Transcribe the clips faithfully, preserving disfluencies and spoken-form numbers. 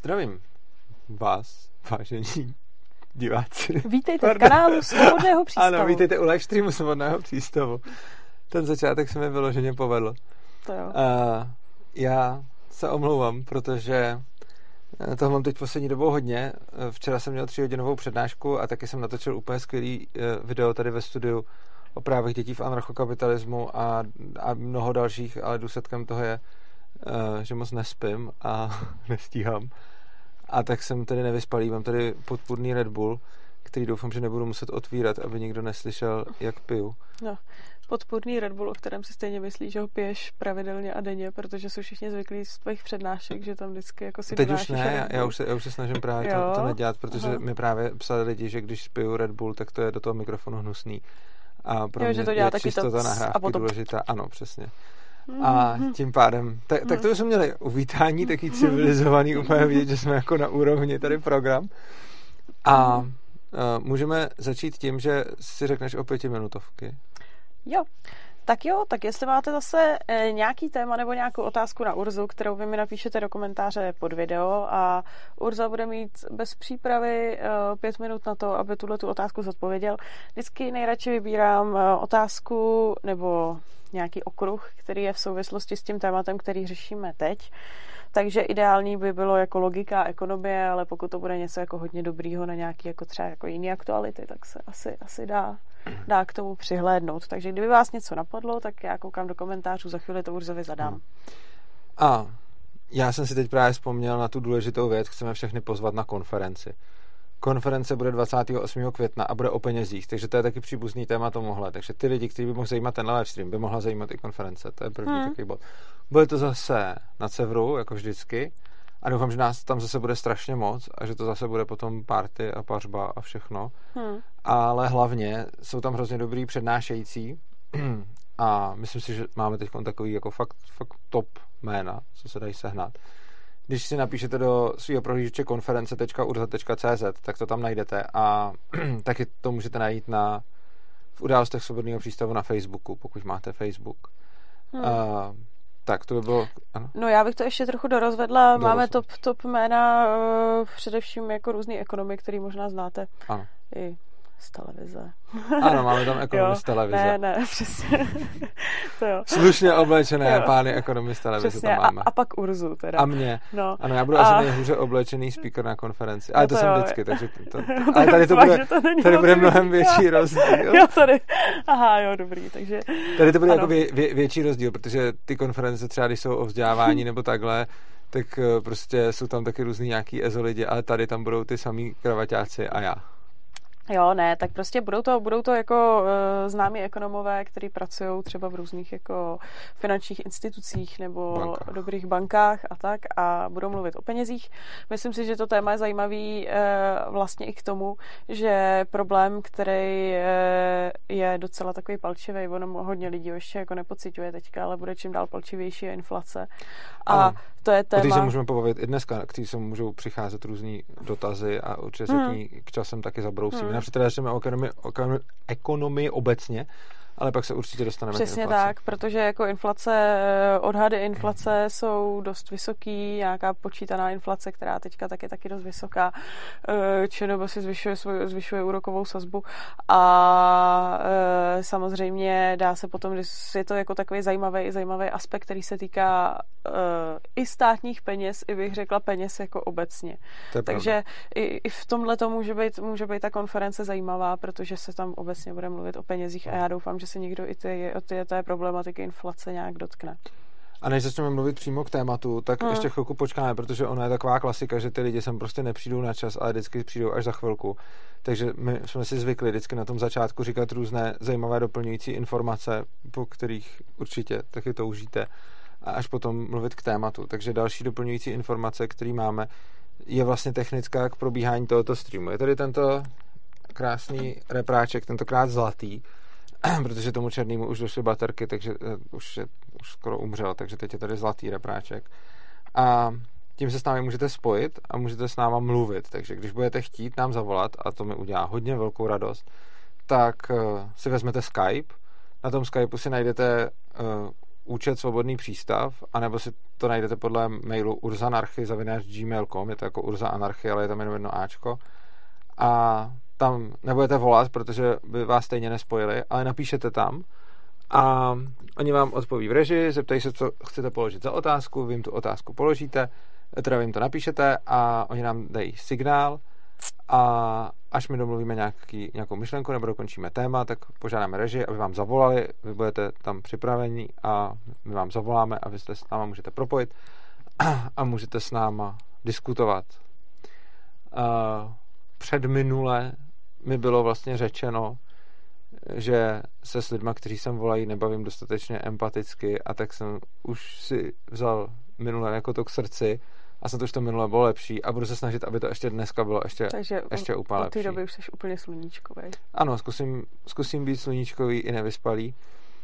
Zdravím vás, vážení diváci. Vítejte v kanálu Svobodného přístavu. Ano, vítejte u live streamu Svobodného přístavu. Ten začátek se mi vyloženě povedl. To jo. Uh, já se omlouvám, protože toho mám teď poslední dobou hodně. Včera jsem měl tříhodinovou přednášku a taky jsem natočil úplně skvělý video tady ve studiu o právech dětí v anarchokapitalismu a, a mnoho dalších, ale důsledkem toho je, že moc nespím a nestíhám. A tak jsem tedy nevyspalý, mám tady podpůrný Red Bull, který doufám, že nebudu muset otvírat, aby nikdo neslyšel, jak piju. No, podpůrný Red Bull, o kterém si stejně myslíš, že ho piješ pravidelně a denně, protože jsou všichni zvyklí z tvých přednášek, že tam vždycky jako si Teď už ne, já, já, už se, já už se snažím právě to, to nedělat, protože Aha. mi právě psali lidi, že když piju Red Bull, tak to je do toho mikrofonu hnusný. A pro jo, mě že to dělá je taky čistota to nahrávky potom... důležitá. Ano, přesně. A tím pádem, tak, tak to jsme měli uvítání, taky civilizovaný, úplně vidět, že jsme jako na úrovni tady program. A uh, můžeme začít tím, že si řekneš o pětiminutovky. Jo, tak jo, tak jestli máte zase e, nějaký téma nebo nějakou otázku na Urzu, kterou vy mi napíšete do komentáře pod video a Urza bude mít bez přípravy e, pět minut na to, aby tuhle tu otázku zodpověděl. Vždycky nejradši vybírám e, otázku nebo nějaký okruh, který je v souvislosti s tím tématem, který řešíme teď. Takže ideální by bylo jako logika a ekonomie, ale pokud to bude něco jako hodně dobrýho na nějaký jako třeba jako jiný aktuality, tak se asi, asi dá, dá k tomu přihlédnout. Takže kdyby vás něco napadlo, tak já koukám do komentářů, za chvíli to Urzovi zadám. Hmm. A já jsem si teď právě vzpomněl na tu důležitou věc, chceme všechny pozvat na konferenci. Konference bude dvacátého osmého května a bude o penězích, takže to je taky příbuzný téma tomuhle. Takže ty lidi, kteří by mohl zajímat ten live stream, by mohla zajímat i konference. To je první hmm. takový bod. Bude to zase na Cevru, jako vždycky. A doufám, že nás tam zase bude strašně moc a že to zase bude potom party a pařba a všechno. Hmm. Ale hlavně jsou tam hrozně dobrý přednášející a myslím si, že máme teď takový jako fakt, fakt top jména, co se dají sehnat. Když si napíšete do svého prohlížeče konference tečka urza tečka cé zet, tak to tam najdete a taky to můžete najít na, v událostech Svobodného přístavu na Facebooku, pokud máte Facebook. Hmm. Uh, tak to by bylo... Ano? No já bych to ještě trochu dorozvedla. Dorozvedla. Máme top, top jména, uh, především jako různý ekonomy, který možná znáte. Ano. I z televize. Ano, máme tam ekonomy z televize. Ne, ne, přesně. To jo. Slušně oblečené jo. Pány ekonomy z televize přesně, tam máme. A, a pak Urzu teda. A mě. No. Ano, já budu a... asi nejhůře oblečený speaker na konferenci. Ale no to, to jsem jo. vždycky, takže to, to, ale tady to bude, to tady bude mnohem větší rozdíl. Jo, tady. Aha, jo, dobrý, takže... Tady to bude ano. jako vě, vě, větší rozdíl, protože ty konference třeba, když jsou o vzdělávání nebo takhle, tak prostě jsou tam taky různý nějaký ezo lidi, ale tady tam budou ty samý kravaťáci a já. Jo, ne, tak prostě budou to, budou to jako uh, známí ekonomové, kteří pracují třeba v různých jako finančních institucích nebo bankách. dobrých bankách a tak a budou mluvit o penězích. Myslím si, že to téma je zajímavý uh, vlastně i k tomu, že problém, který uh, je docela takový palčivý, ono hodně lidí ještě jako nepociťuje teďka, ale bude čím dál palčivější je inflace. A ano. to je téma... O se můžeme pobavit i dneska, který se můžou přicházet různý dotazy a určitě se hmm. k časem taky zabrousíme. Hmm. Například jsme o ekonomii, o ekonomii obecně, ale pak se určitě dostaneme Přesně k inflaci. tak, protože jako inflace, odhady inflace jsou dost vysoký, nějaká počítaná inflace, která teďka taky taky dost vysoká. ČNB si zvyšuje, svoj, zvyšuje úrokovou sazbu a samozřejmě dá se potom, je to jako takový zajímavý, zajímavý aspekt, který se týká i státních peněz, i bych řekla peněz jako obecně. Takže i, i v tomhle to může být, může být ta konference zajímavá, protože se tam obecně bude mluvit o penězích a já doufám, že se někdo i ty, o ty, té problematiky inflace nějak dotkne. A než začneme mluvit přímo k tématu, tak hmm. ještě chvilku počkáme, protože ono je taková klasika, že ty lidi sem prostě nepřijdou na čas, ale vždycky přijdou až za chvilku. Takže my jsme si zvykli vždycky na tom začátku říkat různé zajímavé doplňující informace, po kterých určitě taky toužíte, a až potom mluvit k tématu. Takže další doplňující informace, který máme, je vlastně technická k probíhání tohoto streamu. Je tady tento krásný repráček, tentokrát zlatý, protože tomu černému už došly baterky, takže už, je, už skoro umřel, takže teď je tady zlatý repráček. A tím se s námi můžete spojit a můžete s náma mluvit, takže když budete chtít nám zavolat, a to mi udělá hodně velkou radost, tak uh, si vezmete Skype, na tom Skypeu si najdete uh, účet Svobodný přístav, anebo si to najdete podle mailu urzanarchy zavináč gmail tečka com, je to jako Urza Anarchy, ale je tam jenom jedno Ačko. A tam nebudete volat, protože by vás stejně nespojili, ale napíšete tam a oni vám odpoví v režii, zeptají se, co chcete položit za otázku, vy jim tu otázku položíte, teda vy jim to napíšete a oni nám dají signál a až my domluvíme nějaký, nějakou myšlenku nebo dokončíme téma, tak požádáme režii, aby vám zavolali, vy budete tam připraveni a my vám zavoláme a vy se s náma můžete propojit a můžete s náma diskutovat. Před minule mi bylo vlastně řečeno, že se s lidma, kteří sem volají, nebavím dostatečně empaticky a tak jsem už si vzal minule jako to k srdci a jsem to, že to minule bylo lepší a budu se snažit, aby to ještě dneska bylo ještě, Takže ještě úplně lepší. Takže od té doby už jsi úplně sluníčkový. Ano, zkusím, zkusím být sluníčkový i nevyspalý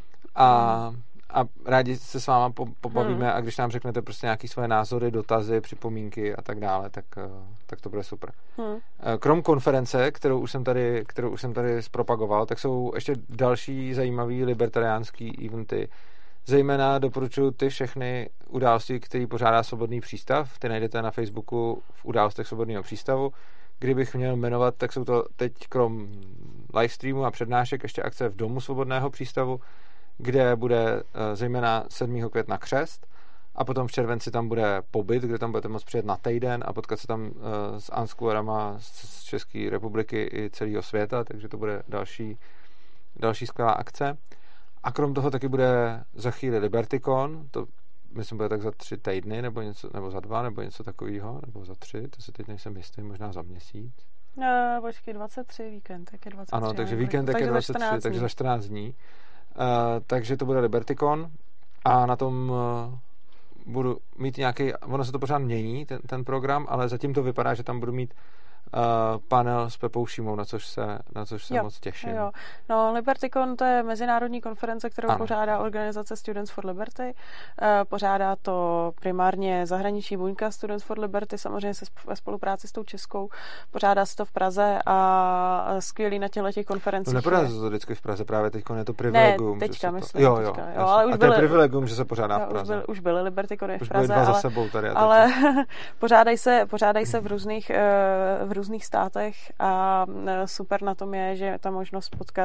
a, hmm. a rádi se s váma pobavíme hmm. a když nám řeknete prostě nějaké svoje názory, dotazy, připomínky a tak dále, tak, tak to bude super. Hmm. Krom konference, kterou už jsem tady, kterou už jsem tady zpropagoval, tak jsou ještě další zajímavý libertariánský eventy. Zejména doporučuji ty všechny události, které pořádá Svobodný přístav. Ty najdete na Facebooku v událostech Svobodného přístavu. Kdybych měl jmenovat, tak jsou to teď krom livestreamu a přednášek ještě akce v Domu Svobodného přístavu, kde bude zejména sedmého května křest a potom v červenci tam bude pobyt, kde tam budete moct přijet na týden a potkat se tam s anskuerama z České republiky i celého světa, takže to bude další, další skvělá akce. A krom toho taky bude za chvíli Libertycon, to myslím bude tak za tři týdny, nebo, něco, nebo za dva, nebo něco takového, nebo za tři, to se teď nejsem jistý, možná za měsíc. No, počkej, dvacet tři víkend, tak je dvacet tři. Ano, takže víkend tak je dvacet tři, takže za čtrnáct dní. Uh, takže to bude Libertycon a na tom uh, budu mít nějaký, ono se to pořád mění, ten, ten program, ale zatím to vypadá, že tam budu mít Uh, panel s Pepou Šimou, na což se, na což se jo, moc těším. Jo. No, Libertycon to je mezinárodní konference, kterou ano. pořádá organizace Students for Liberty. Uh, pořádá to primárně zahraniční buňka Students for Liberty, samozřejmě se ve spolupráci s tou českou. Pořádá se to v Praze a skvělý na těchto těch konferencích. No nepořádá se to vždycky v Praze, právě teď je to privilegium. Ne, teďka to... myslím. Jo, jo, teďka, jo, ale už a to byly, je privilegium, že se pořádá jo, v Praze. Už, byl, už byly Libertycony v už Praze, byly dva ale, za sebou tady. ale pořádají se, pořádají se v různých uh, v různých státech a super na tom je, že je ta možnost potkat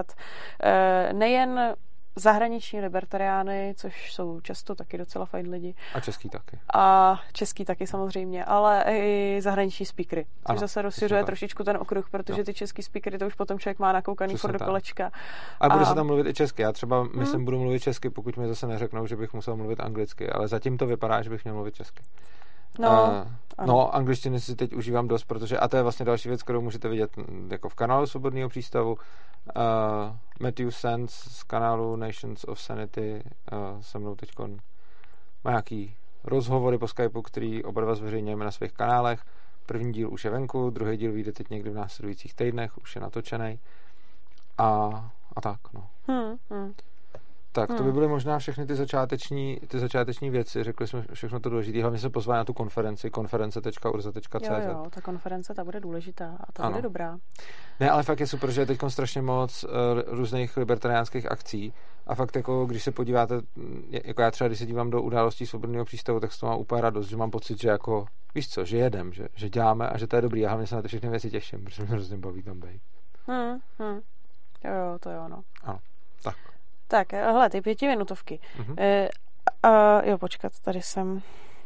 nejen zahraniční libertariány, což jsou často taky docela fajn lidi. A český taky. A český taky samozřejmě, ale i zahraniční speakery, což ano, zase rozšiřuje trošičku ten okruh, protože jo. ty český speakery, to už potom člověk má nakoukaný furt do kolečka. A bude a... se tam mluvit i česky. Já třeba hmm. myslím, budu mluvit česky, pokud mi zase neřeknou, že bych musel mluvit anglicky, ale zatím to vypadá, že bych měl mluvit česky. No, uh, no, angličtiny si teď užívám dost, protože, a to je vlastně další věc, kterou můžete vidět jako v kanálu Svobodného přístavu. Uh, Matthew Sands z kanálu Nations of Sanity uh, se mnou teď má nějaký rozhovory po Skypeu, který oba dva zveřejňujeme na svých kanálech. První díl už je venku, druhý díl vyjde teď někdy v následujících týdnech, už je natočený. A, a tak, no. Hmm, hmm. Tak, to by byly možná všechny ty začáteční, ty začáteční věci. Řekli jsme všechno to důležité. Hlavně se pozvali na tu konferenci, konference tečka urza tečka cé zet. Jo, jo, ta konference, ta bude důležitá a ta ano. bude dobrá. Ne, ale fakt je super, že je teď strašně moc uh, různých libertariánských akcí a fakt jako, když se podíváte, jako já třeba, když se dívám do událostí Svobodného přístavu, tak z toho mám úplně radost, že mám pocit, že jako, víš co, že jedem, že, že děláme a že to je dobrý a hlavně se na ty všechny věci těším, protože mě hrozně baví tam být. Hmm, hmm. Jo, jo, to jo, no. Ano, tak. Tak, hele, ty pětiminutovky. Mm-hmm. E, a, jo, počkat, tady jsem.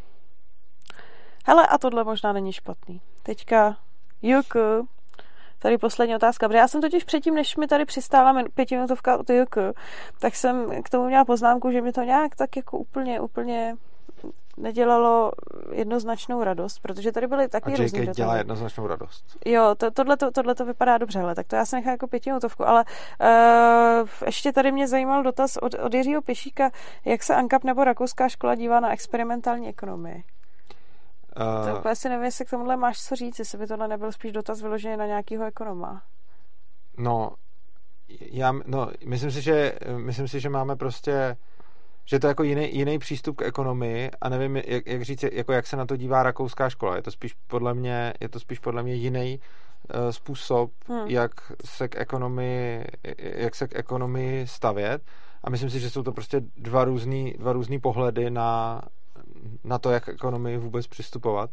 Hele, a tohle možná není špatný. Teďka, Juku, tady poslední otázka, protože já jsem totiž předtím, než mi tady přistála pětiminutovka od Juku, tak jsem k tomu měla poznámku, že mi to nějak tak jako úplně, úplně nedělalo jednoznačnou radost, protože tady byly taky různý dotazy. A J K dělá jednoznačnou radost. Jo, to, tohle, to, tohle to vypadá dobře, hele, tak to já jsem nechala jako pětiminutovku, ale uh, ještě tady mě zajímal dotaz od, od Jiřího Pešíka, jak se ANCAP nebo Rakouská škola dívá na experimentální ekonomii. Uh, to úplně si nevím, jestli k tomuhle máš co říct, jestli by tohle nebyl spíš dotaz vyložený na nějakého ekonoma. No, já, no, myslím si, že myslím si, že máme prostě že to je jako jiný, jiný přístup k ekonomii a nevím, jak, jak říct, jako jak se na to dívá rakouská škola. Je to spíš podle mě, je to spíš podle mě jiný uh, způsob, hmm. jak se k ekonomii, jak se k ekonomii stavět. A myslím si, že jsou to prostě dva různý, dva různý pohledy na, na to, jak ekonomii vůbec přistupovat.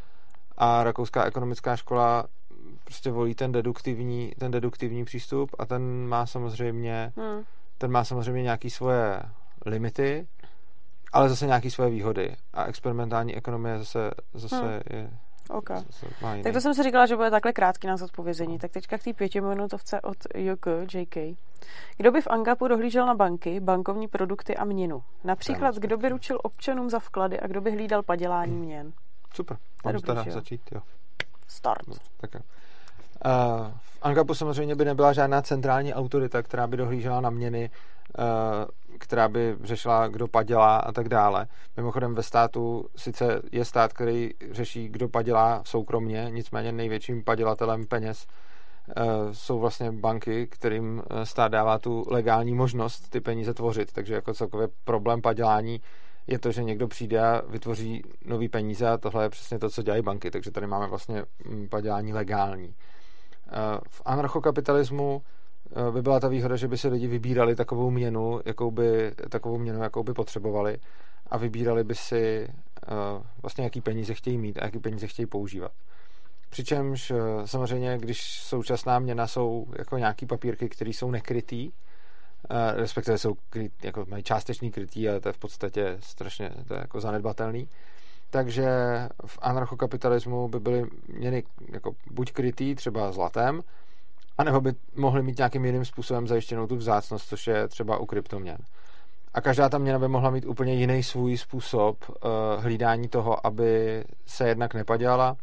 A rakouská ekonomická škola prostě volí ten deduktivní, ten deduktivní přístup a ten má samozřejmě hmm. ten má samozřejmě nějaké svoje limity, ale zase nějaké svoje výhody. A experimentální ekonomie zase, zase hmm. je... Okay. Zase má jiný. Tak to jsem si říkala, že bude takhle krátký na zodpovězení. Tak teďka k té pětiminutovce od J K, J K. Kdo by v Angapu dohlížel na banky, bankovní produkty a měnu? Například, kdo by ručil občanům za vklady a kdo by hlídal padělání měn? Super, mám teda začít, jo. Start. No, tak jo. Uh, v Angapu samozřejmě by nebyla žádná centrální autorita, která by dohlížela na měny, uh, která by řešila, kdo padělá a tak dále. Mimochodem ve státu sice je stát, který řeší, kdo padělá soukromně, nicméně největším padělatelem peněz uh, jsou vlastně banky, kterým stát dává tu legální možnost ty peníze tvořit. Takže jako celkově problém padělání je to, že někdo přijde a vytvoří nový peníze a tohle je přesně to, co dělají banky. Takže tady máme vlastně padělání legální. V anarchokapitalismu by byla ta výhoda, že by se lidi vybírali takovou měnu, jakou by, takovou měnu, jakou by potřebovali a vybírali by si vlastně, jaký peníze chtějí mít a jaký peníze chtějí používat. Přičemž samozřejmě, když současná měna jsou jako nějaký papírky, které jsou nekrytý, respektive jsou kryt, jako mají částečný krytí, ale to je v podstatě strašně to je jako zanedbatelný. Takže v anarchokapitalismu by byly měny jako buď krytý třeba zlatem, anebo by mohly mít nějakým jiným způsobem zajištěnou tu vzácnost, což je třeba u kryptoměn. A každá ta měna by mohla mít úplně jiný svůj způsob uh, hlídání toho, aby se jednak nepadělala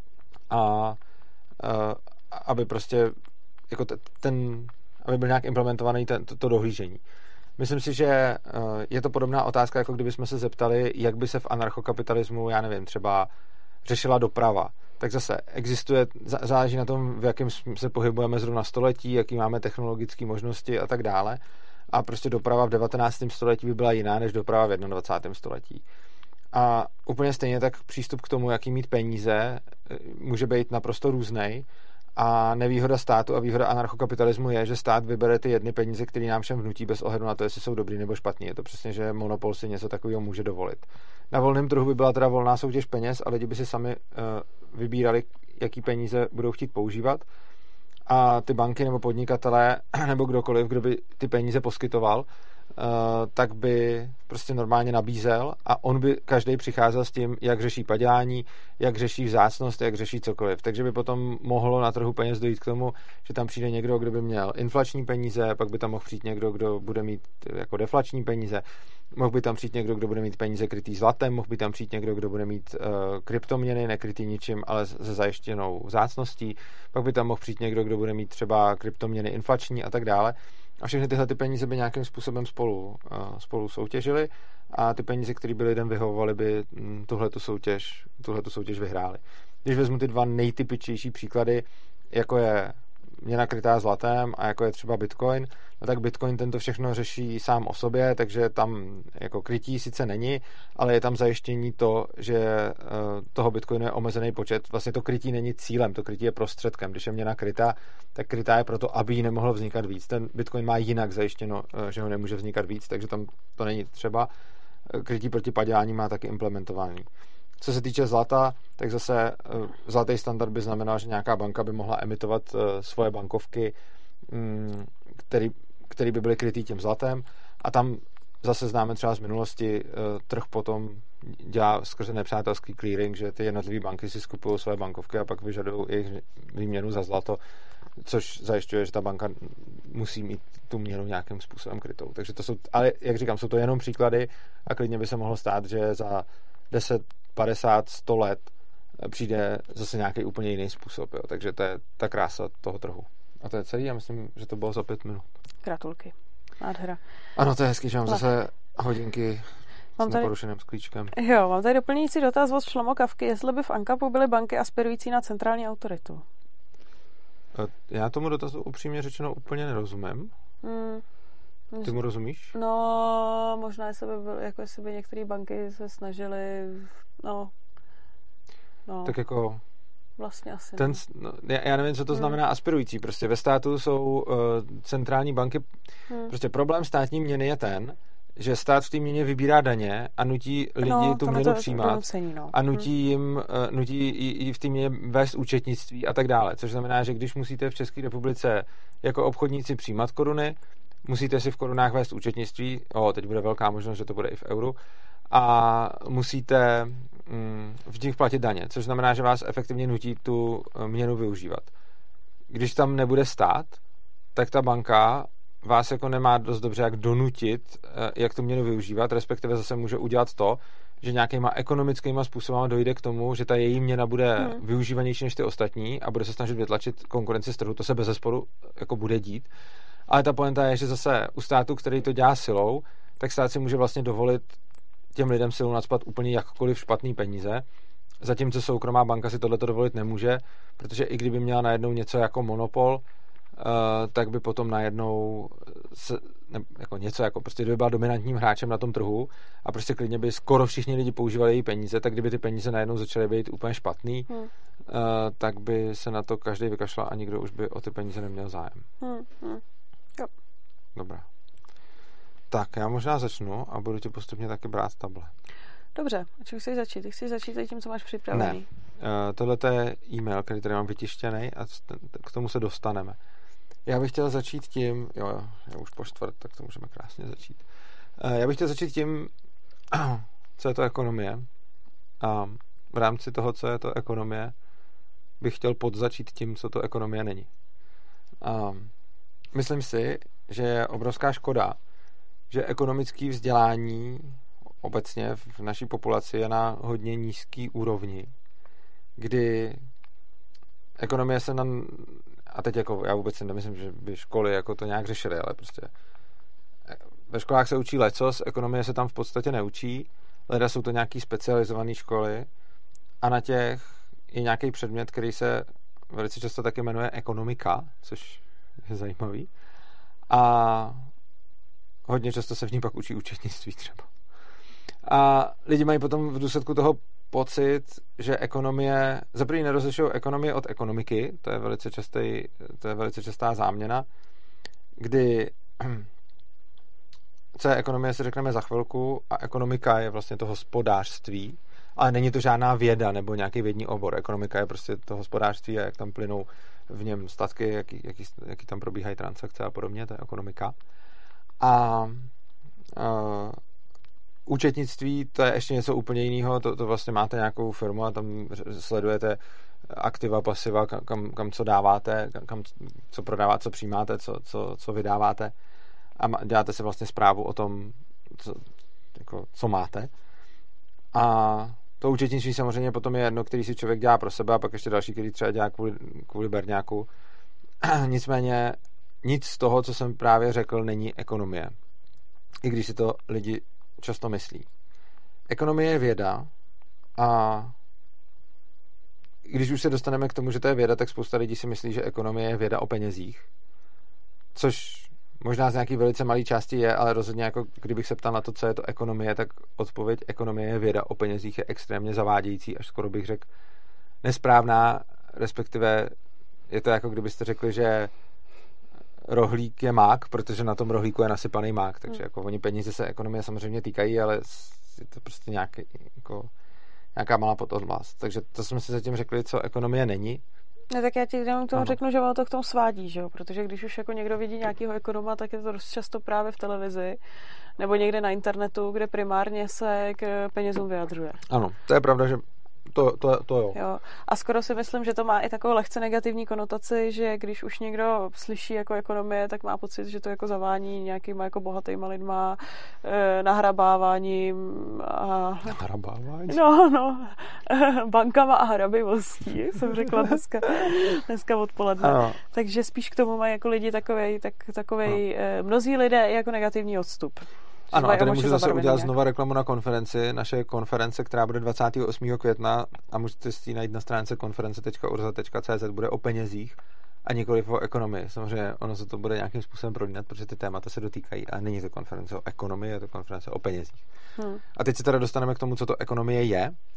a uh, aby prostě jako t- ten, aby byl nějak implementovaný ten, to, to dohlížení. Myslím si, že je to podobná otázka, jako kdybychom se zeptali, jak by se v anarchokapitalismu, já nevím, třeba řešila doprava. Tak zase existuje, záleží na tom, v jakém se pohybujeme zrovna století, jaký máme technologické možnosti a tak dále. A prostě doprava v devatenáctém století by byla jiná než doprava v dvacátém prvním století. A úplně stejně tak přístup k tomu, jaký mít peníze, může být naprosto různej. A nevýhoda státu a výhoda anarchokapitalismu je, že stát vybere ty jedny peníze, které nám všem vnutí bez ohledu na to, jestli jsou dobrý nebo špatný. Je to přesně, že monopol si něco takového může dovolit. Na volném trhu by byla teda volná soutěž peněz a lidi by si sami uh, vybírali, jaký peníze budou chtít používat. A ty banky nebo podnikatelé nebo kdokoliv, kdo by ty peníze poskytoval, Uh, tak by prostě normálně nabízel a on by každý přicházel s tím, jak řeší padělání, jak řeší vzácnost, jak řeší cokoliv. Takže by potom mohlo na trhu peněz dojít k tomu, že tam přijde někdo, kdo by měl inflační peníze, pak by tam mohl přijít někdo, kdo bude mít jako deflační peníze, mohl by tam přijít někdo, kdo bude mít peníze krytý zlatem, mohl by tam přijít někdo, kdo bude mít uh, kryptoměny, nekrytý ničím, ale se zajištěnou vzácností, pak by tam mohl přijít někdo, kdo bude mít třeba kryptoměny inflační a tak dále. A všechny tyhle ty peníze by nějakým způsobem spolu, uh, spolu soutěžily a ty peníze, které by lidem vyhovovaly, by mm, tuhletu soutěž, tuhletu soutěž vyhrály. Když vezmu ty dva nejtypičtější příklady, jako je měna krytá zlatem a jako je třeba Bitcoin, no tak Bitcoin tento všechno řeší sám o sobě, takže tam jako krytí sice není, ale je tam zajištění to, že toho Bitcoinu je omezený počet. Vlastně to krytí není cílem, to krytí je prostředkem. Když je měna krytá, tak krytá je proto, aby jí nemohlo vznikat víc. Ten Bitcoin má jinak zajištěno, že ho nemůže vznikat víc, takže tam to není třeba. Krytí proti padělání má taky implementovaný. Co se týče zlata, tak zase zlatý standard by znamenal, že nějaká banka by mohla emitovat svoje bankovky, který, který by byly krytý tím zlatem a tam zase známe třeba z minulosti, trh potom dělá skrze nepřátelský clearing, že ty jednotlivé banky si skupují své bankovky a pak vyžadují jejich výměnu za zlato, což zajišťuje, že ta banka musí mít tu měnu nějakým způsobem krytou. Takže to jsou, ale jak říkám, jsou to jenom příklady a klidně by se mohlo stát, že za deset, padesát, sto let přijde zase nějaký úplně jiný způsob. Jo. Takže to je ta krása toho trhu. A to je celý, já myslím, že to bylo za pět minut. Gratulky. Nádhera. Ano, to je hezký, že mám zase hodinky mám s tady... neporušeným sklíčkem. Jo, mám tady doplňující dotaz od Šlomo Kavky, jestli by v Ankapu byly banky aspirující na centrální autoritu. Já tomu dotazu upřímně řečeno úplně nerozumím. Hmm. Ty mu rozumíš? No, možná, jestli by, byl, jako jestli by některé banky se snažily, no, no. Tak jako... vlastně asi. Ten, no, já nevím, co to hmm. znamená aspirující. Prostě ve státu jsou uh, centrální banky. Hmm. Prostě problém státní měny je ten, že stát v té měně vybírá daně a nutí lidi no, tu měnu to, přijímat donucení, no. a nutí hmm. jim uh, nutí jí v té měně vést účetnictví a tak dále. Což znamená, že když musíte v České republice jako obchodníci přijímat koruny, musíte si v korunách vést účetnictví, o, teď bude velká možnost, že to bude i v euru, a musíte mm, v nich platit daně, což znamená, že vás efektivně nutí tu měnu využívat. Když tam nebude stát, tak ta banka vás jako nemá dost dobře jak donutit, jak tu měnu využívat, respektive zase může udělat to, že nějakýma ekonomickýma způsoby dojde k tomu, že ta její měna bude hmm. využívanější než ty ostatní a bude se snažit vytlačit konkurenci z trhu, to se bezesporu jako bude dít. Ale ta pointa je, že zase u státu, který to dělá silou, tak stát si může vlastně dovolit těm lidem silou nacpat úplně jakkoliv špatný peníze, zatímco soukromá banka si tohleto dovolit nemůže, protože i kdyby měla najednou něco jako monopol, uh, tak by potom najednou se, ne, jako něco jako prostě kdyby byla dominantním hráčem na tom trhu a prostě klidně by skoro všichni lidi používali její peníze, tak kdyby ty peníze najednou začaly být úplně špatný, hmm. uh, tak by se na to každý vykašlal a nikdo už by o ty peníze neměl zájem. Hmm. Hmm. Jo. Dobrá. Tak, já možná začnu a budu ti postupně taky brát table. Dobře, a čím chceš začít? Ty chceš začít tím, co máš připravený? Ne. Uh, tohle je e-mail, který tady mám vytištěný a k tomu se dostaneme. Já bych chtěl začít tím, jo, jo, já už po čtvrt, tak to můžeme krásně začít. Uh, já bych chtěl začít tím, co je to ekonomie. A v rámci toho, co je to ekonomie, bych chtěl podzačít tím, co to ekonomie není. Uh, myslím si, že je obrovská škoda, že ekonomické vzdělání obecně v naší populaci je na hodně nízký úrovni, kdy ekonomie se na... A teď jako já vůbec si nemyslím, že by školy jako to nějak řešily, ale prostě ve školách se učí lecos, ekonomie se tam v podstatě neučí, leda jsou to nějaký specializované školy a na těch je nějaký předmět, který se velice často taky jmenuje ekonomika, což je zajímavý. A hodně často se v ní pak učí účetnictví třeba. A lidi mají potom v důsledku toho pocit, že ekonomie, za první nerozlišují ekonomie od ekonomiky, to je velice častý, to je velice častá záměna, kdy co je ekonomie, si řekneme za chvilku, a ekonomika je vlastně to hospodářství, ale není to žádná věda nebo nějaký vědní obor. Ekonomika je prostě to hospodářství a jak tam plynou v něm statky, jaký, jaký, jaký tam probíhají transakce a podobně, to je ekonomika. A uh, účetnictví, to je ještě něco úplně jiného, to, to vlastně máte nějakou firmu a tam sledujete aktiva, pasiva, kam, kam co dáváte, kam co prodáváte, co přijímáte, co, co, co vydáváte a děláte si vlastně zprávu o tom, co, jako, co máte. A to účetnictví samozřejmě potom je jedno, který si člověk dělá pro sebe a pak ještě další, který třeba dělá kvůli, kvůli berňáku. Nicméně nic z toho, co jsem právě řekl, není ekonomie. I když si to lidi často myslí. Ekonomie je věda a když už se dostaneme k tomu, že to je věda, tak spousta lidí si myslí, že ekonomie je věda o penězích. Což možná z nějaký velice malý části je, ale rozhodně jako kdybych se ptal na to, co je to ekonomie, tak odpověď ekonomie je věda o penězích je extrémně zavádějící, až skoro bych řekl nesprávná, respektive je to jako kdybyste řekli, že rohlík je mák, protože na tom rohlíku je nasypaný mák, takže hmm. jako oni peníze se ekonomie samozřejmě týkají, ale je to prostě nějaký, jako, nějaká malá pododlast. Takže to jsme si zatím řekli, co ekonomie není. Ne, tak já ti jenom k tomu ano. řeknu, že ono to k tomu svádí, že jo? Protože když už jako někdo vidí nějakého ekonoma, tak je to dost často právě v televizi nebo někde na internetu, kde primárně se k penězům vyjadřuje. Ano, to je pravda, že To, to, to jo. jo. A skoro si myslím, že to má i takovou lehce negativní konotaci, že když už někdo slyší jako ekonomie, tak má pocit, že to jako zavání nějakýma jako bohatýma lidma, eh, nahrabáváním a... Nahrabávání? No, no. Bankama a hrabivostí, jsem řekla dneska, dneska odpoledne. Ano. Takže spíš k tomu mají jako lidi takovej, tak, takovej eh, mnozí lidé jako negativní odstup. Ano, a tady můžu zase udělat nějak. znova reklamu na konferenci, naše konference, která bude dvacátého osmého května a můžete si ji najít na stránce konference tečka urza tečka cé zet, bude o penězích a nikoliv o ekonomii. Samozřejmě ono se to bude nějakým způsobem prolínat, protože ty témata se dotýkají, ale není to konference o ekonomii, je to konference o penězích. Hmm. A teď se teda dostaneme k tomu, co to ekonomie je.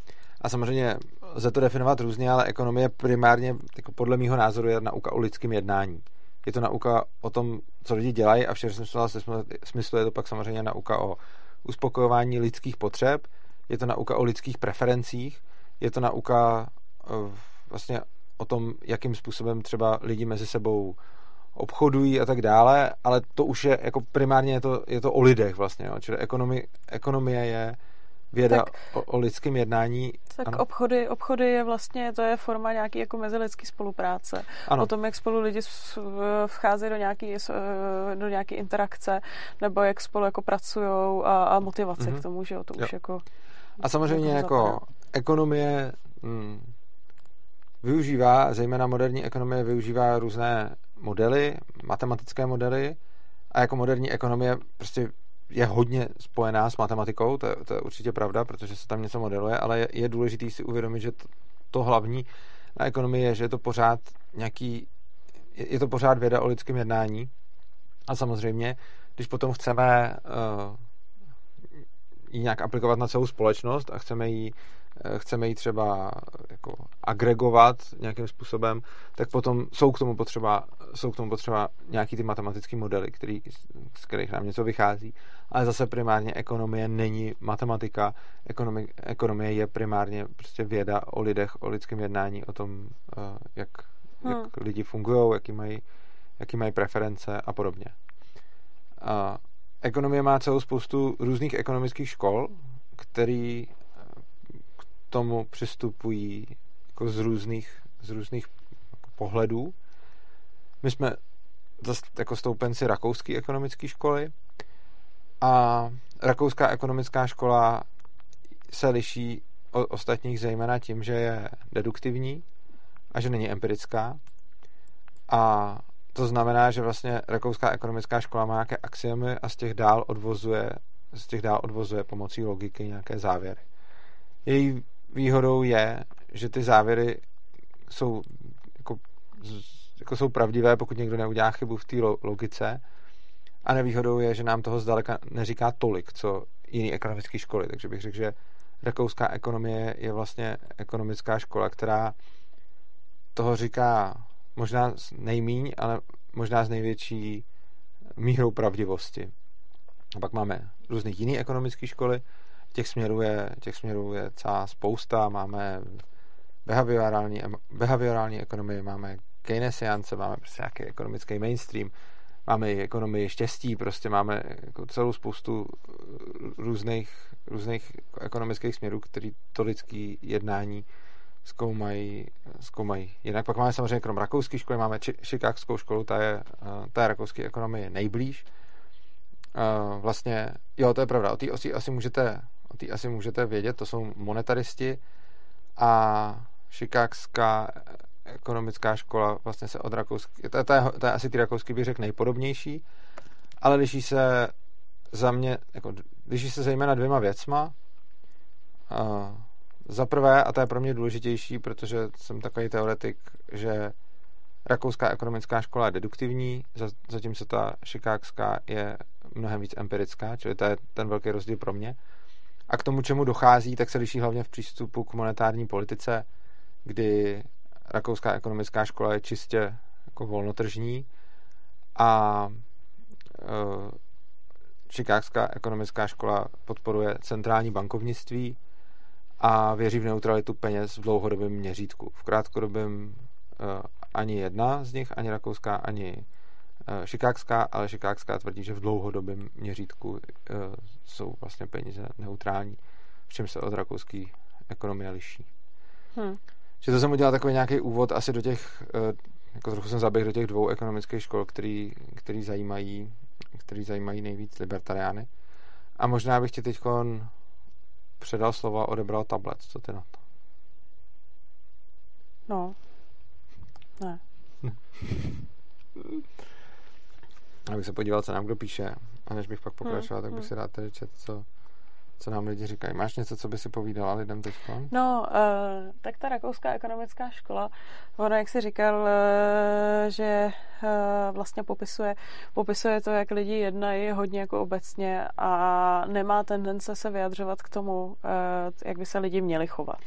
A samozřejmě lze to definovat různě, ale ekonomie primárně, jako podle mýho názoru, je nauka o lidském jednání. Je to nauka o tom, co lidi dělají a v širším smyslu je to pak samozřejmě nauka o uspokojování lidských potřeb, je to nauka o lidských preferencích, je to nauka vlastně o tom, jakým způsobem třeba lidi mezi sebou obchodují a tak dále, ale to už je, jako primárně je to, je to o lidech vlastně, jo. Čili ekonomie, ekonomie je věda tak, o, o lidském jednání. Tak obchody, obchody je vlastně, to je forma nějaký jako mezilidský spolupráce. Ano. O tom, jak spolu lidi vcházejí do nějaký, do nějaký interakce, nebo jak spolu jako pracujou a, a motivace mm-hmm. k tomu, že jo, to jo. už jako... A samozřejmě jako zapadá. Ekonomie hm, využívá, zejména moderní ekonomie využívá různé modely, matematické modely a jako moderní ekonomie prostě je hodně spojená s matematikou, to je, to je určitě pravda, protože se tam něco modeluje, ale je, je důležité si uvědomit, že to, to hlavní na ekonomii je, že je to pořád nějaký, je, je to pořád věda o lidském jednání a samozřejmě, když potom chceme uh, ji nějak aplikovat na celou společnost a chceme ji chceme ji třeba jako agregovat nějakým způsobem, tak potom jsou k tomu potřeba, jsou k tomu potřeba nějaký ty matematické modely, který, z kterých nám něco vychází, ale zase primárně ekonomie není matematika, ekonomie, ekonomie je primárně prostě věda o lidech, o lidském jednání, o tom, jak, hmm. jak lidi fungují, jaký mají, jaký mají preference a podobně. A ekonomie má celou spoustu různých ekonomických škol, který tomu přistupují jako z různých, z různých pohledů. My jsme zase jako stoupenci rakouské ekonomické školy a rakouská ekonomická škola se liší od ostatních zejména tím, že je deduktivní a že není empirická. A to znamená, že vlastně rakouská ekonomická škola má nějaké axiomy a z těch dál odvozuje, z těch dál odvozuje pomocí logiky nějaké závěry. Její výhodou je, že ty závěry jsou jako, jako jsou pravdivé, pokud někdo neudělá chybu v té logice, a nevýhodou je, že nám toho zdaleka neříká tolik, co jiný ekonomické školy. Takže bych řekl, že rakouská ekonomie je vlastně ekonomická škola, která toho říká možná nejmíň, ale možná s největší mírou pravdivosti. A pak máme různé jiné ekonomické školy, těch směrů je, těch směrů je celá spousta, máme behaviorální, behaviorální ekonomii, máme keynesiance, máme prostě nějaký ekonomický mainstream, máme i ekonomii štěstí, prostě máme jako celou spoustu různých, různých ekonomických směrů, který to lidský jednání zkoumají, zkoumají. Jinak pak máme samozřejmě krom rakouské školy, máme Chicagskou školu, ta je, ta je rakouské ekonomie nejblíž. Vlastně, jo, to je pravda, o té asi, asi můžete o té asi můžete vědět, to jsou monetaristi a Chicagská ekonomická škola vlastně se od rakouské, to, to, je, to je asi ty rakouský bych řekl nejpodobnější, ale liší se za mě, jako, liší se zejména dvěma věcma. Uh, za prvé, a to je pro mě důležitější, protože jsem takový teoretik, že rakouská ekonomická škola je deduktivní, zatímco ta chicagská je mnohem víc empirická, čili to je ten velký rozdíl pro mě. A k tomu, čemu dochází, tak se liší hlavně v přístupu k monetární politice, kdy rakouská ekonomická škola je čistě jako volnotržní a uh, chicagská ekonomická škola podporuje centrální bankovnictví a věří v neutralitu peněz v dlouhodobém měřítku. V krátkodobém uh, ani jedna z nich, ani rakouská, ani uh, chicagská, ale chicagská tvrdí, že v dlouhodobém měřítku uh, jsou vlastně peníze neutrální, v čem se od rakouské ekonomie liší. Hmm. Že to jsem udělal takový nějaký úvod asi do těch, uh, jako trochu jsem zaběhl do těch dvou ekonomických škol, který, který zajímají, který zajímají nejvíc libertariány. A možná bych ti teď předal slovo a odebral tablet. Co ty na to? No. Ne. Abych se podíval, co nám kdo píše. A než bych pak pokračoval, hmm, tak bych hmm. si rád tady čet, co, co nám lidi říkají. Máš něco, co by si povídala lidem teď? No, uh, tak ta rakouská ekonomická škola, ono, jak jsi říkal, uh, že uh, vlastně popisuje, popisuje to, jak lidi jednají hodně jako obecně a nemá tendence se vyjadřovat k tomu, uh, jak by se lidi měli chovat.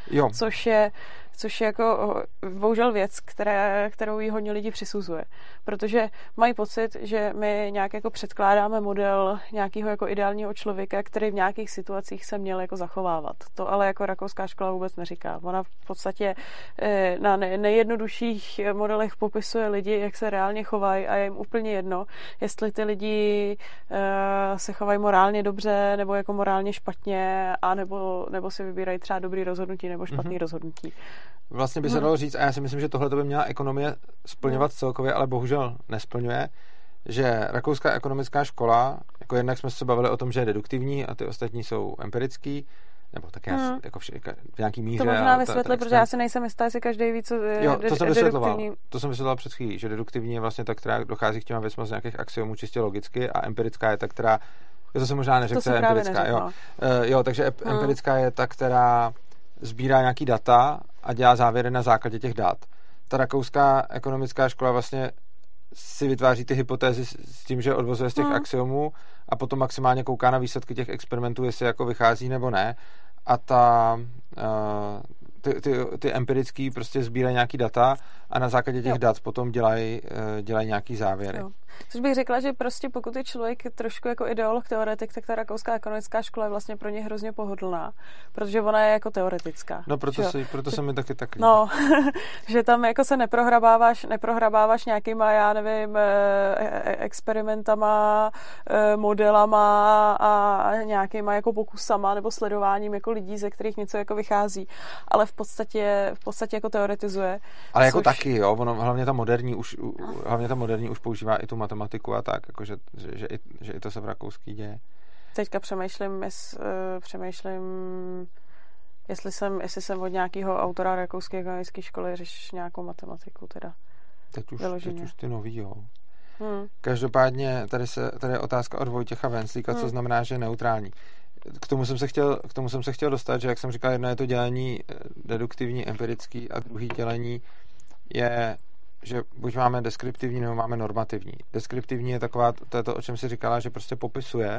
Jo. Což je, což je jako bohužel věc, které, kterou jí hodně lidí přisuzuje. Protože mají pocit, že my nějak jako předkládáme model nějakého jako ideálního člověka, který v nějakých situacích se měl jako zachovávat. To ale jako rakouská škola vůbec neříká. Ona v podstatě na nejjednodušších modelech popisuje lidi, jak se reálně chovají a je jim úplně jedno, jestli ty lidi se chovají morálně dobře nebo jako morálně špatně, a nebo, nebo si vybírají třeba dobrý rozhodnutí nebo špatný mm-hmm. rozhodnutí. Vlastně by se dalo říct, a já si myslím, že tohle by měla ekonomie splňovat celkově, ale bohužel nesplňuje, že rakouská ekonomická škola, jako jednak jsme se bavili o tom, že je deduktivní a ty ostatní jsou empirický, nebo tak já hmm. jako v, v nějaký míře. To možná vysvětlit, protože já si nejsem jistá, jestli každý ví, co je jo, to jsem vysvětloval. deduktivní. To jsem vysvětloval před chvílí, že deduktivní je vlastně ta, která dochází k těma věcma z nějakých axiomů čistě logicky, a empirická je ta, která, to jsem možná neřekl, to je empirická. Jo. Uh, jo, takže hmm. empirická je ta, která sbírá nějaký data a dělá závěry na základě těch dat. Ta rakouská ekonomická škola vlastně si vytváří ty hypotézy s tím, že odvozuje z těch hmm. axiomů a potom maximálně kouká na výsledky těch experimentů, jestli jako vychází nebo ne. A ta uh, ty, ty, ty empirický prostě sbírají nějaký data a na základě těch jo. dat potom dělají dělaj nějaký závěry. Jo. Což bych řekla, že prostě pokud je člověk trošku jako ideolog, teoretik, tak ta rakouská ekonomická škola je vlastně pro ně hrozně pohodlná, protože ona je jako teoretická. No proto, si, proto se mi taky tak líbí. No, že tam jako se neprohrabáváš, neprohrabáváš nějakýma, já nevím, experimentama, modelama a nějakýma jako pokusama nebo sledováním jako lidí, ze kterých něco jako vychází, ale v podstatě, v podstatě jako teoretizuje. Ale jako což... taky, jo, ono, hlavně ta moderní už, hlavně ta moderní už používá i tu matematiku a tak, jakože, že, že, i, že i to se v rakouský děje. Teďka přemýšlím, jest, uh, přemýšlím jestli jsem, jestli jsem od nějakého autora rakouské ekonomické školy řeš nějakou matematiku teda. Teď už, teď už ty nový, jo. Hmm. Každopádně tady, se, tady je otázka od Vojtěcha Venslíka, hmm. co znamená, že je neutrální. K tomu jsem se chtěl, k tomu jsem se chtěl dostat, že jak jsem říkal, jedno je to dělení deduktivní, empirický a druhý dělení je, že buď máme deskriptivní, nebo máme normativní. Deskriptivní je taková, to je to, o čem si říkala, že prostě popisuje,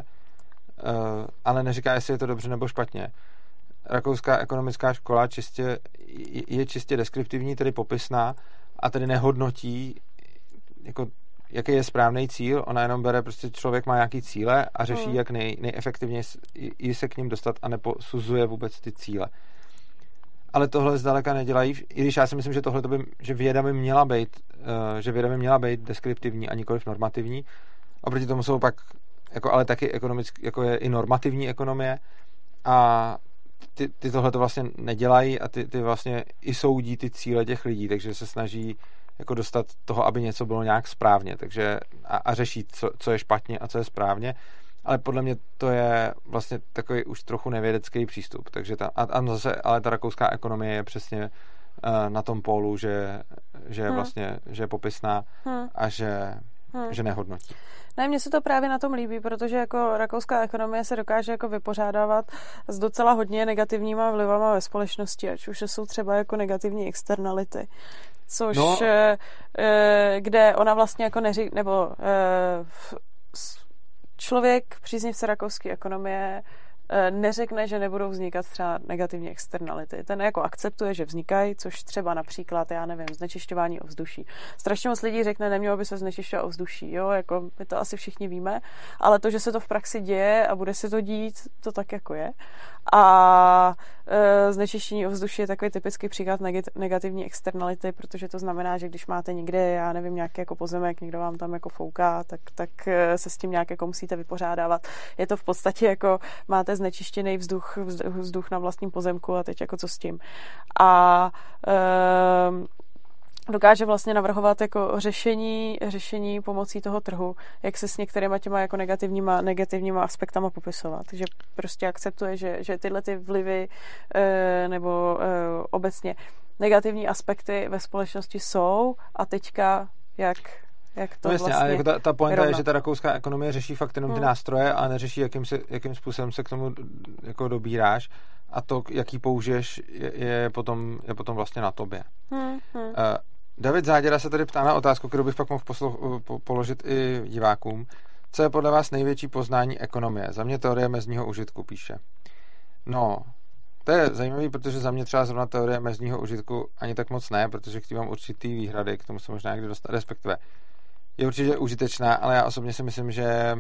ale neříká, jestli je to dobře nebo špatně. Rakouská ekonomická škola čistě, je čistě deskriptivní, tedy popisná, a tedy nehodnotí, jako, jaký je správný cíl. Ona jenom bere, prostě člověk má nějaký cíle a řeší, mm. jak nej, nejefektivněji se k ním dostat a neposuzuje vůbec ty cíle. Ale tohle zdaleka nedělají, i když já si myslím, že tohle by, že věda by měla být, uh, že věda by měla být deskriptivní a nikoliv normativní. Oproti tomu jsou pak, jako, ale taky ekonomicky, jako je i normativní ekonomie, a ty, ty tohle to vlastně nedělají a ty, ty vlastně i soudí ty cíle těch lidí, takže se snaží jako dostat toho, aby něco bylo nějak správně, takže a, a řeší, co, co je špatně a co je správně. Ale podle mě to je vlastně takový už trochu nevědecký přístup. Takže ta, a, a zase, ale ta rakouská ekonomie je přesně uh, na tom pólu, že, že je hmm. vlastně, že je popisná hmm. a že, hmm. že nehodnotí. Ne, mně se to právě na tom líbí, protože jako rakouská ekonomie se dokáže jako vypořádávat s docela hodně negativníma vlivama ve společnosti, ať už jsou třeba jako negativní externality. Což, no. e, kde ona vlastně jako neří, nebo e, člověk, příznivce rakouské ekonomie, neřekne, že nebudou vznikat třeba negativní externality. Ten jako akceptuje, že vznikají, což třeba například, já nevím, znečišťování ovzduší. Strašně moc lidí řekne, nemělo by se znečišťovat ovzduší, jo, jako my to asi všichni víme, ale to, že se to v praxi děje a bude se to dít, to tak jako je. A e, znečištění ovzduší je takový typický příklad negativní externality, protože to znamená, že když máte někde, já nevím, nějaký jako pozemek, někdo vám tam jako fouká, tak, tak se s tím nějak jako musíte vypořádávat. Je to v podstatě jako máte znečištěný vzduch, vzduch na vlastním pozemku a teď jako co s tím. A e, dokáže vlastně navrhovat jako řešení, řešení pomocí toho trhu, jak se s některýma těma jako negativníma, negativníma aspektama popisovat. Takže prostě akceptuje, že, že tyhle ty vlivy e, nebo e, obecně negativní aspekty ve společnosti jsou a teďka jak Jak to no jasně, vlastně ale jako ta, ta pointa je, že ta rakouská ekonomie řeší fakt jenom ty hmm. nástroje a neřeší, jakým, se, jakým způsobem se k tomu jako dobíráš, a to, jaký použiješ, je, je, potom, je potom vlastně na tobě. Hmm. Hmm. Uh, David Záděra se tady ptá na otázku, kterou bych pak mohl poslu, po, položit i divákům. Co je podle vás největší poznání ekonomie? Za mě teorie mezního užitku, píše. No, to je zajímavý, protože za mě třeba zrovna teorie mezního užitku ani tak moc ne, protože k tím mám určitý výhrady, k tomu se možná někdy dostat, respektive je určitě užitečná, ale já osobně si myslím, že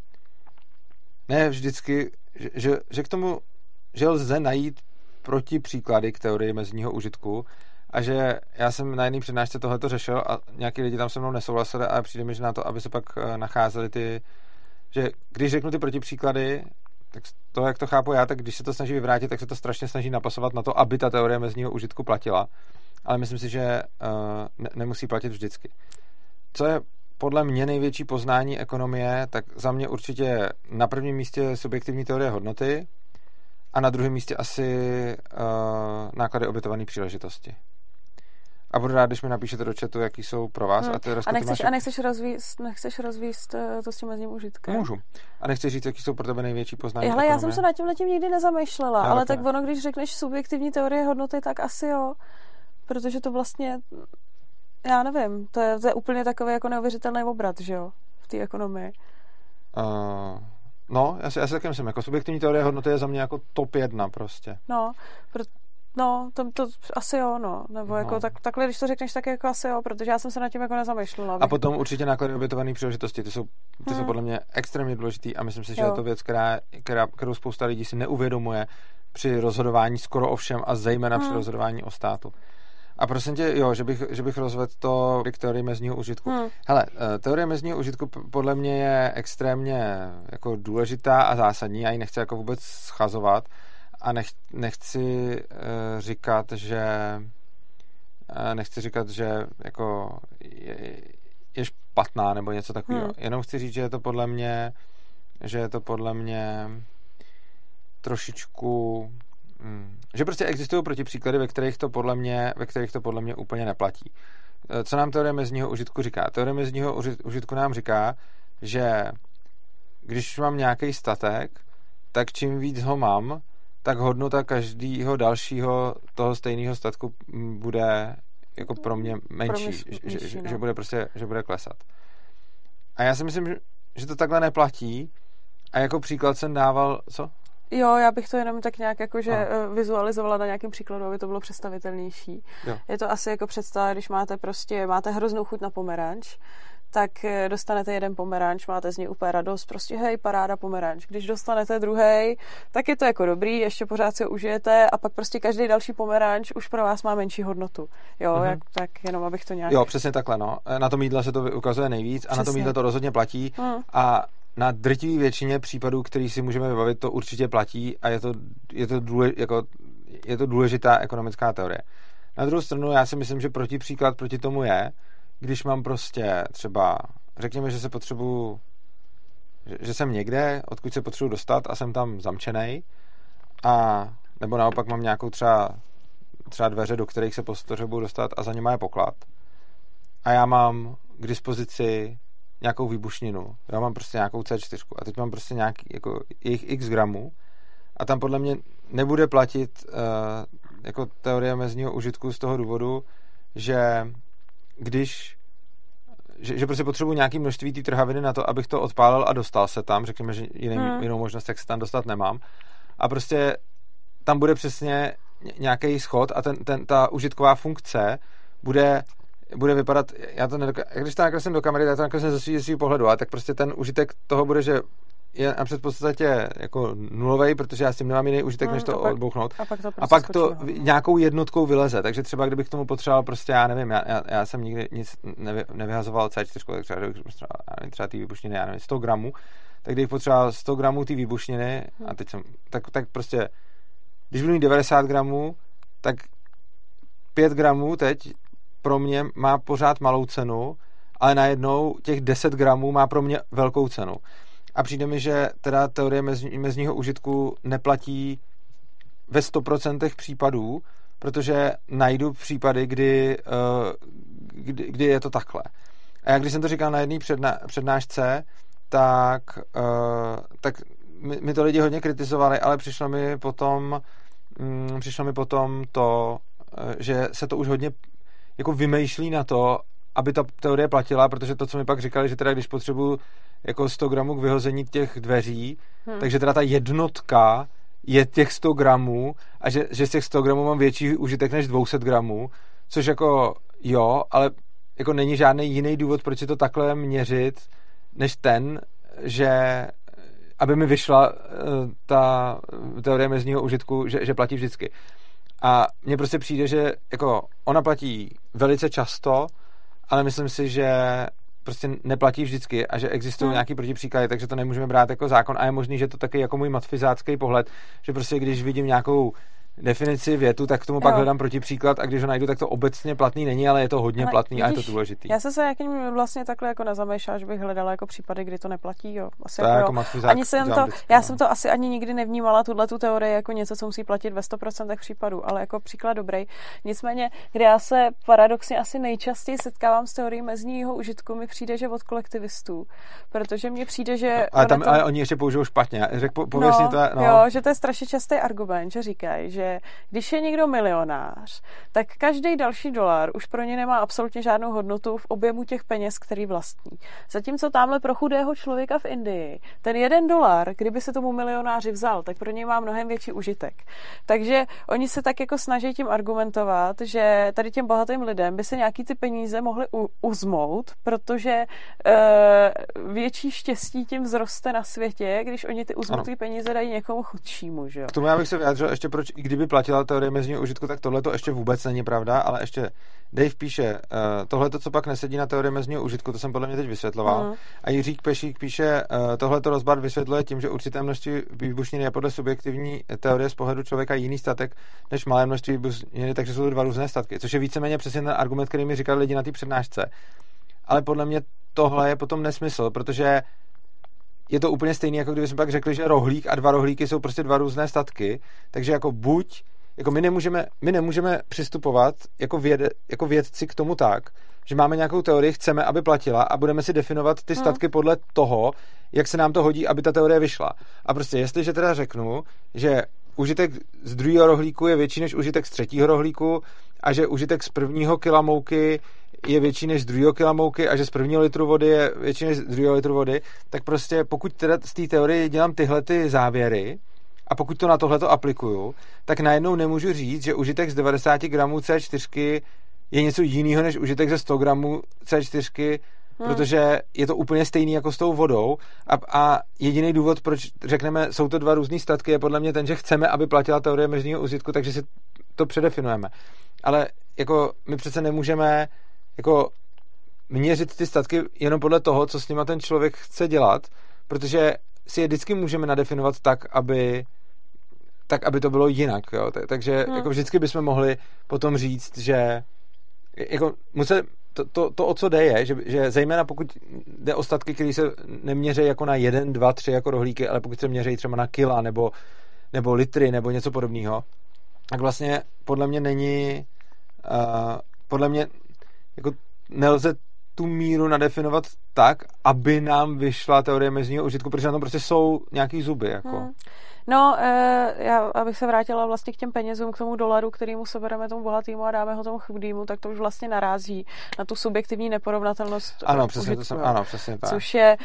ne vždycky, že, že, že k tomu, že lze najít protipříklady k teorii mezního užitku a že já jsem na jedné přednášce tohleto řešil a nějaký lidi tam se mnou nesouhlasili, ale přijde mi, že na to, aby se pak nacházeli ty, že když řeknu ty protipříklady, tak to, jak to chápu já, tak když se to snaží vyvrátit, tak se to strašně snaží napasovat na to, aby ta teorie mezního užitku platila, ale myslím si, že uh, ne, nemusí platit vždycky. Co je podle mě největší poznání ekonomie, tak za mě určitě na prvním místě subjektivní teorie hodnoty a na druhém místě asi uh, náklady obětované příležitosti. A budu rád, když mi napíšete do chatu, jaký jsou pro vás. Hmm. A, ty, a, nechceš, máš... a nechceš rozvíst, nechceš rozvíst to s tím mezním užitkem? Můžu. A nechceš říct, jaký jsou pro tebe největší poznání Hele, ekonomie? já jsem se nad tím letím nikdy nezamýšlela, já ale tak tak ono, když řekneš subjektivní teorie hodnoty, tak asi jo. Protože to vlastně, já nevím, to je, to je úplně takový jako neuvěřitelný obrat, že jo, v té ekonomii. Uh, no, já si, já si taky myslím, jako subjektivní teorie hodnoty je za mě jako top jedna prostě. No, pro, no, to, to asi jo, no, nebo no. Jako tak, takhle, když to řekneš, tak jako asi jo, protože já jsem se nad tím jako nezamýšlela. A potom určitě náklady obětované příležitosti, ty jsou, ty hmm. jsou podle mě extrémně důležitý a myslím si, že jo. je to věc, která, která, kterou spousta lidí si neuvědomuje při rozhodování skoro o všem a zejména hmm. při rozhodování o státu. A prosím tě, jo, že bych, že bych rozvedl to k teorii mezního užitku. Hmm. Hele, teorie mezního užitku podle mě je extrémně jako důležitá a zásadní, já ji nechci jako vůbec schazovat a nech, nechci uh, říkat, že uh, nechci říkat, že jako je, je špatná nebo něco takového. Hmm. Jenom chci říct, že je to podle mě že je to podle mě trošičku Hmm. že prostě existují protipříklady, ve kterých to podle mě, ve kterých to podle mě úplně neplatí. Co nám teorie mezního užitku říká? Teorie mezního užitku nám říká, že když mám nějaký statek, tak čím víc ho mám, tak hodnota každého dalšího toho stejného statku bude jako pro mě menší, pro mě že, menší že, no. že bude prostě, že bude klesat. A já si myslím, že to takhle neplatí a jako příklad jsem dával, co? Jo, já bych to jenom tak nějak jakože Aha. vizualizovala na nějakém příkladu, aby to bylo představitelnější. Jo. Je to asi jako představa, když máte prostě, máte hroznou chuť na pomeranč, tak dostanete jeden pomeranč, máte z něj úplně radost, prostě hej, paráda pomeranč. Když dostanete druhej, tak je to jako dobrý, ještě pořád si ho užijete a pak prostě každý další pomeranč už pro vás má menší hodnotu. Jo, uh-huh. jak, tak jenom abych to nějak... Jo, přesně takhle, no. Na tom jídle se to ukazuje nejvíc a přesně. na tom jídle to rozhodně platí uh-huh. a na drtivé většině případů, který si můžeme vybavit, to určitě platí a je to, je to, důlež, jako, je to důležitá ekonomická teorie. Na druhou stranu já si myslím, že protipříklad proti tomu je, když mám prostě třeba, řekněme, že se potřebuju, že, že jsem někde, odkud se potřebuji dostat a jsem tam zamčenej a nebo naopak mám nějakou třeba, třeba dveře, do kterých se potřebuji dostat a za nima je poklad a já mám k dispozici nějakou výbušninu. Já mám prostě nějakou cé čtyři a teď mám prostě nějaký, jako jejich x gramů a tam podle mě nebude platit uh, jako teorie mezního užitku z toho důvodu, že když že, že prostě potřebuji nějaké množství té trhaviny na to, abych to odpálil a dostal se tam, řekněme, že jiný, hmm. jinou možnost, jak se tam dostat nemám. A prostě tam bude přesně nějaký schod a ten, ten, ta užitková funkce bude bude vypadat, já to nedokážu, když to nakreslím do kamery, tak to nakreslím ze svého pohledu, ale tak prostě ten užitek toho bude, že je napřed v podstatě jako nulovej, protože já s tím nemám jiný užitek, hmm, než to a pak, odbouchnout. A pak to, prostě a pak to nějakou jednotkou vyleze, takže třeba kdybych k tomu potřeboval prostě, já nevím, já, já, já jsem nikdy nic nevy, nevyhazoval cé čtyři, tak třeba kdybych třeba, třeba té výbušniny, já nevím, sto gramů, tak kdybych potřeboval sto gramů té výbušniny, hmm. a teď jsem, tak, tak prostě, když budu mít devadesát gramů, tak pět gramů teď pro mě má pořád malou cenu, ale najednou těch deset gramů má pro mě velkou cenu. A přijde mi, že teda teorie mez, mezního užitku neplatí ve sto procent případů, protože najdu případy, kdy, kdy, kdy je to takhle. A jak když jsem to říkal na jedné předna, přednášce, tak, tak mi, mi to lidi hodně kritizovali, ale přišlo mi potom, přišlo mi potom to, že se to už hodně jako vymýšlí na to, aby ta teorie platila, protože to, co mi pak říkali, že teda když potřebuju jako sto gramů k vyhození těch dveří, hmm. takže teda ta jednotka je těch sto gramů a že, že z těch sto gramů mám větší užitek než dvě stě gramů, což jako jo, ale jako není žádný jiný důvod, proč si to takhle měřit, než ten, že aby mi vyšla uh, ta teorie mezního užitku, že, že platí vždycky. A mně prostě přijde, že jako ona platí velice často, ale myslím si, že prostě neplatí vždycky a že existují hmm. nějaký protipříklady, takže to nemůžeme brát jako zákon a je možný, že to taky jako můj matfizácký pohled, že prostě když vidím nějakou definici větu, tak k tomu jo. pak hledám protipříklad a když ho najdu, tak to obecně platný není, ale je to hodně ale platný vidíš, a je to důležitý. Já jsem se jakým vlastně takhle jako nezamýšlela, že bych hledala jako případy, kdy to neplatí, jo. Asi to jako, jako matfizák, ani jsem to, vždycky, já no. jsem to asi ani nikdy nevnímala tuhle tu teorii jako něco, co musí platit ve sto procent případů, ale jako příklad dobrý. Nicméně, kde já se paradoxně asi nejčastěji setkávám s teorií mezního užitku, mi přijde, že od kolektivistů, protože mně přijde, že no, ale tam to... ale oni ještě použijou špatně. Řek, po, pověsni no, to, no. jo, že to je strašně častý argument, že říkají, že když je někdo milionář, tak každý další dolar už pro ně nemá absolutně žádnou hodnotu v objemu těch peněz, který vlastní. Zatímco tamhle pro chudého člověka v Indii, ten jeden dolar, kdyby se tomu milionáři vzal, tak pro něj má mnohem větší užitek. Takže oni se tak jako snaží tím argumentovat, že tady těm bohatým lidem by se nějaký ty peníze mohly u- uzmout, protože e, větší štěstí tím vzroste na světě, když oni ty uzmutý peníze dají někomu chudšímu, že jo? K tomu já bych se vyjádřil ještě proč, i kdyby platila teorie mezního užitku, tak tohle to ještě vůbec není pravda, ale ještě Dave píše, uh, tohle to, co pak nesedí na teorii mezního užitku, to jsem podle mě teď vysvětloval. Mm. A Jiřík Pešík píše, uh, tohle to Rozbart vysvětluje tím, že určité množství výbušniny je podle subjektivní teorie z pohledu člověka jiný statek než malé množství výbušniny, takže jsou to dva různé statky, což je víceméně přesně ten argument, který mi říkali lidi na té přednášce. Ale podle mě tohle je potom nesmysl, protože je to úplně stejný, jako kdybychom pak řekli, že rohlík a dva rohlíky jsou prostě dva různé statky, takže jako buď jako my nemůžeme, my nemůžeme přistupovat jako, věd, jako vědci k tomu tak, že máme nějakou teorii, chceme, aby platila a budeme si definovat ty statky hmm. podle toho, jak se nám to hodí, aby ta teorie vyšla. A prostě jestliže teda řeknu, že užitek z druhého rohlíku je větší než užitek z třetího rohlíku a že užitek z prvního kila mouky je větší než z druhého kila mouky a že z prvního litru vody je větší než z druhého litru vody, tak prostě pokud teda z té teorie dělám tyhle ty závěry, a pokud to na tohleto aplikuju, tak najednou nemůžu říct, že užitek z devadesát gramů C čtyři je něco jiného než užitek ze sto gramů C čtyři, hmm. protože je to úplně stejný jako s tou vodou a, a jediný důvod, proč řekneme, jsou to dva různý statky, je podle mě ten, že chceme, aby platila teorie mezního užitku, takže si to předefinujeme. Ale jako my přece nemůžeme jako měřit ty statky jenom podle toho, co s nima ten člověk chce dělat, protože si je vždycky můžeme nadefinovat tak, aby tak, aby to bylo jinak, jo. Takže hmm. jako vždycky bychom mohli potom říct, že jako musel, to, to, to, o co jde, je, že, že zejména pokud jde o statky, které se neměří jako na jeden, dva, tři jako rohlíky, ale pokud se měří třeba na kila nebo, nebo litry nebo něco podobného, tak vlastně podle mě není uh, podle mě jako nelze tu míru nadefinovat tak, aby nám vyšla teorie mezního užitku, protože na tom prostě jsou nějaký zuby, jako. Hmm. No, e, já abych se vrátila vlastně k těm penězům, k tomu dolaru, kterýmu sebereme tomu bohatýmu a dáme ho tomu chudýmu, tak to už vlastně narazí na tu subjektivní neporovnatelnost. Ano, přesně užitku, to jsem, ano, přesně tak. Což je,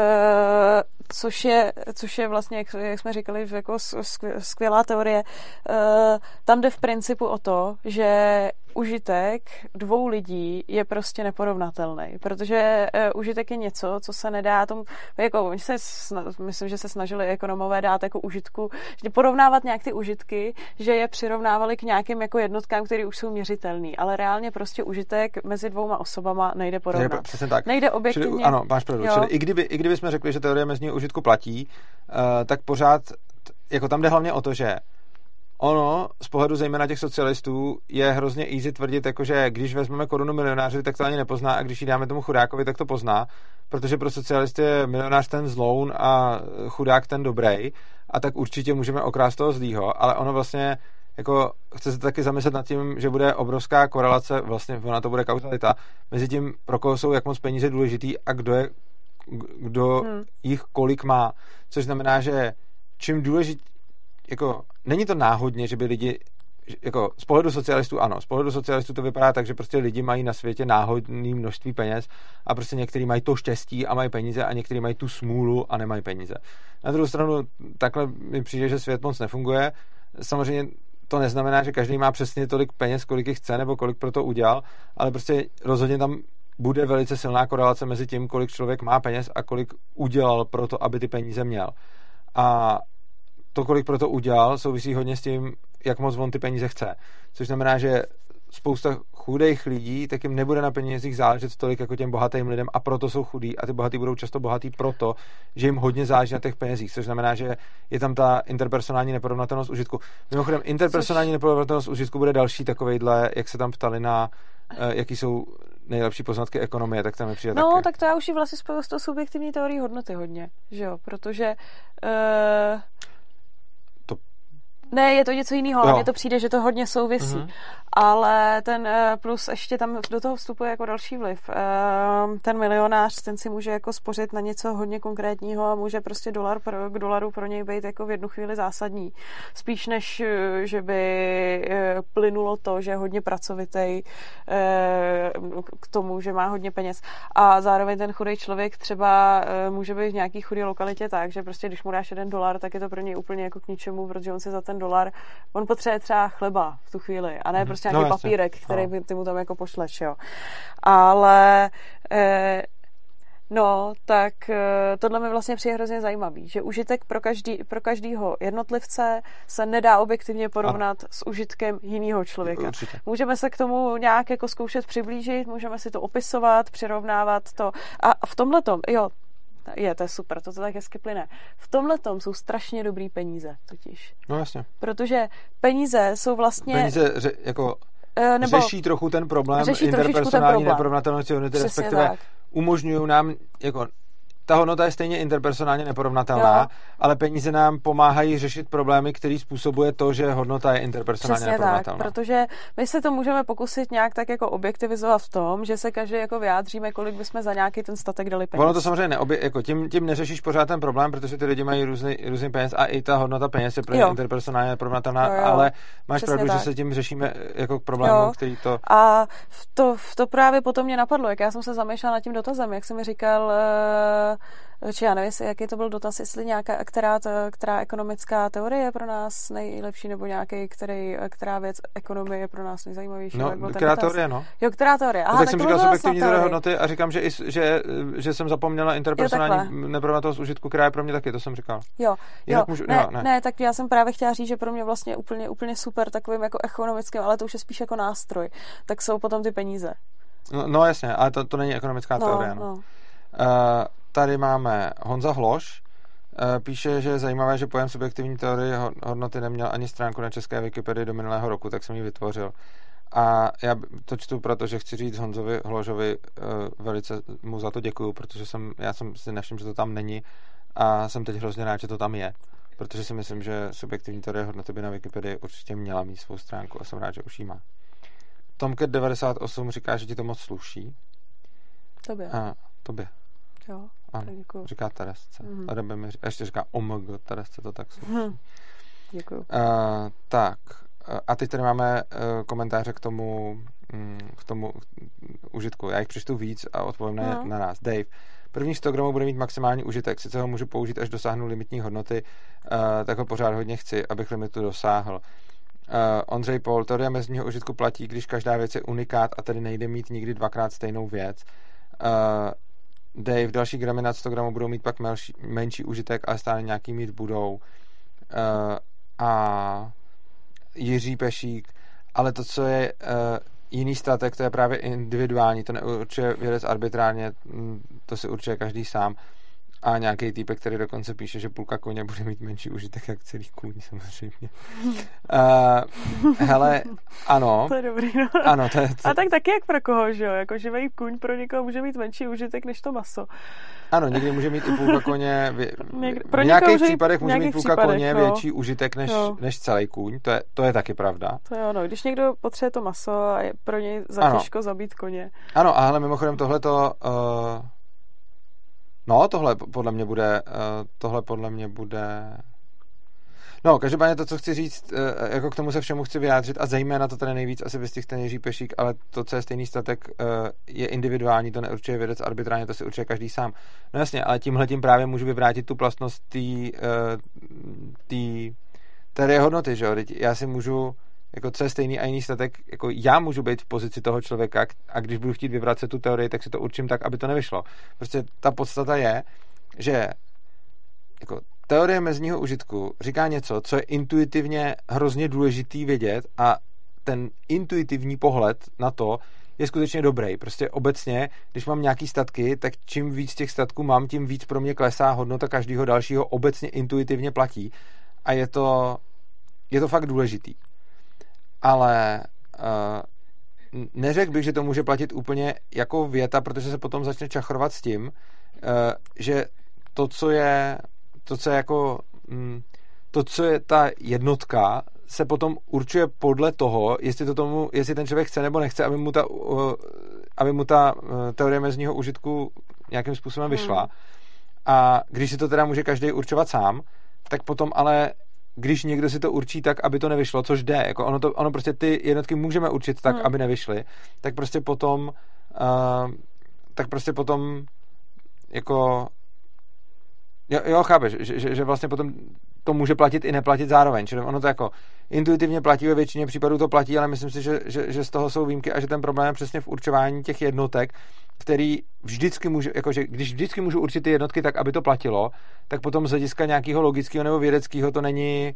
e, což je, což je vlastně, jak, jak jsme říkali, jako skvělá teorie. E, tam jde v principu o to, že užitek dvou lidí je prostě neporovnatelný, protože uh, užitek je něco, co se nedá tomu, jako se, myslím, že se snažili ekonomové dát jako užitku, že porovnávat nějak ty užitky, že je přirovnávali k nějakým jako jednotkám, které už jsou měřitelný, ale reálně prostě užitek mezi dvouma osobama nejde porovnat. Přesně tak. Nejde objektivně. Čili, ano, máš pravdu. Čili i kdyby, i kdyby jsme řekli, že teorie mezního užitku platí, uh, tak pořád, jako tam jde hlavně o to, že ono, z pohledu zejména těch socialistů, je hrozně easy tvrdit, jakože když vezmeme korunu milionáři, tak to ani nepozná a když ji dáme tomu chudákovi, tak to pozná, protože pro socialisty je milionář ten zloun a chudák ten dobrý a tak určitě můžeme okrást toho zlýho, ale ono vlastně jako chce se taky zamyslet nad tím, že bude obrovská korelace, vlastně ona to bude kauzalita, mezi tím, pro koho jsou jak moc peníze důležitý a kdo je, kdo hmm. jich kolik má, což znamená, že čím důležitý jako, není to náhodně, že by lidi jako z pohledu socialistů ano, z pohledu socialistů to vypadá tak, že prostě lidi mají na světě náhodné množství peněz a prostě někteří mají to štěstí a mají peníze a někteří mají tu smůlu a nemají peníze. Na druhou stranu takhle mi přijde, že svět moc nefunguje. Samozřejmě to neznamená, že každý má přesně tolik peněz, kolik jich chce nebo kolik pro to udělal, ale prostě rozhodně tam bude velice silná korelace mezi tím, kolik člověk má peněz a kolik udělal pro to, aby ty peníze měl. A to, kolik pro to udělal, souvisí hodně s tím, jak moc on ty peníze chce. Což znamená, že spousta chudých lidí, tak jim nebude na penězích záležet tolik jako těm bohatým lidem a proto jsou chudí a ty bohatí budou často bohatí proto, že jim hodně záleží na těch penězích, což znamená, že je tam ta interpersonální neporovnatelnost užitku. Mimochodem, interpersonální což... neporovnatelnost užitku bude další takovejhle, jak se tam ptali na, uh, jaký jsou nejlepší poznatky ekonomie, tak tam je přijde No, taky. tak to já už ji vlastně spojuji s tou subjektivní teorií hodnoty hodně, že jo, protože uh... Ne, je to něco jiného, ale mně to přijde, že to hodně souvisí. Mm-hmm. Ale ten plus ještě tam do toho vstupuje jako další vliv. Ten milionář, ten si může jako spořit na něco hodně konkrétního a může prostě dolar pro, k dolaru pro něj být jako v jednu chvíli zásadní. Spíš než, že by plynulo to, že je hodně pracovitý k tomu, že má hodně peněz. A zároveň ten chudý člověk třeba může být v nějaký chudý lokalitě tak, že prostě když mu dáš jeden dolar, tak je to pro něj úplně jako k ničemu, protože on si za ten dolar, on potřebuje třeba chleba v tu chvíli a ne prostě nějaký no, papírek, který no. ty mu tam jako pošleš, jo. Ale eh, no, tak eh, tohle mi vlastně přijde hrozně zajímavý, že užitek pro, každý, pro každýho jednotlivce se nedá objektivně porovnat ano. s užitkem jiného člověka. Určitě. Můžeme se k tomu nějak jako zkoušet přiblížit, můžeme si to opisovat, přirovnávat to a v tomhletom, jo, je, to je super, to, to tak hezky plyne. V tomhletom jsou strašně dobrý peníze, totiž. No jasně. Protože peníze jsou vlastně... Peníze ře, jako nebo řeší trochu ten problém interpersonální neporovnatelnosti hodnoty, respektive tak. Umožňují nám, jako ta hodnota je stejně interpersonálně neporovnatelná, jo. ale peníze nám pomáhají řešit problémy, který způsobuje to, že hodnota je interpersonálně Přesně neporovnatelná. Tak, protože my se to můžeme pokusit nějak tak jako objektivizovat v tom, že se každý jako vyjádříme, kolik bychom za nějaký ten statek dali peněz. Ono to samozřejmě neobje, jako tím, tím neřešíš pořád ten problém, protože ty lidi mají různý, různý peněz a i ta hodnota peněz je pro ně interpersonálně neporovnatelná, jo, jo. ale máš Přesně pravdu, tak. že se tím řešíme jako k problému, jo. který to... A v to, v to právě potom mě napadlo, jak já jsem se zamýšlela nad tím dotazem, jak jsem mi říkal... Či já nevím, jaký to byl dotaz, jestli nějaká, která, která ekonomická teorie je pro nás nejlepší, nebo nějaký, který, která věc ekonomie je pro nás nejzajímavější. No, která teorie, no. Jo, která teorie. Aha, tak, tak jsem říkal subjektivní teorie hodnoty a říkám, že, i, že, že jsem zapomněla interpersonální neporovnatelnost užitku, která je pro mě taky, to jsem říkal. Jo, jo. Můžu, ne, jo ne. ne, tak já jsem právě chtěla říct, že pro mě vlastně úplně, úplně super takovým jako ekonomickým, ale to už je spíš jako nástroj, tak jsou potom ty peníze. No, no jasně, ale to, to není ekonomická no, teorie, no. no. Uh, Tady máme Honza Hloš, píše, že je zajímavé, že pojem subjektivní teorie hodnoty neměl ani stránku na české Wikipedii do minulého roku, tak jsem ji vytvořil. A já to čtu, protože chci říct Honzovi Hložovi velice mu za to děkuju, protože jsem, já jsem si nevšiml, že to tam není a jsem teď hrozně rád, že to tam je, protože si myslím, že subjektivní teorie hodnoty by na Wikipedii určitě měla mít svou stránku a jsem rád, že už ji má. Tomcat devadesát osm říká, že ti to moc sluší. Tobě. A, tobě. Jo, ano, děkuju. Říká Teresce. Mm. A, mi, a ještě říká omg, Teresce to tak sluší. Mm. Děkuju. Uh, tak, a teď tady máme uh, komentáře k tomu, um, k tomu užitku. Já jich přečtu víc a odpovím na, mm. na nás. Dave. První sto gramů bude mít maximální užitek. Sice ho můžu použít, až dosáhnu limitní hodnoty, uh, tak ho pořád hodně chci, abych limitu dosáhl. Uh, Ondřej Paul, teorie mezního užitku platí, když každá věc je unikát a tedy nejde mít nikdy dvakrát stejnou věc. Uh, Dave, další gramy nad sto gramů budou mít pak menší, menší užitek, ale stále nějaký mít budou. Uh, a Jiří Pešík, ale to, co je uh, jiný statek, to je právě individuální, to neurčuje vědec arbitrárně, to si určuje každý sám. A nějaký týpek, který dokonce píše, že půlka koně bude mít menší užitek jak celý kůň, samozřejmě. uh, hele, ano. To je dobrý, no. Ano, to je, to... A tak taky jak pro koho, že jo? Jako živej kůň pro někoho může mít menší užitek než to maso. Ano, někdy může mít i půlka koně, vě... Někdy, v nějakých případech může mít půlka případech, koně no. větší užitek než, než celý kůň, to je, to je taky pravda. To je ono, když někdo potřebuje to maso a je pro něj za těžko zabít koně. Ano, ale mimochodem tohleto... Uh... No, tohle podle mě bude, tohle podle mě bude, No, každopádně to, co chci říct, jako k tomu se všemu chci vyjádřit a zejména to tady nejvíc asi vystihl Jiří Pešík, ale to, co je stejný statek, je individuální, to neurčuje vědec arbitrálně, to si určuje každý sám. No jasně, ale tímhletím právě můžu vyvrátit tu platnost té teorie hodnoty, že jo? Já si můžu, jako co je stejný a jiný statek, jako já můžu být v pozici toho člověka a když budu chtít vyvracet tu teorii, tak si to určím tak, aby to nevyšlo. Prostě ta podstata je, že jako teorie mezního užitku říká něco, co je intuitivně hrozně důležitý vědět a ten intuitivní pohled na to je skutečně dobrý. Prostě obecně, když mám nějaký statky, tak čím víc těch statků mám, tím víc pro mě klesá hodnota každého dalšího, obecně intuitivně platí a je to, je to fakt důležitý. Ale uh, neřekl bych, že to může platit úplně jako věta, protože se potom začne čachrovat s tím, uh, že to, co je to, co je jako to, co je ta jednotka, se potom určuje podle toho, jestli to tomu, jestli ten člověk chce nebo nechce, aby mu ta, aby mu ta teorie mezního užitku nějakým způsobem vyšla. Hmm. A když si to teda může každý určovat sám, tak potom ale když někdo si to určí tak, aby to nevyšlo, což jde, jako ono, to, ono prostě ty jednotky můžeme určit tak, hmm. aby nevyšly, tak prostě potom uh, tak prostě potom jako Jo, jo, chápeš, že, že, že vlastně potom to může platit i neplatit zároveň, čili ono to jako intuitivně platí, ve většině případů to platí, ale myslím si, že, že, že z toho jsou výjimky a že ten problém je přesně v určování těch jednotek, který vždycky můžu, jakože když vždycky můžu určit ty jednotky tak, aby to platilo, tak potom z hlediska nějakého logického nebo vědeckého to není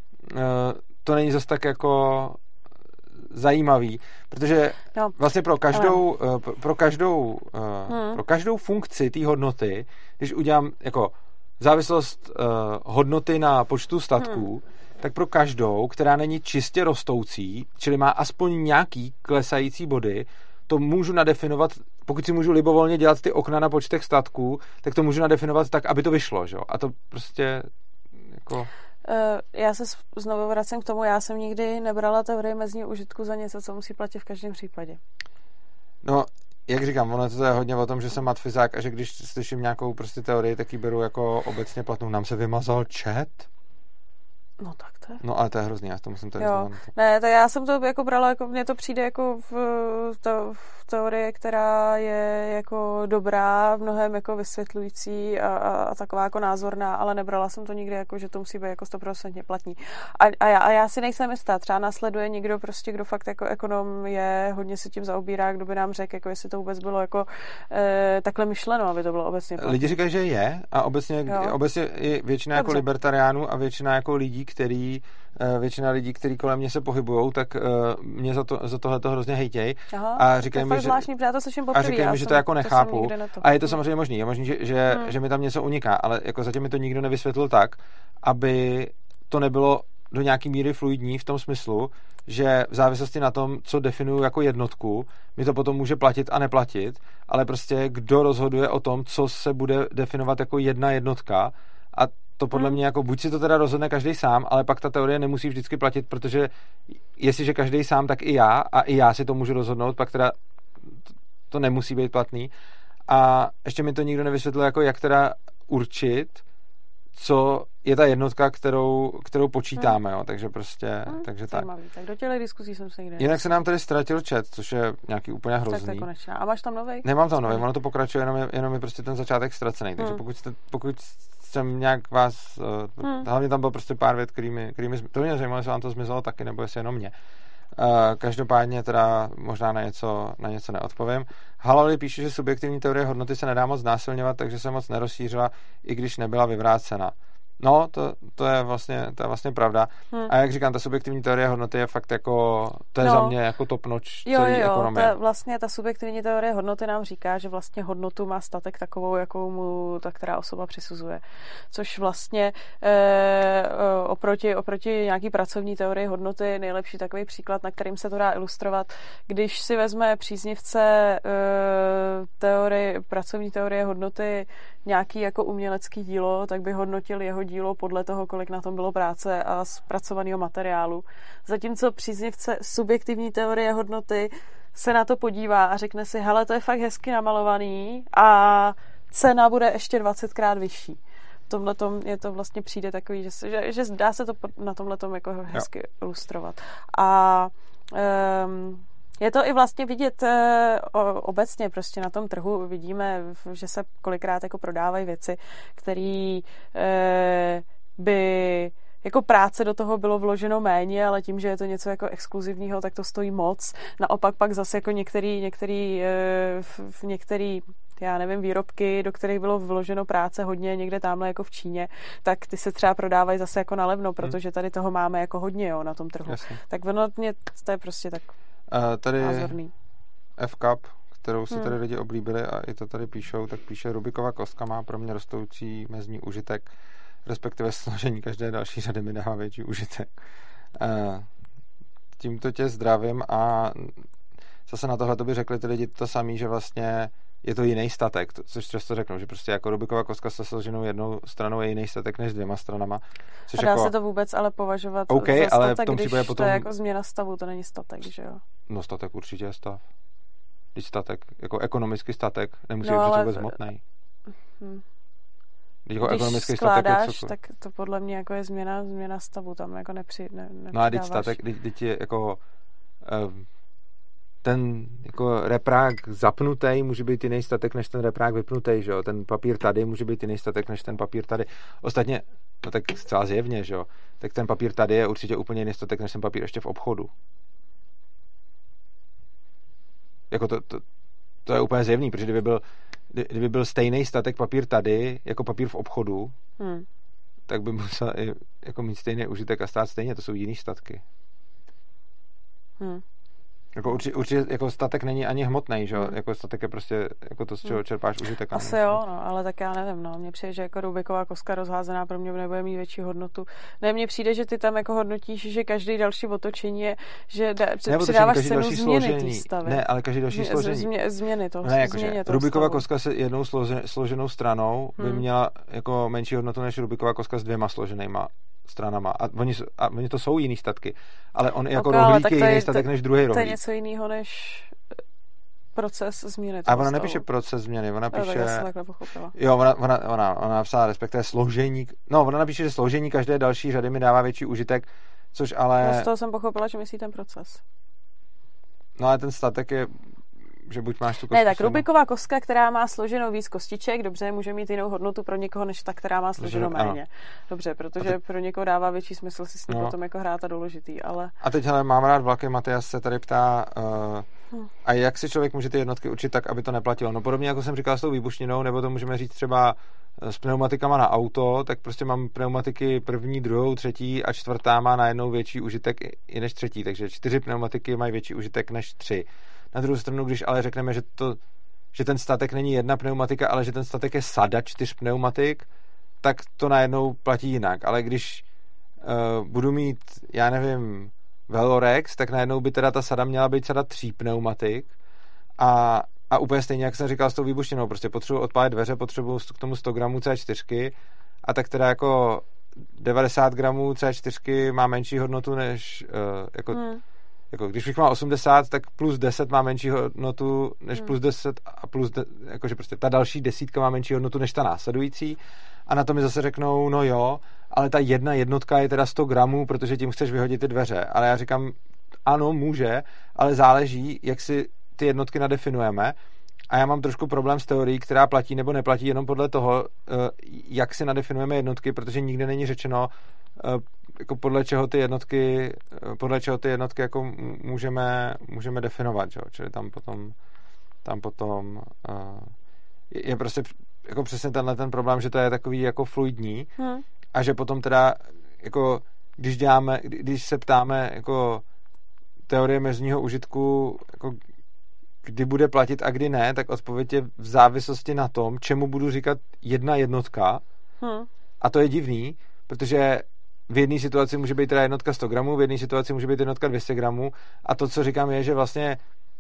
to není zase tak jako zajímavý, protože no, vlastně pro každou ale... pro každou hmm. pro každou funkci té hodnoty, když udělám jako závislost uh, hodnoty na počtu statků, hmm. tak pro každou, která není čistě rostoucí, čili má aspoň nějaký klesající body, to můžu nadefinovat, pokud si můžu libovolně dělat ty okna na počtech statků, tak to můžu nadefinovat tak, aby to vyšlo, že? A to prostě jako... Uh, já se znovu vracím k tomu, já jsem nikdy nebrala teorii mezního užitku za něco, co musí platit v každém případě. No, jak říkám, ono to je hodně o tom, že jsem matfyzák a že když slyším nějakou prostě teorii, tak ji beru jako obecně platnou. Nám se vymazal chat? No tak to je. No ale to je hrozný, já to musím tady zvládnout. Ne, to já jsem to jako brala, jako mně to přijde jako v, to, v teorii, která je jako dobrá, v mnohem jako vysvětlující a, a, a taková jako názorná, ale nebrala jsem to nikdy jako, že to musí být jako sto procent platný. A, a, já, a já si nejsem jistá, třeba následuje někdo prostě, kdo fakt jako ekonom je, hodně se tím zaobírá, kdo by nám řekl, jako jestli to vůbec bylo jako e, takhle myšleno, aby to bylo obecně platný. Lidi říkají, že je a obecně, obecně i většina Dobře. jako libertariánů a většina jako lidí, který většina lidí, kteří kolem mě se pohybujou, tak mě za, to, za tohle to hrozně hejtěj. Aha, a říkají mi, že, a říkají mi, že to jako nechápu. To a je to samozřejmě možný. Je možný, že, že, hmm. že mi tam něco uniká, ale jako zatím mi to nikdo nevysvětlil tak, aby to nebylo do nějaký míry fluidní v tom smyslu, že v závislosti na tom, co definuju jako jednotku, mi to potom může platit a neplatit, ale prostě kdo rozhoduje o tom, co se bude definovat jako jedna jednotka a to podle mě jako buď si to teda rozhodne každý sám, ale pak ta teorie nemusí vždycky platit, protože jestliže každý sám, tak i já a i já si to můžu rozhodnout, pak teda to nemusí být platný. A ještě mi to nikdo nevysvětlil, jako jak teda určit, co je ta jednotka, kterou, kterou počítáme, hmm. jo, takže prostě, hmm, takže tak. Tak do těchto diskuzí jsem se někde Jinak se nám tady ztratil chat, což je nějaký úplně hrozný. Tak to je konečná. A máš tam novej? Nemám tam novej, ono to pokračuje, jenom je, jenom je prostě ten začátek ztracený, hmm. takže pokud, jste, pokud jsem nějak vás, hmm. hlavně tam bylo prostě pár vět, který mi, který mi to mě zajímalo, jestli vám to zmizelo taky, nebo jestli jenom mě. Uh, každopádně teda možná na něco, na něco neodpovím. Halali píše, že subjektivní teorie hodnoty se nedá moc znásilňovat, takže se moc nerozšířila, i když nebyla vyvrácena. No, to, to, je vlastně, to je vlastně pravda. Hmm. A jak říkám, ta subjektivní teorie hodnoty je fakt jako, to je no. za mě jako top notch celý jo, jo, ekonomie. Ta, vlastně ta subjektivní teorie hodnoty nám říká, že vlastně hodnotu má statek takovou, jakou mu ta která osoba přisuzuje. Což vlastně e, oproti, oproti nějaký pracovní teorii hodnoty je nejlepší takový příklad, na kterým se to dá ilustrovat. Když si vezme příznivce e, teorie, pracovní teorie hodnoty nějaký jako umělecký dílo, tak by hodnotil jeho dílo podle toho, kolik na tom bylo práce a zpracovaného materiálu. Zatímco příznivce subjektivní teorie hodnoty se na to podívá a řekne si, hele, to je fakt hezky namalovaný a cena bude ještě dvacetkrát vyšší. tomhletom je to vlastně přijde takový, že, se, že, že dá se to na tomhletom jako hezky jo. ilustrovat. A um, je to i vlastně vidět uh, obecně prostě na tom trhu. Vidíme, že se kolikrát jako prodávají věci, které uh, by jako práce do toho bylo vloženo méně, ale tím, že je to něco jako exkluzivního, tak to stojí moc. Naopak pak zase jako některý, některý, v, v některý já nevím, výrobky, do kterých bylo vloženo práce hodně někde tamhle jako v Číně, tak ty se třeba prodávají zase jako na levno, protože tady toho máme jako hodně, jo, na tom trhu. Jasně. Tak ono mě, to je prostě tak uh, tady názorný. F-Cup, kterou si hmm. tady lidi oblíbili a i to tady píšou, tak píše Rubikova kostka má pro mě rostoucí mezní užitek, respektive složení každé další řady mi dává větší užitek. Tímto tě zdravím a zase na tohle to by řekli ty lidi to samý, že vlastně je to jiný statek, což často řeknou, že prostě jako Rubikova kostka se složenou jednou stranou je jiný statek než dvěma stranama. Což a dá jako... se to vůbec ale považovat okay, za statek, ale v tom když potom... to je jako změna stavu, to není statek, že jo? No statek určitě je stav. Když statek, jako ekonomický statek, nemusí no, být ale... vůbec hmotnej. Hmm. Když, jako Když skládáš, tak to podle mě jako je změna, změna stavu, tam jako nepři, ne, no a když statek, když je jako um, ten jako reprák zapnutý může být jiný statek než ten reprák vypnutý, že jo? Ten papír tady může být jiný statek než ten papír tady. Ostatně, no tak zcela zjevně, že jo? Tak ten papír tady je určitě úplně jiný statek než ten papír ještě v obchodu. Jako to, to, to je úplně zjevný, protože kdyby byl kdyby byl stejný statek papír tady, jako papír v obchodu, hmm. tak by musel i jako mít stejný užitek a stát stejně, to jsou jiný statky. Hmm. Jako určitě, určitě jako statek není ani hmotný, že jo? Hmm. Jako statek je prostě jako to, z čeho čerpáš užitek. Asi jo, no, ale tak já nevím, no. Mně přijde, že jako Rubiková kostka rozházená pro mě nebude mít větší hodnotu. Ne, mně přijde, že ty tam jako hodnotíš, že každý další otočení je, že da, ne, přidáváš cenu změny té stavy. Ne, ale každý další složení. Změ, změny toho. Ne, jakože Rubiková kostka se jednou slože, složenou stranou by hmm. měla jako menší hodnotu než Rubiková kostka s dvěma složenýma stranama. A oni, a oni to jsou jiný statky. Ale on jako okay, rohlík je jiný statek to, než druhý rohlík. To je něco jiného než proces změny. A ona nepíše proces změny, ona píše... Já jsem takhle pochopila. Jo, ona, ona, ona, ona napsala, respektive složení... No, ona napíše, že složení každé další řady mi dává větší užitek, což ale... No, z toho jsem pochopila, že myslí ten proces. No, ale ten statek je... že buď máš tu kostku. Ne, tak Rubiková kostka, která má složenou víc kostiček, dobře, může mít jinou hodnotu pro někoho, než ta, která má složenou méně. Ano. Dobře, protože ty... pro někoho dává větší smysl si s ním no. potom jako hrát a důležitý, ale... A teď, hele, mám rád vlaky, Matyas se tady ptá, uh, hm. a jak si člověk může ty jednotky učit tak, aby to neplatilo? No podobně, jako jsem říkal s tou výbušninou, nebo to můžeme říct třeba s pneumatikama na auto, tak prostě mám pneumatiky první, druhou, třetí a čtvrtá má najednou větší užitek i než třetí, takže čtyři pneumatiky mají větší užitek než tři. Na druhou stranu, když ale řekneme, že, to, že ten statek není jedna pneumatika, ale že ten statek je sada čtyř pneumatik, tak to najednou platí jinak. Ale když uh, budu mít, já nevím, Velorex, tak najednou by teda ta sada měla být sada tří pneumatik a, a úplně stejně, jak jsem říkal s tou výbušninou, prostě potřebuji odpálit dveře, potřebuji k tomu sto gramů C čtyři a tak teda jako devadesát gramů C čtyři má menší hodnotu než uh, jako... Hmm. Jako, když bych má osmdesát, tak plus deset má menší hodnotu než hmm. plus deset a plus, de, jakože prostě ta další desítka má menší hodnotu než ta následující a na to mi zase řeknou, no jo, ale ta jedna jednotka je teda sto gramů, protože tím chceš vyhodit ty dveře. Ale já říkám, ano, může, ale záleží, jak si ty jednotky nadefinujeme a já mám trošku problém s teorií, která platí nebo neplatí jenom podle toho, jak si nadefinujeme jednotky, protože nikde není řečeno, jako podle čeho ty jednotky podle čeho ty jednotky jako můžeme, můžeme definovat, jo? Čili tam potom tam potom uh, je prostě jako přesně tenhle ten problém, že to je takový jako fluidní hmm. a že potom teda jako když děláme, když se ptáme jako teorie mezního užitku jako kdy bude platit a kdy ne, tak odpověď je v závislosti na tom, čemu budu říkat jedna jednotka hmm. a to je divný, protože v jedné situaci může být teda jednotka sto gramů, v jedné situaci může být jednotka dvě stě gramů a to, co říkám, je, že vlastně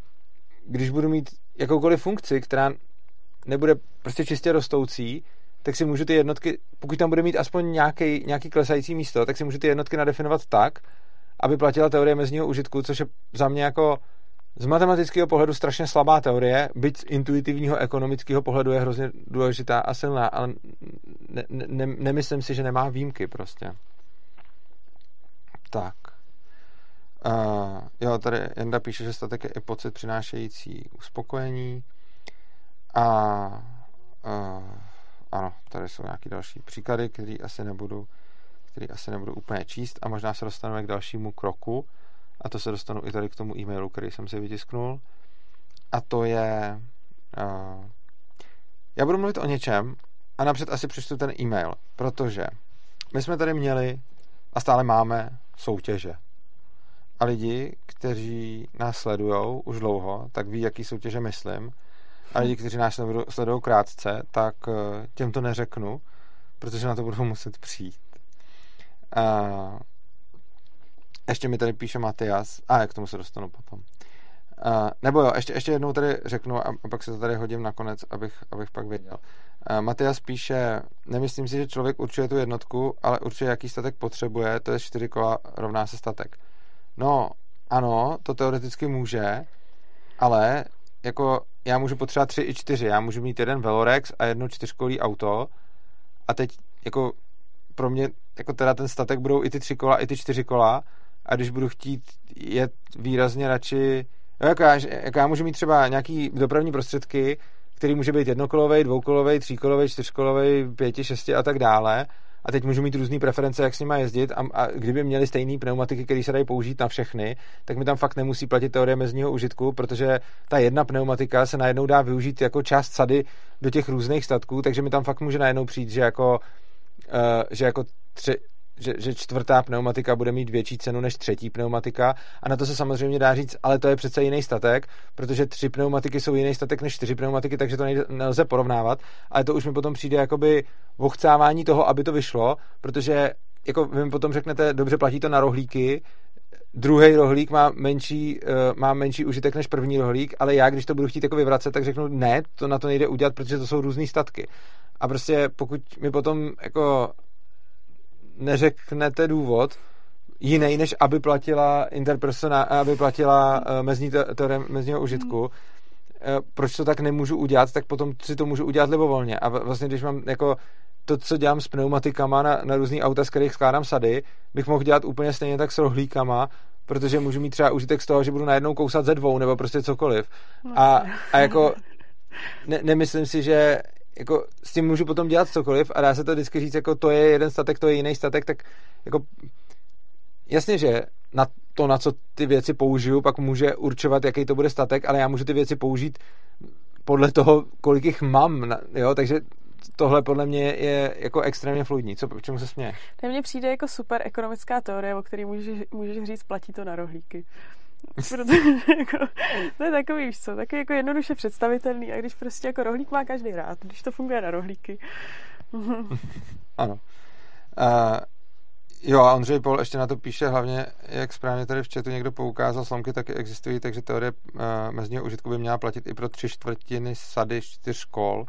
když budu mít jakoukoliv funkci, která nebude prostě čistě rostoucí, tak si můžu ty jednotky, pokud tam bude mít aspoň nějaký, nějaký klesající místo, tak si můžu ty jednotky nadefinovat tak, aby platila teorie mezního užitku, což je za mě jako Z matematického pohledu strašně slabá teorie, byť z intuitivního ekonomického pohledu je hrozně důležitá a silná, ale ne, ne, nemyslím si, že nemá výjimky prostě. Tak. Uh, jo, tady Jenda píše, že statek je i pocit přinášející uspokojení. A uh, ano, tady jsou nějaký další příklady, který asi nebudu, který asi nebudu úplně číst a možná se dostaneme k dalšímu kroku a to se dostanu i tady k tomu e-mailu, který jsem si vytisknul. A to je uh, já budu mluvit o něčem a napřed asi přečtu ten e-mail, protože my jsme tady měli a stále máme soutěže. A lidi, kteří nás sledujou už dlouho, tak ví, jaký soutěže myslím. A lidi, kteří nás sledují krátce, tak těm to neřeknu, protože na to budou muset přijít. A ještě mi tady píše Matias. A jak k tomu se dostanu potom. A nebo jo, ještě, ještě jednou tady řeknu a, a pak se to tady hodím nakonec, abych, abych pak věděl. A Matias píše, nemyslím si, že člověk určuje tu jednotku, ale určuje, jaký statek potřebuje, to je čtyři kola rovná se statek. No, ano, to teoreticky může, ale jako já můžu potřebovat tři i čtyři. Já můžu mít jeden Velorex a jedno čtyřkolí auto a teď jako pro mě jako teda ten statek budou i ty tři kola, i ty čtyři kola a když budu chtít jet výrazně radši, jako já, jako já můžu mít třeba nějaký dopravní prostředky, který může být jednokolovej, dvoukolovej, tříkolovej, čtyřkolovej, pěti, šesti a tak dále. A teď můžu mít různý preference, jak s nima jezdit a, a kdyby měli stejný pneumatiky, které se dají použít na všechny, tak mi tam fakt nemusí platit teorie mezního užitku, protože ta jedna pneumatika se najednou dá využít jako část sady do těch různých statků, takže mi tam fakt může najednou přijít, že jako, uh, že jako tři, že, že čtvrtá pneumatika bude mít větší cenu než třetí pneumatika a na to se samozřejmě dá říct, ale to je přece jiný statek, protože tři pneumatiky jsou jiný statek než čtyři pneumatiky, takže to nejde, nelze porovnávat, ale to už mi potom přijde jakoby vochcávání toho, aby to vyšlo, protože jako vy mi potom řeknete, dobře, platí to na rohlíky, druhý rohlík má menší, uh, má menší užitek než první rohlík, ale já, když to budu chtít jako vyvracet, tak řeknu, ne, to na to nejde udělat, protože to jsou různý statky. A prostě pokud mi potom jako neřeknete důvod jiný, než aby platila interpersona, aby platila uh, mezní teorie mezního užitku, uh, proč to tak nemůžu udělat, tak potom si to můžu udělat libovolně. A vlastně, když mám jako to, co dělám s pneumatikama na, na různý auta, z kterých skládám sady, bych mohl dělat úplně stejně tak s rohlíkama, protože můžu mít třeba užitek z toho, že budu najednou kousat ze dvou, nebo prostě cokoliv. A, a jako ne, nemyslím si, že jako s tím můžu potom dělat cokoliv a dá se to vždycky říct, jako to je jeden statek, to je jiný statek, tak jako jasně, že na to, na co ty věci použiju, pak může určovat, jaký to bude statek, ale já můžu ty věci použít podle toho, kolik jich mám, jo, takže tohle podle mě je jako extrémně fluidní. Co, čemu se směje? To mně přijde jako super ekonomická teorie, o které můžeš, můžeš říct, platí to na rohlíky. Protože jako, to je takový, víš co, taky jako jednoduše představitelný a když prostě jako rohlík má každý rád, když to funguje na rohlíky. Ano. Uh, jo, a Ondřej Pol ještě na to píše hlavně, jak správně tady v chatu někdo poukázal, slomky taky existují, takže teorie uh, mezního užitku by měla platit i pro tři čtvrtiny sady čtyř kol.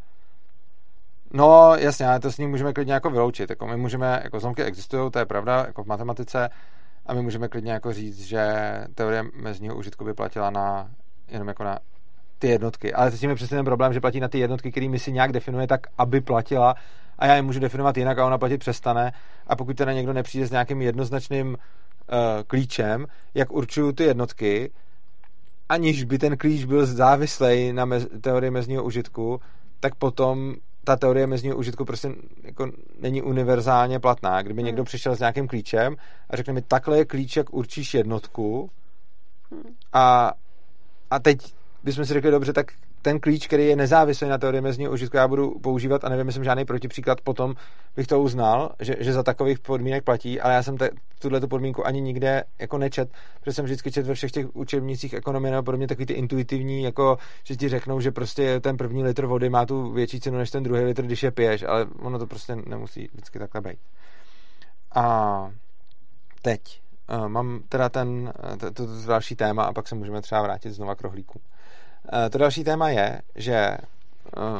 No, jasně, ale to s ním můžeme klidně jako vyloučit. Jako my můžeme, jako zlomky existují, to je pravda, jako v matematice, a my můžeme klidně jako říct, že teorie mezního užitku by platila na, jenom jako na ty jednotky. Ale s tím je přesně ten problém, že platí na ty jednotky, který my si nějak definuje tak, aby platila, a já je můžu definovat jinak a ona platit přestane. A pokud teda někdo nepřijde s nějakým jednoznačným uh, klíčem, jak určuju ty jednotky, aniž by ten klíč byl závislý na mez- teorii mezního užitku, tak potom ta teorie mezního užitku prostě jako není univerzálně platná. Kdyby hmm. někdo přišel s nějakým klíčem a řekne mi, takhle je klíč, jak určíš jednotku hmm. a, a teď bychom si řekli, dobře, tak ten klíč, který je nezávislý na teorii mezního užitku, já budu používat a nevím, jsem žádný protipříklad, potom bych to uznal, že, že za takových podmínek platí, ale já jsem tuhletu podmínku ani nikde jako nečet, protože jsem vždycky čet ve všech těch učebnicích ekonomie nebo podobně takový ty intuitivní, jako že ti řeknou, že prostě ten první litr vody má tu větší cenu než ten druhý litr, když je piješ, ale ono to prostě nemusí vždycky takhle být. A teď uh, mám teda ten, to, to, to další téma a pak se můžeme třeba vrátit znova k rohlíku. Uh, to další téma je, že uh,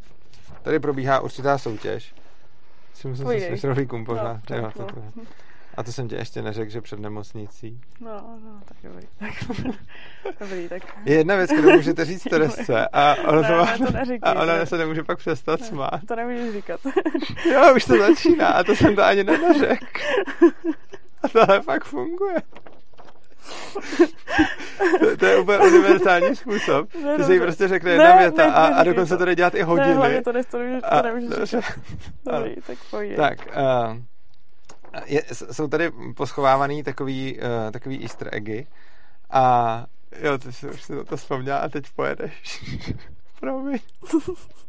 tady probíhá určitá soutěž. Si musím se s rohlíkům pořád. No, no, no. to, A to jsem tě ještě neřekl, že před nemocnicí. No, no, tak dobrý. Tak, dobrý, tak. Je jedna věc, kterou můžete říct Teresce a ona, ne, to, má, ne, to neříkej, a ona to se nemůže pak přestat ne, smát. To nemůžeš říkat. Jo, už to začíná a to jsem to ani nenařekl. A tohle fakt funguje. to, to je úplně univerzální způsob, ne, že se jí prostě řekne jedna ne, věta ne, a, a dokonce to jde dělat i hodiny. Ne, hlavně to, ne, to, nemůžeš, to nemůžeš říkat. Dobrý, tak pojď. Tak, uh, je, jsou tady poschovávaný takový, uh, takový easter eggy a jo, ty jsi už si to vzpomněla a teď pojedeš. Promiň. uh,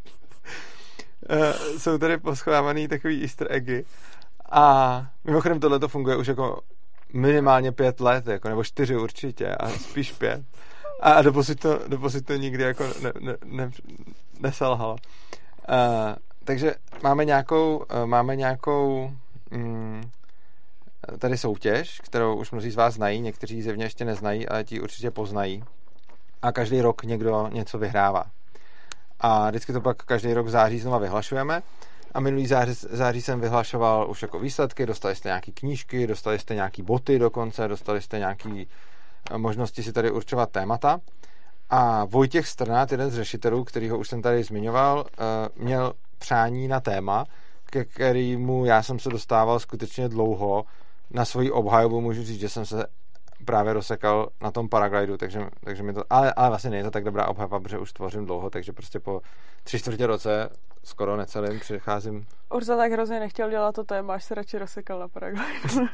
jsou tady poschovávaný takový easter eggy a mimochodem tohle to funguje už jako minimálně pět let, jako, nebo čtyři určitě a spíš pět. A, a doposud, to, doposud to nikdy jako ne, ne, ne, neselhalo. Uh, takže máme nějakou, uh, máme nějakou um, tady soutěž, kterou už mnozí z vás znají, někteří zjevně ještě neznají, ale ti určitě poznají. A každý rok někdo něco vyhrává. A vždycky to pak každý rok v září znova vyhlašujeme. A minulý září, září jsem vyhlašoval už jako výsledky, dostali jste nějaký knížky, dostali jste nějaký boty dokonce, dostali jste nějaký možnosti si tady určovat témata. A Vojtěch Strnad, jeden z řešitelů, kterýho už jsem tady zmiňoval, měl přání na téma, ke kterému já jsem se dostával skutečně dlouho. Na svoji obhajobu můžu říct, že jsem se právě rozsekal na tom paraglidu, takže, takže mi to, ale, ale vlastně není to tak dobrá obhajba, protože už tvořím dlouho, takže prostě po tři čtvrtě roce, skoro necelým, přicházím. Urza tak hrozně nechtěl dělat to téma, až se radši rozsekal na paraglidu.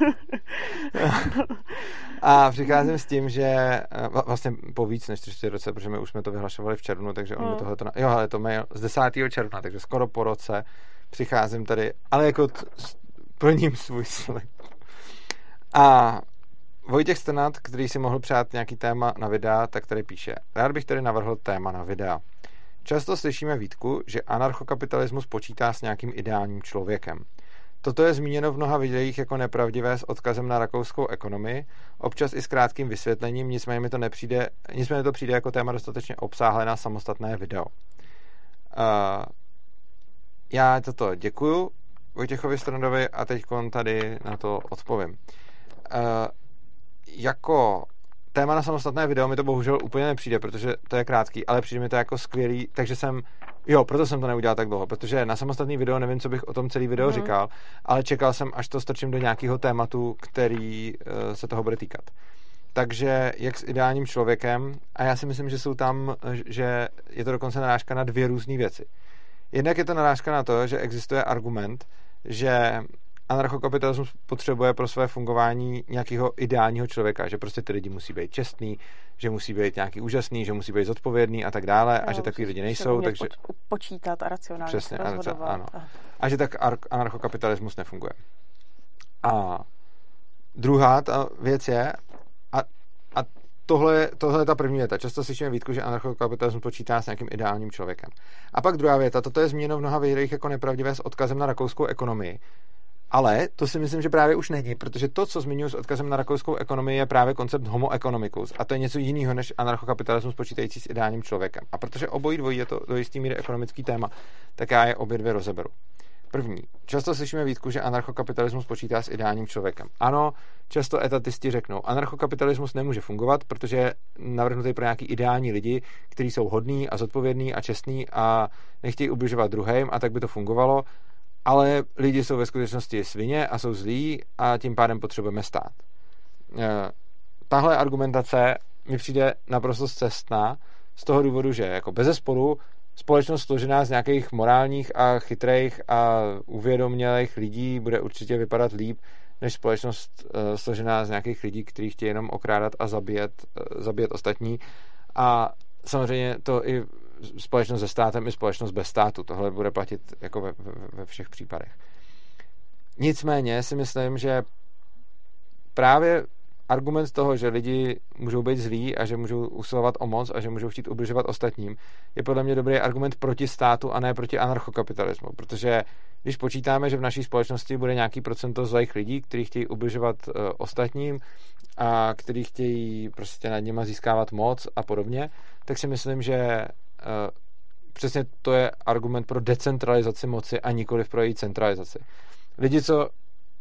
A přicházím s tím, že vlastně po víc než tři čtvrtě roce, protože my už jsme to vyhlašovali v červnu, takže on mi mm. tohleto, jo, ale to mail z desátého června, takže skoro po roce přicházím tady, ale jako t, plním svůj slib. A Vojtěch Strnad, který si mohl přát nějaký téma na videa, tak tady píše: rád bych tady navrhl téma na videa. Často slyšíme výtku, že anarchokapitalismus počítá s nějakým ideálním člověkem. Toto je zmíněno v mnoha videích jako nepravdivé s odkazem na rakouskou ekonomii, občas i s krátkým vysvětlením, nicméně mi to nepřijde, nicméně to přijde jako téma dostatečně obsáhlé na samostatné video. Uh, já toto děkuju Vojtěchovi Strnadovi a teď tady na to odpovím. Uh, jako téma na samostatné video mi to bohužel úplně nepřijde, protože to je krátký, ale přijde mi to jako skvělý, takže jsem, jo, proto jsem to neudělal tak dlouho, protože na samostatný video nevím, co bych o tom celý video mm. říkal, ale čekal jsem, až to strčím do nějakého tématu, který uh, se toho bude týkat. Takže jak s ideálním člověkem, a já si myslím, že jsou tam, že je to dokonce narážka na dvě různé věci. Jednak je to narážka na to, že existuje argument, že anarchokapitalismus potřebuje pro své fungování nějakého ideálního člověka, že prostě ty lidi musí být čestný, že musí být nějaký úžasný, že musí být zodpovědný a tak dále, no, a že takový lidi nejsou, takže počítat a racionálně přesně, rozhodovat. Ano. A že tak anarchokapitalismus nefunguje. A druhá ta věc je, a, a tohle, tohle je ta první věta. Často slyšíme výtku, že anarchokapitalismus počítá s nějakým ideálním člověkem. A pak druhá věta, toto je zmíněno v mnoha videích jako nepravdivé s odkazem na rakouskou ekonomii. Ale to si myslím, že právě už není, protože to, co zmiňuji s odkazem na rakouskou ekonomii, je právě koncept homo economicus. A to je něco jiného než anarchokapitalismus počítající s ideálním člověkem. A protože obojí dvojí je to do jistý míry ekonomický téma, tak já je obě dvě rozeberu. První. Často slyšíme výtku, že anarchokapitalismus počítá s ideálním člověkem. Ano, často etatisti řeknou, anarchokapitalismus nemůže fungovat, protože je navrhnutý pro nějaký ideální lidi, kteří jsou hodní a zodpovědní a čestní a nechtějí ubližovat druhým, a tak by to fungovalo. Ale lidi jsou ve skutečnosti svině a jsou zlí a tím pádem potřebujeme stát. Tahle argumentace mi přijde naprosto scestná z toho důvodu, že jako bezesporu společnost složená z nějakých morálních a chytrých a uvědomělých lidí bude určitě vypadat líp než společnost složená z nějakých lidí, kteří chtějí jenom okrádat a zabíjet, zabíjet ostatní. A samozřejmě to i společnost se státem i společnost bez státu. Tohle bude platit jako ve, ve, ve všech případech. Nicméně si myslím, že právě argument toho, že lidi můžou být zlí a že můžou usilovat o moc a že můžou chtít ubližovat ostatním, je podle mě dobrý argument proti státu a ne proti anarchokapitalismu. Protože když počítáme, že v naší společnosti bude nějaký procento zlých lidí, kteří chtějí ubližovat uh, ostatním a kteří chtějí prostě nad nimi získávat moc a podobně, tak si myslím, že Uh, přesně to je argument pro decentralizaci moci a nikoliv pro její centralizaci. Lidi, co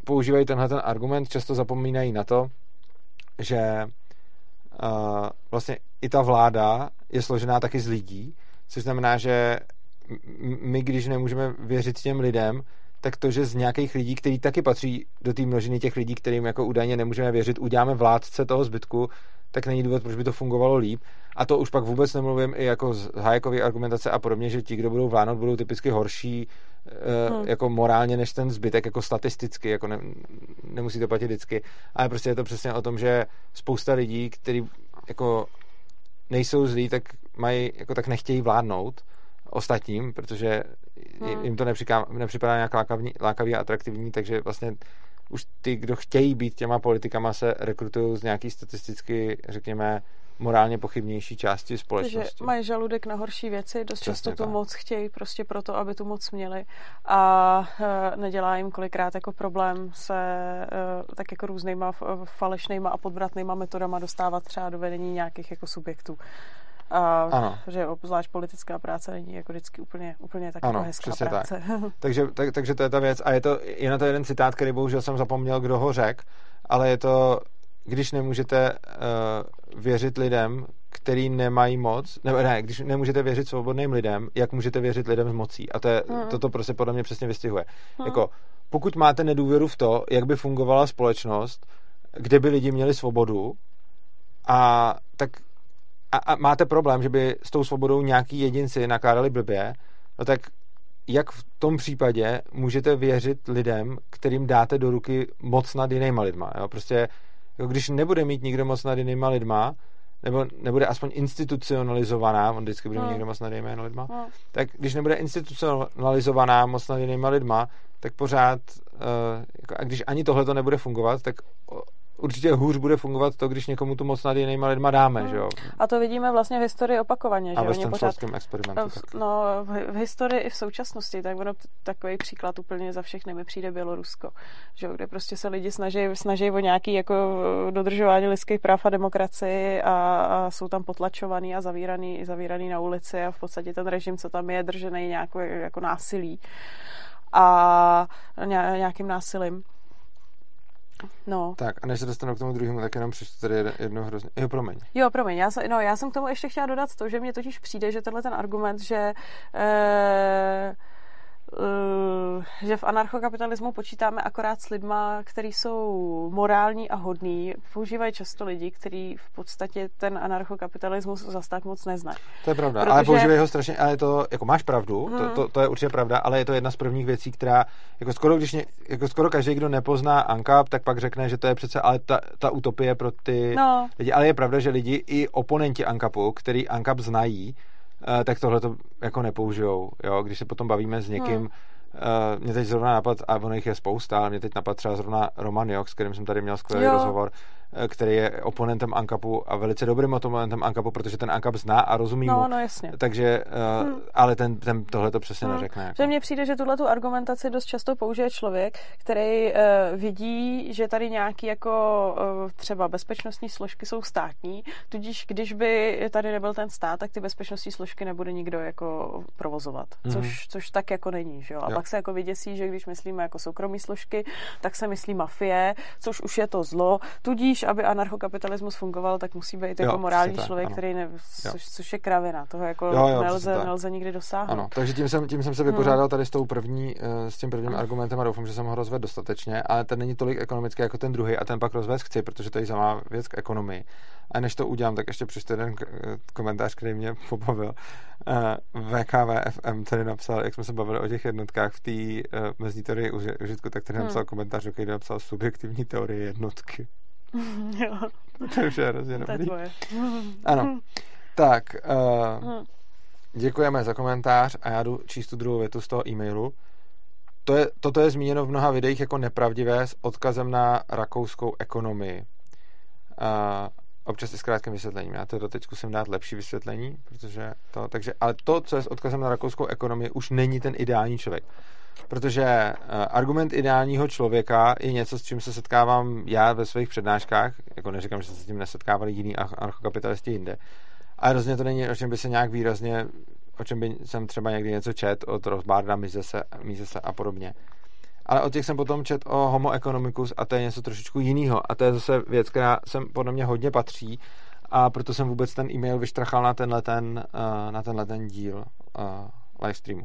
používají tenhle ten argument, často zapomínají na to, že uh, vlastně i ta vláda je složená taky z lidí, což znamená, že my, když nemůžeme věřit těm lidem, tak to, že z nějakých lidí, kteří taky patří do té množiny těch lidí, kterým jako údajně nemůžeme věřit, uděláme vládce toho zbytku, tak není důvod, proč by to fungovalo líp. A to už pak vůbec nemluvím i jako z Hayekové argumentace a podobně, že ti, kdo budou vládnout, budou typicky horší hmm. jako morálně než ten zbytek, jako statisticky, jako ne, nemusí to platit vždycky. Ale prostě je to přesně o tom, že spousta lidí, kteří jako nejsou zlí, tak mají, jako tak nechtějí vládnout ostatním, protože hmm. jim to nepřiká, nepřipadá nějak lákavý, lákavý a atraktivní, takže vlastně už ty, kdo chtějí být těma politikama, se rekrutují z nějaký statisticky, řekněme, morálně pochybnější části společnosti. Takže mají žaludek na horší věci, dost Přesně často tu tak. moc chtějí prostě proto, aby tu moc měli a e, nedělá jim kolikrát jako problém se e, tak jako různýma falešnýma a podvratnýma metodama dostávat třeba do vedení nějakých jako subjektů. A, ano. Že obzvlášť politická práce není jako vždycky úplně, úplně tak ano, jako hezká práce. Tak. takže, tak, takže to je ta věc. A je to, je na to jeden citát, který bohužel jsem zapomněl, kdo ho řekl, ale je to, když nemůžete uh, věřit lidem, který nemají moc, ne, ne, když nemůžete věřit svobodným lidem, jak můžete věřit lidem s mocí? A to je, hmm. toto prostě podle mě přesně vystihuje. Hmm. Jako, pokud máte nedůvěru v to, jak by fungovala společnost, kde by lidi měli svobodu, a tak A, a máte problém, že by s tou svobodou nějaký jedinci nakládali blbě, no tak jak v tom případě můžete věřit lidem, kterým dáte do ruky moc nad jinýma lidma? Jo? Prostě, jako když nebude mít nikdo moc nad jinýma lidma, nebo nebude aspoň institucionalizovaná, on vždycky bude mít no. někdo moc nad jinýma lidma, no. tak když nebude institucionalizovaná moc nad jinýma lidma, tak pořád, uh, jako, a když ani tohle to nebude fungovat, tak určitě hůř bude fungovat to, když někomu tu moc nad jinýma lidma dáme, hmm. že jo? A to vidíme vlastně v historii opakovaně, a že oni pořád... experimentu. V, no, v, v historii i v současnosti, tak ono takový příklad úplně za všechny mi přijde Bělorusko, že jo, kde prostě se lidi snaží, snaží o nějaký jako dodržování lidských práv a demokracii a, a jsou tam potlačovaný a zavíraný, zavíraný na ulici a v podstatě ten režim, co tam je, držený nějakou jako násilí a nějakým násilím. No. Tak a než se dostanu k tomu druhému, tak jenom přečtu tady jedno hrozně... Jo, promiň. Jo, promiň. Já, no, já jsem k tomu ještě chtěla dodat to, že mně totiž přijde, že tenhle ten argument, že eh, Uh, že v anarchokapitalismu počítáme akorát s lidma, kteří jsou morální a hodní. Používají často lidi, kteří v podstatě ten anarchokapitalismus zas tak moc neznají. To je pravda, Protože... ale používají ho strašně, ale to, jako máš pravdu, hmm. to, to, to je určitě pravda, ale je to jedna z prvních věcí, která, jako skoro, když ně, jako skoro každý, kdo nepozná ANCAP, tak pak řekne, že to je přece ale ta, ta utopie pro ty no. lidi. Ale je pravda, že lidi i oponenti ANCAPu, který ANCAP znají, Uh, tak tohle to jako nepoužijou, jo, když se potom bavíme s někým, hmm. uh, mě teď zrovna napad, a ono jich je spousta, ale mě teď napad třeba zrovna Roman Jok, s kterým jsem tady měl skvělý jo. rozhovor, uh, který je oponentem ANCAPu a velice dobrým oponentem ANCAPu, protože ten ANCAP zná a rozumí no, mu. No, jasně. Takže, uh, hmm. ale ten, ten tohle to přesně hmm. neřekne. Jako. Že mně přijde, že tuhletu argumentaci dost často použije člověk, který uh, vidí, že tady nějaký jako uh, třeba bezpečnostní složky jsou státní, tudíž když by tady nebyl ten stát, tak ty bezpečnostní složky nebude nikdo jako provozovat, mm-hmm. což, což tak jako není, že jo. A jo. pak se jako vyděsí, že když myslíme jako soukromí složky, tak se myslí mafie, což už je to zlo, tudíž, aby anarchokapitalismus fungoval, tak musí být jako jo, morální tak, člověk, ano. který ne, což, což je kravina, toho jako jo, jo, nelze, nelze nikdy dosáhnout. Ano, takže tím jsem, tím jsem se vypořádal tady s tou první, s tím prvním argumentem a doufám, že jsem ho rozvedl dostatečně, ale ten není tolik ekonomický jako ten druhý a ten pak rozvést chci, protože to je zajímavá věc k ekonomii. A než to udělám, tak ještě přečtu jeden komentář, který mě pobavil. V K V F M tady napsal, jak jsme se bavili o těch jednotkách v té uh, mezní teorii užitku, tak tady napsal hmm. komentář, který napsal subjektivní teorie jednotky. Jo. To už je hrozně dobrý. To je ano. Tak, uh, děkujeme za komentář a já jdu číst tu druhou větu z toho e-mailu. To je, toto je zmíněno v mnoha videích jako nepravdivé s odkazem na rakouskou ekonomii. Uh, občas i s krátkým vysvětlením. Já to teď zkusím dát lepší vysvětlení, protože to, takže, ale to, co je s odkazem na rakouskou ekonomii, už není ten ideální člověk. Protože uh, argument ideálního člověka je něco, s čím se setkávám já ve svých přednáškách, jako neříkám, že se s tím nesetkávali jiní anarchokapitalisti jinde, ale rozhodně to není, o čem by se nějak výrazně, o čem by jsem třeba někdy něco čet od Rothbarda, Misese, Misese a podobně. Ale od těch jsem potom čet o homo economicus a to je něco trošičku jiného. A to je zase věc, která sem podle mě hodně patří a proto jsem vůbec ten e-mail vyštrachal na tenhle ten, uh, na tenhle ten díl uh, livestreamu.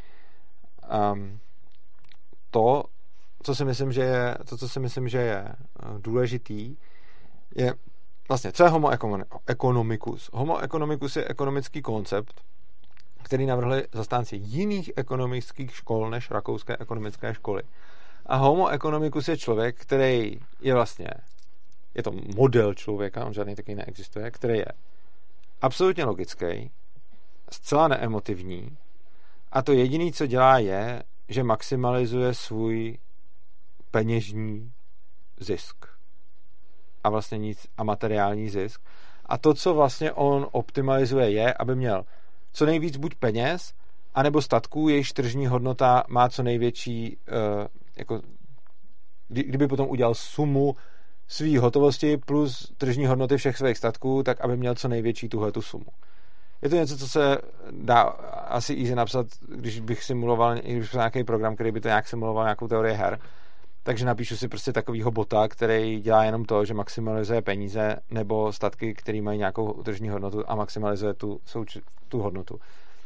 Um, to, co si myslím, že je, to, co si myslím, že je uh, důležitý, je vlastně, co je homo economicus? Homo economicus je ekonomický koncept, který navrhli zastánci jiných ekonomických škol než rakouské ekonomické školy. A homo economicus je člověk, který je vlastně, je to model člověka, on žádný taky neexistuje, který je absolutně logický, zcela neemotivní a to jediné, co dělá, je, že maximalizuje svůj peněžní zisk. A vlastně nic, a materiální zisk. A to, co vlastně on optimalizuje, je, aby měl co nejvíc buď peněz, anebo statků, jejichž tržní hodnota má co největší, uh, jako, kdyby potom udělal sumu svý hotovosti plus tržní hodnoty všech svých statků, tak aby měl co největší tuhletu sumu. Je to něco, co se dá asi easy napsat, když bych simuloval, když bych nějaký program, který by to nějak simuloval nějakou teorii her, takže napíšu si prostě takovýho bota, který dělá jenom to, že maximalizuje peníze nebo statky, které mají nějakou tržní hodnotu a maximalizuje tu, souč- tu hodnotu. Uh,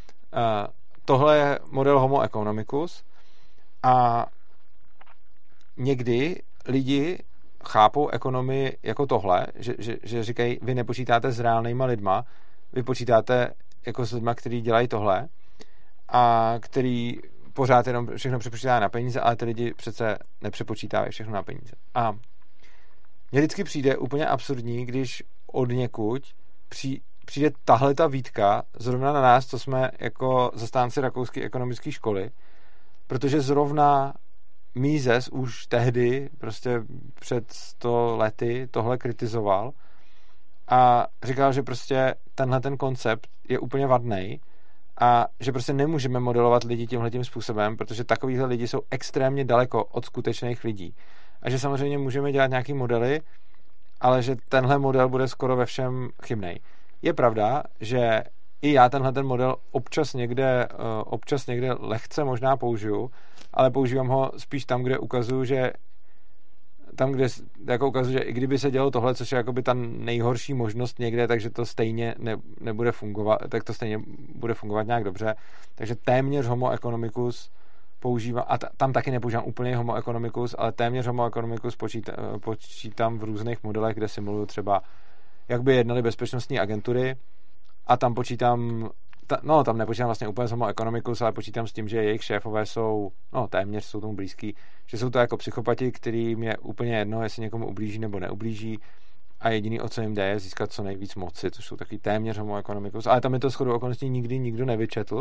tohle je model homo economicus a někdy lidi chápou ekonomii jako tohle, že, že, že říkají, vy nepočítáte s reálnýma lidma, vy počítáte jako s lidma, kteří dělají tohle a který pořád jenom všechno přepočítávají na peníze, ale ty lidi přece nepřepočítávají všechno na peníze. A mně vždycky přijde úplně absurdní, když od někud při, přijde tahle ta výtka zrovna na nás, co jsme jako zastánci rakouské ekonomické školy, protože zrovna Mises už tehdy, prostě před sto lety, tohle kritizoval a říkal, že prostě tenhle ten koncept je úplně vadnej a že prostě nemůžeme modelovat lidi tímhletím způsobem, protože takovýhle lidi jsou extrémně daleko od skutečných lidí. A že samozřejmě můžeme dělat nějaký modely, ale že tenhle model bude skoro ve všem chybnej. Je pravda, že i já tenhle ten model občas někde, občas někde lehce možná použiju, ale používám ho spíš tam, kde ukazuju, že tam, kde jako ukazuju, že i kdyby se dělo tohle, což je jakoby ta nejhorší možnost někde, takže to stejně ne, nebude fungovat, tak to stejně bude fungovat nějak dobře. Takže téměř homo economicus používám, a t- tam taky nepoužívám úplně homo economicus, ale téměř homo economicus počítám, počítám v různých modelech, kde simuluju třeba, jak by jednaly bezpečnostní agentury a tam počítám, ta, no tam nepočítám vlastně úplně z homo economicus, ale počítám s tím, že jejich šéfové jsou, no téměř jsou tomu blízký, že jsou to jako psychopati, kterým je úplně jedno, jestli někomu ublíží nebo neublíží a jediný, o co jim jde, je získat co nejvíc moci, což jsou taky téměř homo economicus, ale tam je to shodou okolností nikdy nikdo nevyčetl,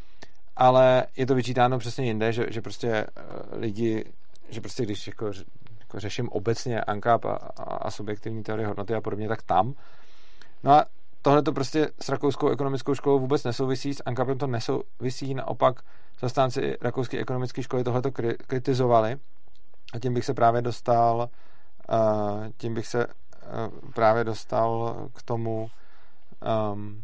ale je to vyčítáno přesně jinde, že, že prostě lidi, že prostě když jako, jako řeším obecně ANCAP a, a, a subjektivní teorie hodnoty a podobně, tak tam. No a tohle to prostě s rakouskou ekonomickou školou vůbec nesouvisí, s ANCAPem to nesouvisí, naopak zastánci rakouské ekonomické školy tohleto kritizovali a tím bych se právě dostal uh, tím bych se uh, právě dostal k tomu um,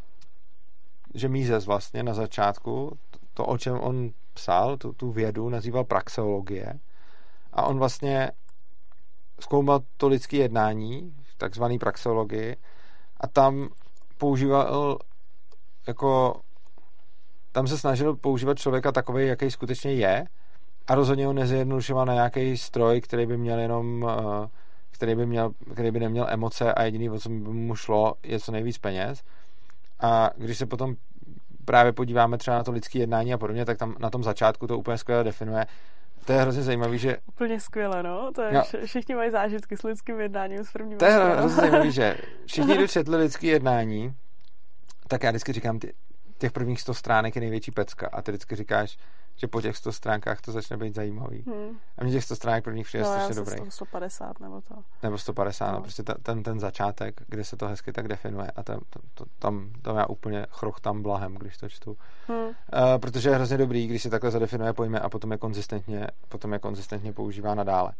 že Mises vlastně na začátku to, o čem on psal, tu, tu vědu nazýval praxeologie a on vlastně zkoumal to lidské jednání, takzvaný praxeologii a tam používal jako tam se snažil používat člověka takovej, jaký skutečně je a rozhodně ho nezjednodušoval na nějaký stroj, který by měl jenom který by, měl, který by neměl emoce a jediný, o co by mu šlo, je co nejvíc peněz. A když se potom právě podíváme třeba na to lidské jednání a podobně, tak tam na tom začátku to úplně skvěle definuje. To je hrozně zajímavý, že... Úplně skvěle, no. To je, no. Všichni mají zážitky s lidským jednáním z první. To je hrozně zajímavý, že všichni, kdo četli lidské jednání, tak já vždycky říkám, ty, těch prvních sto stránek je největší pecka a ty vždycky říkáš, že po těch sto stránkách to začne být zajímavý. Hmm. A mě těch sto stránek prvních přijde no, strašně dobrý. sto padesát nebo to. Nebo sto padesát, no. no prostě ta, ten, ten začátek, kde se to hezky tak definuje a tam, to, to, tam, tam já úplně chrochtám blahem, když to čtu. Hmm. Uh, protože je hrozně dobrý, když se takhle zadefinuje pojmy a potom je konzistentně, potom je konzistentně používá nadále.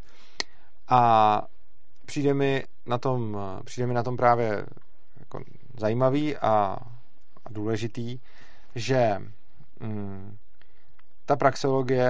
A přijde mi na tom, přijde mi na tom právě jako zajímavý a, a důležitý, že mm, ta praxeologie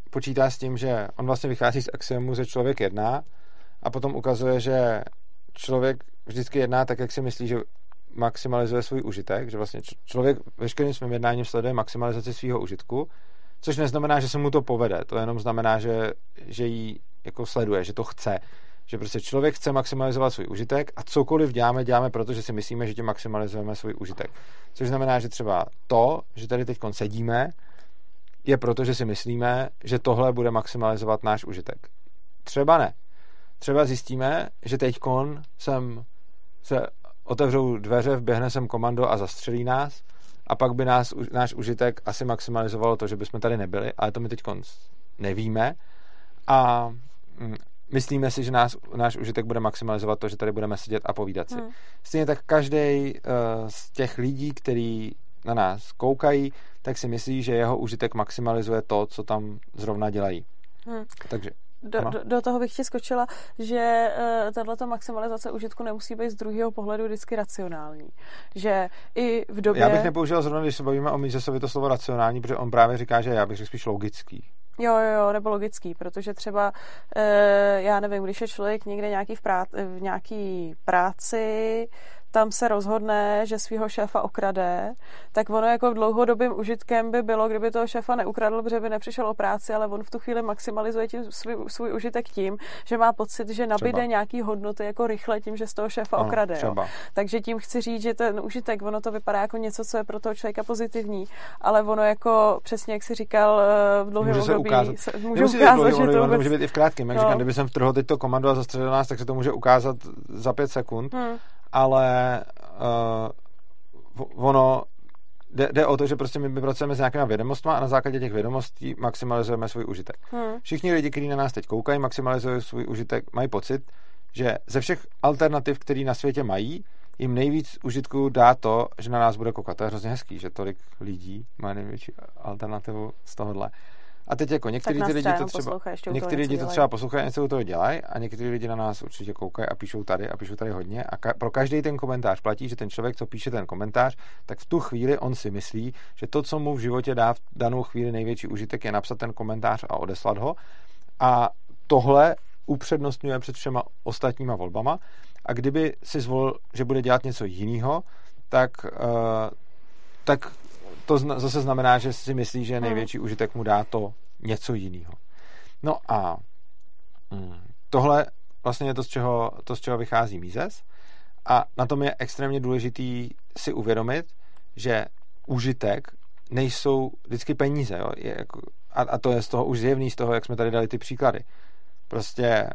počítá s tím, že on vlastně vychází z axiomu, že člověk jedná a potom ukazuje, že člověk vždycky jedná tak, jak si myslí, že maximalizuje svůj užitek, že vlastně člověk veškerým svým jednáním sleduje maximalizaci svého užitku, což neznamená, že se mu to povede, to jenom znamená, že, že ji jako sleduje, že to chce, že prostě člověk chce maximalizovat svůj užitek a cokoliv děláme, děláme proto, že si myslíme, že tím maximalizujeme svůj užitek. Což znamená, že třeba to, že tady teď sedíme, je proto, že si myslíme, že tohle bude maximalizovat náš užitek. Třeba ne. Třeba zjistíme, že teďkon sem se otevřou dveře, vběhne sem komando a zastřelí nás a pak by nás, náš užitek asi maximalizovalo to, že bychom tady nebyli, ale to my teďkon nevíme a myslíme si, že nás, náš užitek bude maximalizovat to, že tady budeme sedět a povídat si. Hmm. Stejně tak každý uh, z těch lidí, který na nás koukají, tak si myslí, že jeho užitek maximalizuje to, co tam zrovna dělají. Hmm. Takže Do, do, do toho bych tě skočila, že uh, tato maximalizace užitku nemusí být z druhého pohledu vždycky racionální. Že i v době... Já bych nepoužil zrovna, když se bavíme o Misesovi to slovo racionální, protože on právě říká, že já bych řekl spíš logický. Jo, jo, jo, nebo logický, protože třeba, uh, já nevím, když je člověk někde nějaký v, prá- v nějaký práci, tam se rozhodne, že svého šéfa okrade, tak ono jako dlouhodobým užitkem by bylo, kdyby toho šéfa neukradl, protože by nepřišel o práci, ale on v tu chvíli maximalizuje tím svůj, svůj užitek tím, že má pocit, že nabíde třeba nějaký hodnoty jako rychle tím, že z toho šéfa ano, okrade. Jo. Takže tím chci říct, že ten užitek, ono to vypadá jako něco, co je pro toho člověka pozitivní, ale ono jako přesně, jak jsi říkal, v dlouhém období ukázat. Se může ukázat, dlouhý, že to vůbec... může být i v krátkém. Jak no. říkám, kdyby jsem vtrhl teď to komando a zastřelil nás, tak se to může ukázat za pět sekund. Hmm. Ale uh, ono jde, jde o to, že prostě my pracujeme s nějakými vědomostmi a na základě těch vědomostí maximalizujeme svůj užitek. Hmm. Všichni lidi, kteří na nás teď koukají, maximalizují svůj užitek, mají pocit, že ze všech alternativ, které na světě mají, jim nejvíc užitku dá to, že na nás bude koukat. To je hrozně hezký, že tolik lidí má největší alternativu z tohohle. A teď jako některý ty lidi to třeba, některý lidi to třeba poslouchají, něco u toho dělají a některý lidi na nás určitě koukají a píšou tady a píšou tady hodně a ka- pro každý ten komentář platí, že ten člověk, co píše ten komentář, tak v tu chvíli on si myslí, že to, co mu v životě dá v danou chvíli největší užitek, je napsat ten komentář a odeslat ho a tohle upřednostňuje před všema ostatníma volbama a kdyby si zvolil, že bude dělat něco jiného, tak, uh, tak to zna, zase znamená, že si myslí, že největší užitek mu dá to něco jiného. No a mm, tohle vlastně je to, z čeho, to, z čeho vychází Mises a na tom je extrémně důležitý si uvědomit, že užitek nejsou vždycky peníze. Jo? Je jako, a, a to je z toho už zjevný, z toho, jak jsme tady dali ty příklady. Prostě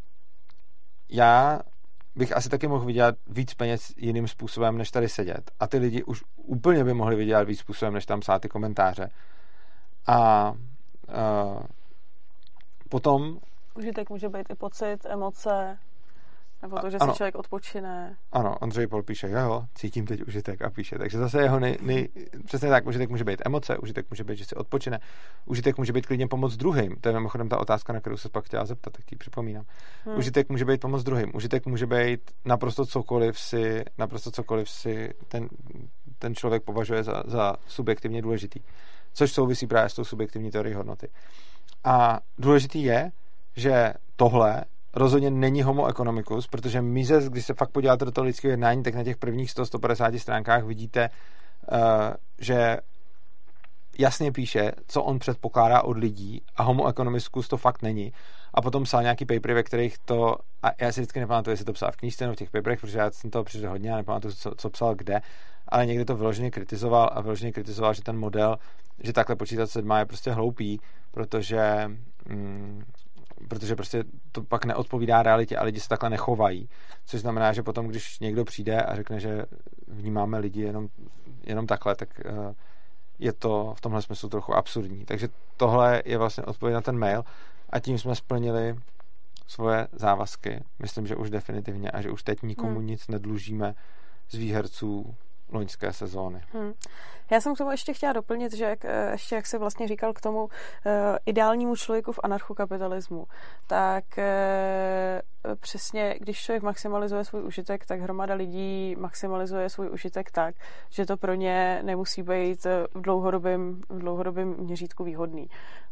já bych asi taky mohl vydělat víc peněz jiným způsobem, než tady sedět. A ty lidi už úplně by mohli vydělat víc způsobem, než tam psát ty komentáře. A uh, potom... Užitek může být i pocit, emoce, nebo to, že ano, si člověk odpočine. Ano, Ondřej Pol píše, jo, cítím teď užitek a píše. Takže zase jeho nej, nej, přesně tak, užitek může být emoce, užitek může být, že si odpočine, užitek může být klidně pomoc druhým. To je mimochodem ta otázka, na kterou se pak chtěla zeptat, tak ti připomínám. Hmm. Užitek může být pomoc druhým, užitek může být naprosto cokoliv si, naprosto cokoliv si ten, ten člověk považuje za, za subjektivně důležitý. Což souvisí právě s tou subjektivní teorií hodnoty. A důležitý je, že tohle rozhodně není homo economicus, protože Mises, když se fakt podíváte do toho lidského jednání, tak na těch prvních sto až sto padesát stránkách vidíte, uh, že jasně píše, co on předpokládá od lidí a homo economicus to fakt není. A potom psal nějaký papery, ve kterých to, a já si vždycky nepamatuju, jestli to psal v knížce nebo v těch paperech, protože já jsem toho přišel hodně a nepamatuju, co, co psal kde, ale někdy to vyloženě kritizoval a vyloženě kritizoval, že ten model, že takhle počítat se má je prostě hloupý, protože mm, protože prostě to pak neodpovídá realitě a lidi se takhle nechovají. Což znamená, že potom, když někdo přijde a řekne, že vnímáme lidi jenom, jenom takhle, tak uh, je to v tomhle smyslu trochu absurdní. Takže tohle je vlastně odpověď na ten mail a tím jsme splnili svoje závazky. Myslím, že už definitivně a že už teď nikomu hmm. nic nedlužíme z výherců loňské sezóny. Hmm. Já jsem k tomu ještě chtěla doplnit, že jak, ještě jak se vlastně říkal k tomu uh, ideálnímu člověku v anarchokapitalismu, tak uh, přesně, když člověk maximalizuje svůj užitek, tak hromada lidí maximalizuje svůj užitek tak, že to pro ně nemusí být v dlouhodobém, v dlouhodobém měřítku výhodný.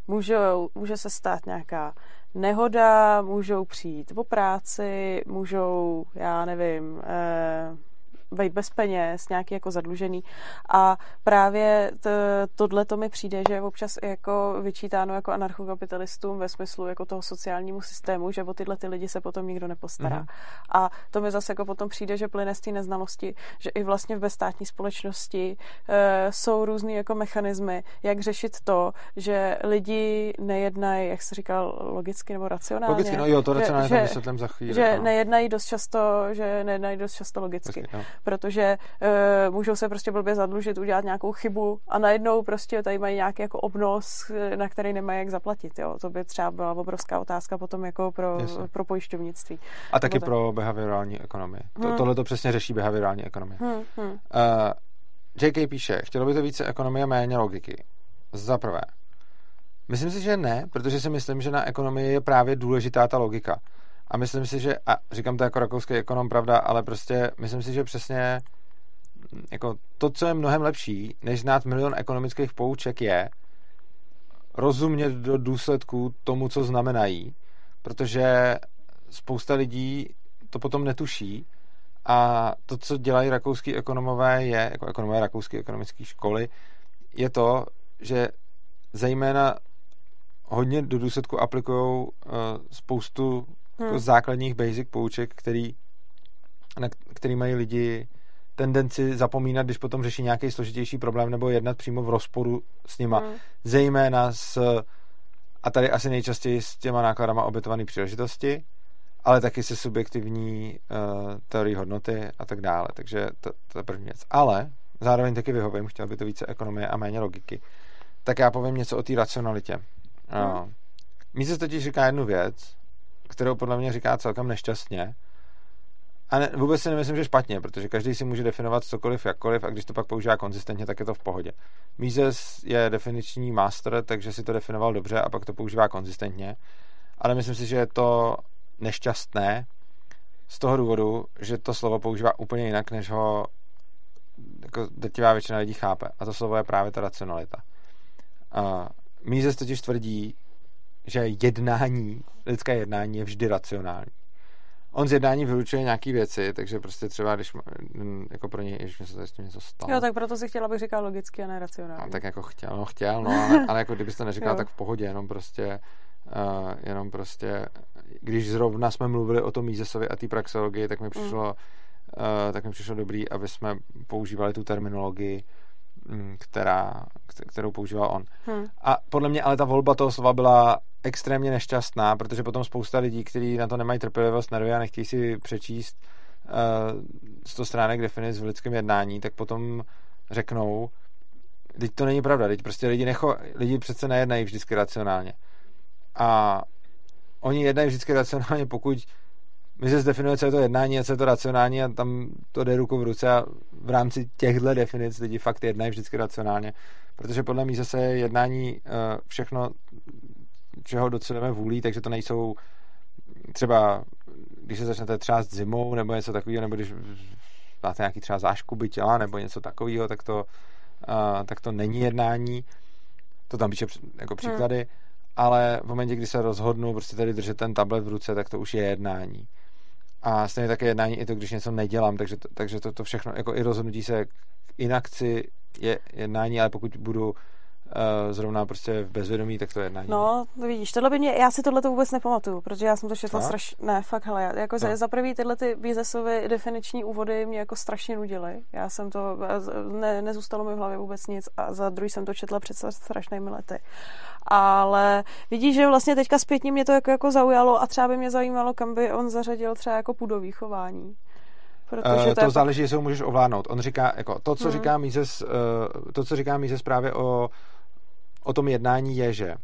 Můžou, může se stát nějaká nehoda, můžou přijít o práci, můžou, já nevím, eh, být bez peněz, nějaký jako zadlužený. A právě tohle to mi přijde, že je občas jako vyčítáno jako anarchokapitalistům ve smyslu jako toho sociálnímu systému, že o tyhle ty lidi se potom nikdo nepostará. Mm-hmm. A to mi zase jako potom přijde, že plyne z té neznalosti, že i vlastně v bezstátní společnosti e, jsou různý jako mechanismy, jak řešit to, že lidi nejednají, jak jsi říkal, logicky nebo racionálně. Logicky, no jo, to racionálně tam vysvětlím za chvíli. Že no. nejednají dost často, že nejednají dost často logicky. Logicky, protože uh, můžou se prostě blbě zadlužit, udělat nějakou chybu a najednou prostě tady mají nějaký jako obnos, na který nemají jak zaplatit. Jo. To by třeba byla obrovská otázka potom jako pro, pro pojišťovnictví. A taky pro behaviorální ekonomii. To, hmm. Tohle to přesně řeší behaviorální ekonomie. Hmm. Hmm. Uh, J K píše, chtělo by to více ekonomie a méně logiky. Za prvé. Myslím si, že ne, protože si myslím, že na ekonomii je právě důležitá ta logika. A myslím si, že, a říkám to jako rakouský ekonom, pravda, ale prostě myslím si, že přesně jako to, co je mnohem lepší, než znát milion ekonomických pouček, je rozumět do důsledků tomu, co znamenají, protože spousta lidí to potom netuší a to, co dělají rakouský ekonomové, je, jako ekonomové rakouské ekonomické školy, je to, že zejména hodně do důsledku aplikují uh, spoustu Hmm. jako základních basic pouček, který, na který mají lidi tendenci zapomínat, když potom řeší nějaký složitější problém nebo jednat přímo v rozporu s nima. Hmm. Zejména s, a tady asi nejčastěji s těma nákladama obětované příležitosti, ale taky se subjektivní uh, teorií hodnoty a tak dále. Takže to, to je první věc. Ale zároveň taky vyhovím, chtěl by to více ekonomie a méně logiky. Tak já povím něco o té racionalitě. Hmm. Uh, Mises totiž říká jednu věc, kterou podle mě říká celkem nešťastně. A ne, vůbec si nemyslím, že špatně, protože každý si může definovat cokoliv, jakkoliv a když to pak používá konzistentně, tak je to v pohodě. Mises je definiční master, takže si to definoval dobře a pak to používá konzistentně. Ale myslím si, že je to nešťastné z toho důvodu, že to slovo používá úplně jinak, než ho jako drtivá většina lidí chápe. A to slovo je právě ta racionalita. Uh, Mises totiž tvrdí, že jednání, lidské jednání je vždy racionální. On z jednání vylučuje nějaký věci, takže prostě třeba, když jako pro něj, jež mi se tady s tím něco stalo. Jo, tak proto si chtěla, abych říkal logicky a ne racionální. No, tak jako chtěl, no chtěl, no, ale, ale jako kdybyste neříkal, tak v pohodě, jenom prostě, uh, jenom prostě, když zrovna jsme mluvili o tom Misesovi a té praxeologii, tak mi přišlo, mm. uh, tak mi přišlo dobrý, aby jsme používali tu terminologii, která, kterou používal on. Hmm. A podle mě ale ta volba toho slova byla extrémně nešťastná, protože potom spousta lidí, kteří na to nemají trpělivost, nervy a nechtějí si přečíst uh, sto stránek definic v lidském jednání, tak potom řeknou, teď to není pravda, teď prostě lidi, necho, lidi přece nejednají vždycky racionálně. A oni jednají vždycky racionálně, pokud my se zdefinuje, co je to jednání a co je to racionální a tam to jde ruku v ruce a v rámci těchto definic lidi fakt jednají vždycky racionálně, protože podle mě zase jednání všechno, čeho docelujeme vůlí, takže to nejsou třeba, když se začnete třást zimou nebo něco takového, nebo když máte nějaký třeba záškuby těla nebo něco takového, tak to, tak to není jednání. To tam píše jako příklady. Hmm. Ale v momentě, kdy se rozhodnu prostě tady držet ten tablet v ruce, tak to už je jednání. A stejně také jednání i to, když něco nedělám, takže to, takže to, to všechno, jako i rozhodnutí se k inakci je jednání, ale pokud budu uh, zrovna prostě v bezvědomí, tak to je jednání. No, vidíš, tohle by mě, já si tohle to vůbec nepamatuju, protože já jsem to četla strašně, ne, fakt, hele, jako no. za, za prvý tyhle ty Misesovy definiční úvody mě jako strašně nudily. Já jsem to, ne, nezůstalo mi v hlavě vůbec nic a za druhý jsem to četla před strašnými lety. Ale vidíš, že vlastně teďka zpětně mě to jako, jako zaujalo a třeba by mě zajímalo, kam by on zařadil třeba jako půdový chování. Protože to, to záleží, jestli ho můžeš ovládnout. On říká, jako to, co hmm. říká Mises, to, co říká Mises právě o, o tom jednání je, že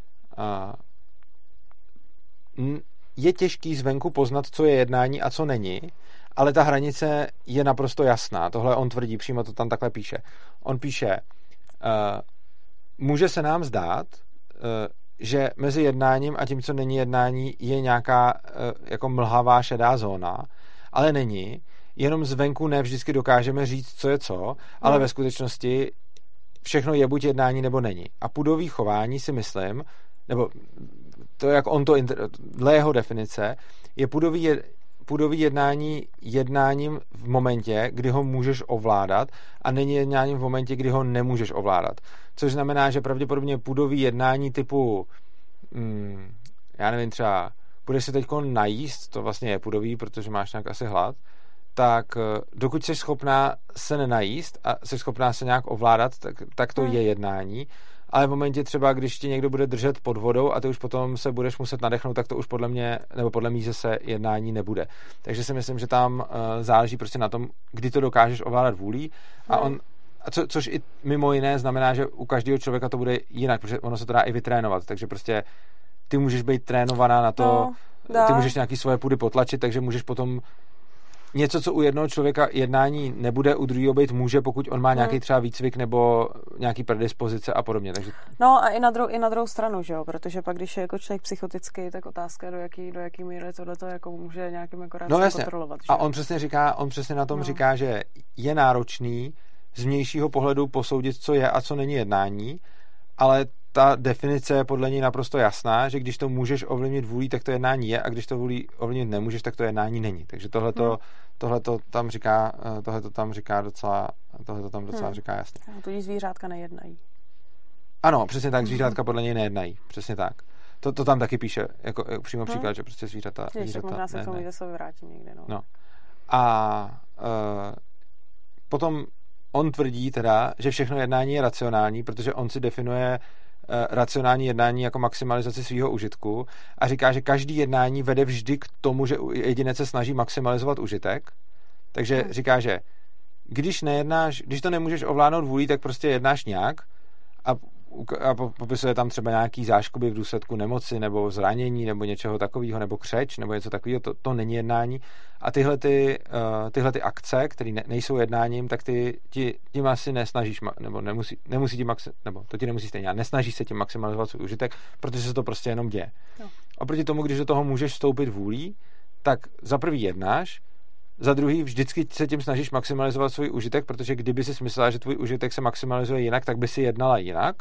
uh, je těžký zvenku poznat, co je jednání a co není, ale ta hranice je naprosto jasná. Tohle on tvrdí, přímo to tam takhle píše. On píše, uh, může se nám zdát, uh, že mezi jednáním a tím, co není jednání, je nějaká uh, jako mlhavá šedá zóna, ale není. Jenom zvenku ne vždycky dokážeme říct, co je co, ale hmm. ve skutečnosti všechno je buď jednání, nebo není. A pudový chování si myslím, nebo to, jak on to, dle jeho definice, je pudový, pudový jednání jednáním v momentě, kdy ho můžeš ovládat a není jednáním v momentě, kdy ho nemůžeš ovládat. Což znamená, že pravděpodobně pudový jednání typu, hmm, já nevím, třeba půjdeš se teďko najíst, to vlastně je pudový, protože máš nějak asi hlad, tak dokud jsi schopná se nenajíst a jsi schopná se nějak ovládat, tak, tak to hmm. je jednání. Ale v momentě třeba, když ti někdo bude držet pod vodou a ty už potom se budeš muset nadechnout, tak to už podle mě, nebo podle mě se jednání nebude. Takže si myslím, že tam uh, záleží prostě na tom, kdy to dokážeš ovládat vůlí. A on, a co, což i mimo jiné znamená, že u každého člověka to bude jinak, protože ono se to dá i vytrénovat. Takže prostě ty můžeš být trénovaná na to, no, ty můžeš nějaký svoje pudy potlačit, takže můžeš potom něco, co u jednoho člověka jednání nebude, u druhého být může, pokud on má hmm. nějaký třeba výcvik nebo nějaký predispozice a podobně. Takže... No a i na, druhou, i na druhou stranu, že jo, protože pak, když je jako člověk psychotický, tak otázka, do jaký, do jaký míry tohleto jako může nějakým jako no, kontrolovat. Že? A on přesně říká, on přesně na tom no. říká, že je náročný z vnějšího pohledu posoudit, co je a co není jednání, ale ta definice je podle něj naprosto jasná, že když to můžeš ovlivnit vůlí, tak to jednání je, a když to vůlí ovlivnit nemůžeš, tak to jednání není. Takže tohleto, hmm. tohleto tam říká, tohleto tam říká docela, tohleto tam docela hmm. říká jasně. A tudíž zvířátka nejednají. Ano, přesně tak, zvířátka podle něj nejednají. Přesně tak. To, to tam taky píše, jako, jako přímo příklad, hmm. že prostě zvířata, Ještě zvířata možná se k tomu se vrátím někde. No. no. A uh, potom on tvrdí teda, že všechno jednání je racionální, protože on si definuje racionální jednání jako maximalizaci svého užitku a říká, že každý jednání vede vždy k tomu, že jedinec se snaží maximalizovat užitek. Takže hmm. říká, že když nejednáš, když to nemůžeš ovládnout vůlí, tak prostě jednáš nějak a, a popisuje tam třeba nějaký záškoby v důsledku nemoci nebo zranění nebo něčeho takového, nebo křeč nebo něco takového, to, to není jednání. A tyhle ty, uh, tyhle ty akce, které ne, nejsou jednáním, tak ty ti, tím asi nesnažíš, nebo nemusí, nemusí tím, nebo to ti nemusí stejně, a nesnažíš se tím maximalizovat svůj užitek, protože se to prostě jenom děje. No. Oproti tomu, když do toho můžeš vstoupit vůlí, tak za prvý jednáš, za druhý vždycky se tím snažíš maximalizovat svůj užitek, protože kdyby si myslela, že tvůj užitek se maximalizuje jinak, tak by si jednala jinak.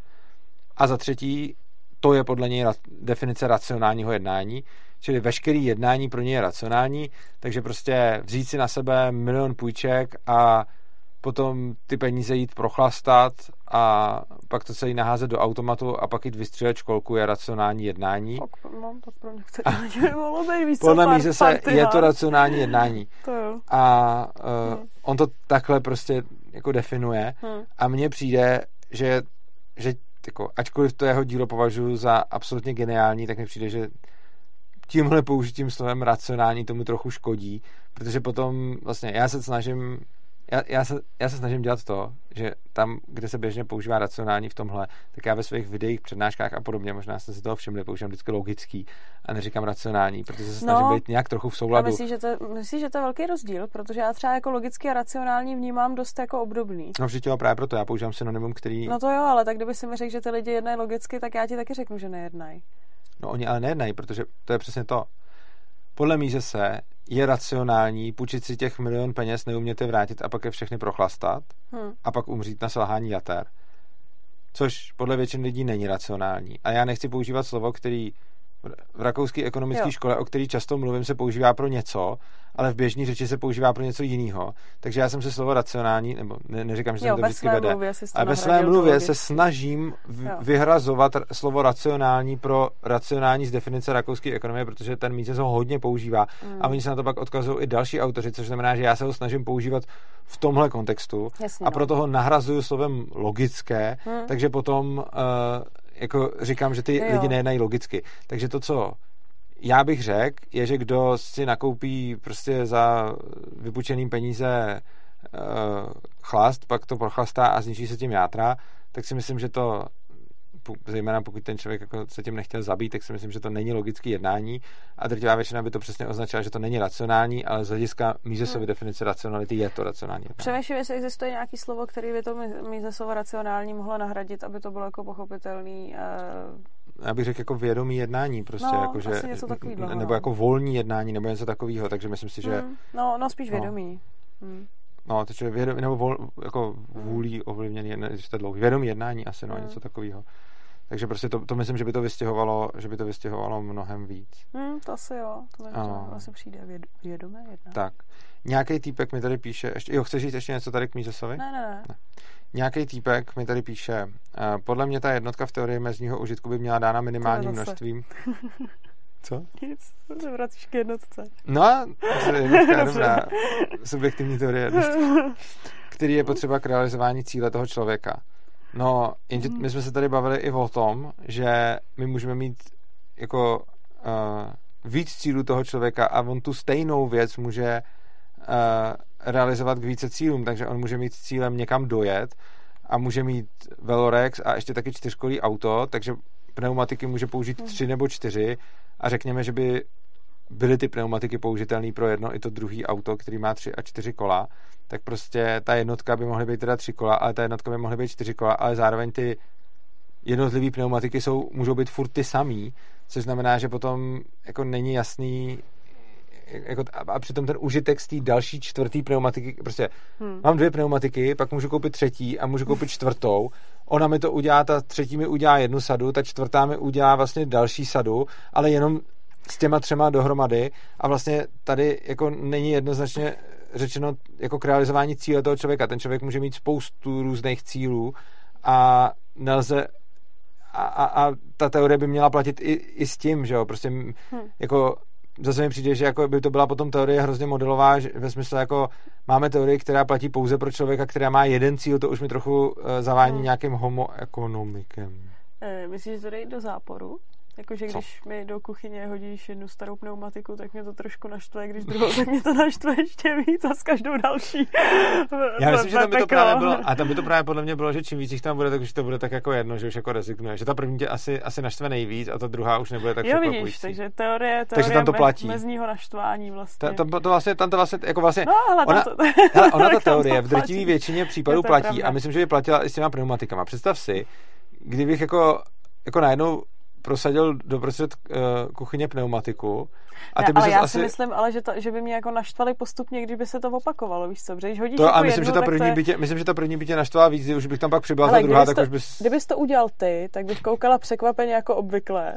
A za třetí, to je podle něj definice racionálního jednání, čili veškerý jednání pro něj je racionální, takže prostě vzít si na sebe milion půjček a potom ty peníze jít prochlastat a pak to celý naházet do automatu a pak jít vystřílet školku je racionální jednání. Tak, mám to pro některé nemohlo být víc. Podle mě se je to racionální jednání. To jo. A uh, hmm. on to takhle prostě jako definuje hmm. a mně přijde, že, že jako, ačkoliv to jeho dílo považuji za absolutně geniální, tak mi přijde, že tímhle použitím slovem racionální tomu trochu škodí, protože potom vlastně já se snažím já, já, se, já se snažím dělat to, že tam, kde se běžně používá racionální v tomhle, tak já ve svých videích, přednáškách a podobně, možná jste si toho všimli, používám vždycky logický a neříkám racionální, protože se snažím no, být nějak trochu v souladu. Myslíš, že to, myslíš, že to je velký rozdíl? Protože já třeba jako logicky a racionální vnímám dost jako obdobný. No vždyť jo, právě proto já používám synonymum, který... No to jo, ale tak kdyby si mi řekl, že ty lidi jednají logicky, tak já ti taky řeknu, že nejednají. No oni ale nejednají, protože to je přesně to. Podle míře se je racionální půjčit si těch milion peněz, neumět je vrátit a pak je všechny prochlastat hmm. a pak umřít na selhání jater. Což podle většiny lidí není racionální. A já nechci používat slovo, který v rakouské ekonomické škole, o který často mluvím, se používá pro něco, ale v běžné řeči se používá pro něco jiného. Takže já jsem se slovo racionální, nebo ne, neříkám, že jo, jsem to vždycky vede, ale ve své mluvě se snažím v, vyhrazovat slovo racionální pro racionální z definice rakouské ekonomie, protože ten Mises ho hodně používá mm. a oni se na to pak odkazují i další autoři, což znamená, že já se ho snažím používat v tomhle kontextu. Jasně, a proto ho nahrazuju slovem logické, mm. takže potom uh, jako říkám, že ty jo. lidi nejednají logicky. Takže to, co já bych řekl, je, že kdo si nakoupí prostě za vypůjčeným peníze uh, chlast, pak to prochlastá a zničí se tím játra, tak si myslím, že to, zejména pokud ten člověk jako se tím nechtěl zabít, tak si myslím, že to není logické jednání a drtivá většina by to přesně označila, že to není racionální, ale z hlediska Misesovy hmm. definice racionality je to racionální jednání. Přemýšlím, jestli existuje nějaký slovo, který by to Misesovo racionální mohlo nahradit, aby to bylo jako pochopitelný. Uh... Já bych řekl jako vědomý jednání, prostě no, jako, že, něco takového, nebo jako volný jednání, nebo něco takového, takže myslím si, že... Hmm. No, no spíš vědomý. No. Hmm. No, takže vědom, nebo vol, jako vůlí ovlivněný, ne, to je dlouhý, vědomí jednání asi, no, hmm. něco takového. Takže prostě to, to myslím, že by to vystěhovalo, že by to vystěhovalo mnohem víc. Hmm, to asi jo, to mi to asi přijde vědomé jednání. Tak. Nějaký týpek mi tady píše, ještě, jo, chceš říct ještě něco tady k Misesovi? Ne, ne, ne. Nějaký týpek mi tady píše, uh, podle mě ta jednotka v teorii mezního užitku by měla dána minimálním množstvím. Co? Nic, se vracíš k jednotce. No, jednotka je dobrá. Subjektivní teorie jednotky. Který je potřeba k realizování cíle toho člověka. No, jenže my jsme se tady bavili i o tom, že my můžeme mít jako uh, víc cílů toho člověka a on tu stejnou věc může uh, realizovat k více cílům, takže on může mít cílem někam dojet a může mít Velorex a ještě taky čtyřkolí auto, takže pneumatiky může použít tři nebo čtyři a řekněme, že by byly ty pneumatiky použitelné pro jedno i to druhý auto, který má tři a čtyři kola, tak prostě ta jednotka by mohly být teda tři kola, ale ta jednotka by mohly být čtyři kola, ale zároveň ty jednotlivé pneumatiky jsou, můžou být furt ty samý, což znamená, že potom jako není jasný jako, a přitom ten užitek z té další čtvrtý pneumatiky, prostě hmm. mám dvě pneumatiky, pak můžu koupit třetí a můžu koupit čtvrtou, ona mi to udělá, ta třetí mi udělá jednu sadu, ta čtvrtá mi udělá vlastně další sadu, ale jenom s těma třema dohromady a vlastně tady jako není jednoznačně řečeno jako k realizování cíle toho člověka. Ten člověk může mít spoustu různých cílů a nelze a, a, a ta teorie by měla platit i, i s tím, že jo, prostě hmm. jako zase mi přijde, že jako by to byla potom teorie hrozně modelová, že ve smyslu jako máme teorii, která platí pouze pro člověka, která má jeden cíl, to už mi trochu uh, zavání hmm. nějakým homoekonomikem. E, myslíš, že to jde do záporu? Jakože když Co? mi do kuchyně hodíš jednu starou pneumatiku, tak mě to trošku naštve, když druhou, tak mě to naštve ještě víc a s každou další. Já myslím, že tam by to právě bylo, a tam by to právě podle mě bylo, že čím víc jich tam bude, tak už to bude tak jako jedno, že už jako rezignuje. Že ta první tě asi, asi naštve nejvíc a ta druhá už nebude tak překvapující. Jo, vidíš, takže teorie, teorie takže tam to platí. mezního naštvání vlastně. Ta, to, to vlastně, tam to vlastně, jako vlastně, no, hele, ona, to, hele, ona ta teorie v drtivé většině případů platí pravda. A myslím, že by platila i s těma pneumatikama. Představ si, kdybych jako, jako najednou prosadil doprostřed uh, kuchyně pneumatiku. A ty ne, ale já asi... si myslím, ale že, to, že by mě jako naštvali postupně, kdyby se to opakovalo, víš co, protože když hodíš to, jako a myslím, jednu, že ta první je... by tě, myslím, že ta první by tě naštvala víc, už bych tam pak přibyla ta druhá, tak to, už bys... Kdybys to udělal ty, tak bych koukala překvapeně jako obvykle.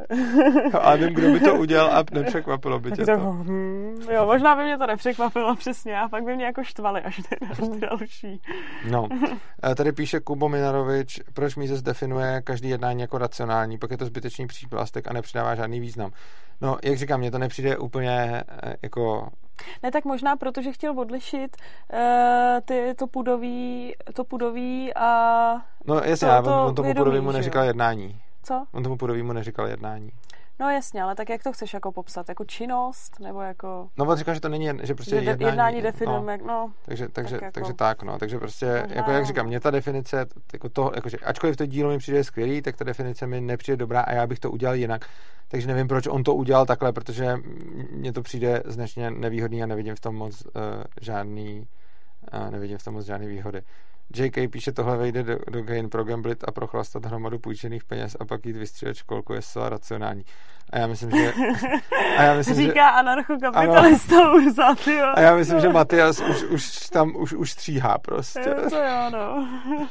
A vím, kdo by to udělal a nepřekvapilo by tě to. Hmm, jo, možná by mě to nepřekvapilo přesně a pak by mě jako štvali až ty, až ty další. No, tady píše Kubo Minarovič, proč Mises definuje každý jednání jako racionální, pak je to zbytečný příplastek a nepřidává žádný význam. No, jak říkám, mně to nepřijde úplně jako... Ne, tak možná protože chtěl odlišit uh, ty, to pudový, to pudový a... No jasně, to, on, on tomu vědomí, pudovýmu neříkal jednání. Co? On tomu pudovýmu neříkal jednání. No jasně, ale tak jak to chceš jako popsat? Jako činnost? Nebo jako... No on říkal, že to není, že prostě že jednání... jednání definujeme, no. no. Takže, takže, tak jako, takže tak, no. Takže prostě, možná, jako jak říkám, mě ta definice, jako to, jakože, ačkoliv to dílo mi přijde skvělý, tak ta definice mi nepřijde dobrá a já bych to udělal jinak. Takže nevím, proč on to udělal takhle, protože mně to přijde značně nevýhodný a nevidím v tom moc uh, žádný, uh, nevidím v tom moc žádný výhody. J K píše, tohle vejde do, do gain pro gamblit a prochlastat hromadu půjčených peněz a pak jít vystřílet školku je zcela racionální. A já myslím, že... A já myslím, říká že, anarchokapitalista Urza, tyjo. A já myslím, no. že Matias už, už tam už, už stříhá prostě. Jo, to jo, no.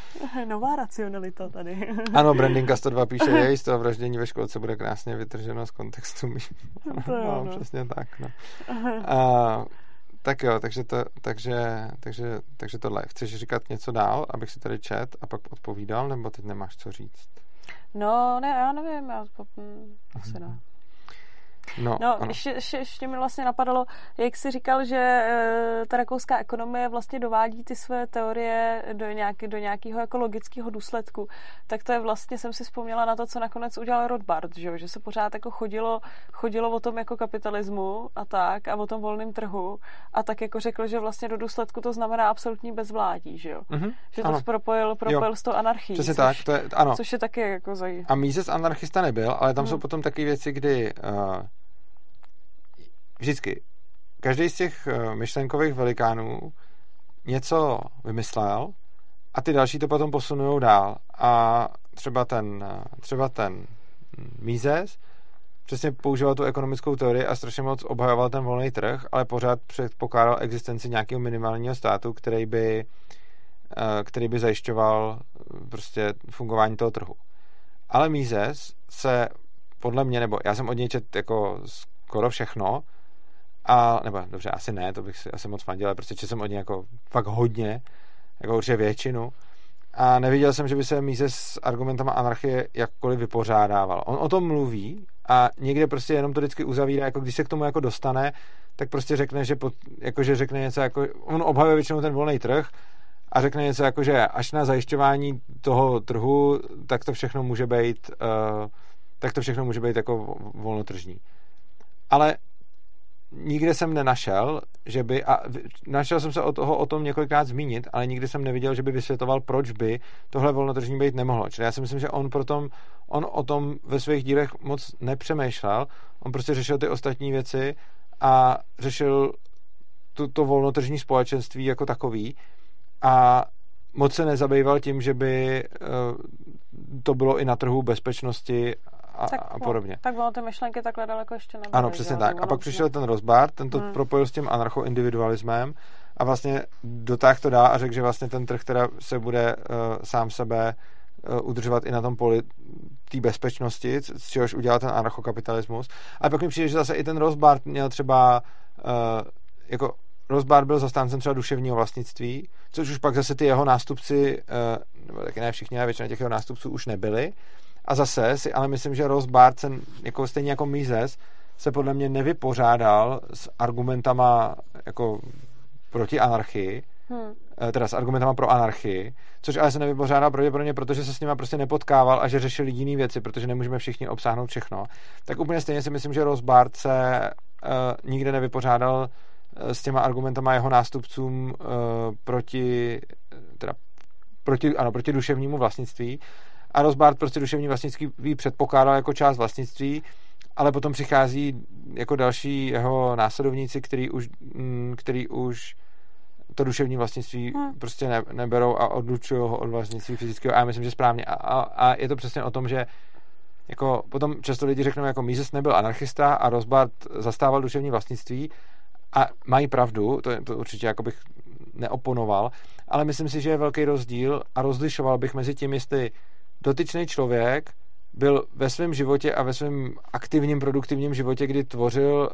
Nová racionalita tady. Ano, Brandinka sto dva píše, jej z toho vraždění ve školce bude krásně vytrženo z kontextu. To jo, no, no. Přesně tak, no. A, tak jo, takže, to, takže, takže, takže tohle. Chceš říkat něco dál, abych si tady čet a pak odpovídal, nebo teď nemáš co říct? No, ne, já nevím, já asi ne. No, no ještě, ještě, ještě mi vlastně napadalo, jak jsi říkal, že e, ta rakouská ekonomie vlastně dovádí ty své teorie do, nějaký, do nějakého jako logického důsledku, tak to je vlastně, jsem si vzpomněla na to, co nakonec udělal Rothbard, že, že se pořád jako chodilo, chodilo o tom jako kapitalismu a tak a o tom volném trhu a tak jako řekl, že vlastně do důsledku to znamená absolutní bezvládí, že jo? Mm-hmm, že to propojil, propojil s tou anarchií. Přesně což, tak, to je, ano. Což je taky jako zajímavé. A Mises anarchista nebyl, ale tam mm. jsou potom taky věci, kdy uh, vždycky každý z těch uh, myšlenkových velikánů něco vymyslel a ty další to potom posunujou dál. A třeba ten, uh, třeba ten Mises přesně používal tu ekonomickou teorii a strašně moc obhajoval ten volný trh, ale pořád předpokládal existenci nějakého minimálního státu, který by, který by zajišťoval prostě fungování toho trhu. Ale Mises se podle mě, nebo já jsem od něj čet jako skoro všechno, a, nebo dobře, asi ne, to bych si asi moc fandil, ale prostě četl jsem od něj jako fakt hodně, jako určitě většinu. A neviděl jsem, že by se Mises s argumentama anarchie jakkoliv vypořádával. On o tom mluví a někde prostě jenom to vždycky uzavírá, jako když se k tomu jako dostane, tak prostě řekne, že, pod, jako, že řekne něco jako, on obhajuje většinou ten volný trh a řekne něco jako, že až na zajišťování toho trhu, tak to všechno může být, uh, tak to všechno může být jako volnotržní. Ale nikde jsem nenašel, že by, a našel jsem se o, toho, o tom několikrát zmínit, ale nikdy jsem neviděl, že by vysvětloval, proč by tohle volnotržní být nemohlo. Čili já si myslím, že on, protom, on o tom ve svých dílech moc nepřemýšlel, on prostě řešil ty ostatní věci a řešil to, to volnotržní společenství jako takový a moc se nezabýval tím, že by to bylo i na trhu bezpečnosti a, tak, a podobně. Tak bylo ty myšlenky takhle daleko ještě nebyly. Ano, přesně tak. A pak přišel ten Rothbard, ten to hmm. propojil s tím anarchoindividualismem a vlastně dotáhl to dál a řekl, že vlastně ten trh teda se bude uh, sám sebe uh, udržovat i na tom poli té bezpečnosti, z čehož udělal ten anarchokapitalismus. A pak mi přijde, že zase i ten Rothbard měl třeba uh, jako Rothbard byl zastáncem třeba duševního vlastnictví, což už pak zase ty jeho nástupci, uh, nebo taky ne všichni, ale většina těch jeho nástupců už nebyli. A zase si ale myslím, že Rothbard se, jako stejně jako Mises, se podle mě nevypořádal s argumentama jako proti anarchii, hmm. teda s argumentama pro anarchii, což ale se nevypořádal pravděpodobně, protože se s nima prostě nepotkával a že řešili jiné věci, protože nemůžeme všichni obsáhnout všechno. Tak úplně stejně si myslím, že Rothbard se uh, nikde nevypořádal uh, s těma argumentama jeho nástupcům uh, proti, teda proti, ano, proti duševnímu vlastnictví. A Rothbard prostě duševní vlastnictví předpokládal jako část vlastnictví, ale potom přichází jako další jeho následovníci, který už, který už to duševní vlastnictví hmm. prostě ne, neberou a odlučují ho od vlastnictví fyzického. A já myslím, že správně. A, a, a je to přesně o tom, že jako potom často lidi řeknou, jako Mises nebyl anarchista a Rothbard zastával duševní vlastnictví a mají pravdu, to, to určitě jako bych neoponoval, ale myslím si, že je velký rozdíl a rozlišoval bych mezi tím, jestli dotyčný člověk byl ve svém životě a ve svém aktivním, produktivním životě, kdy tvořil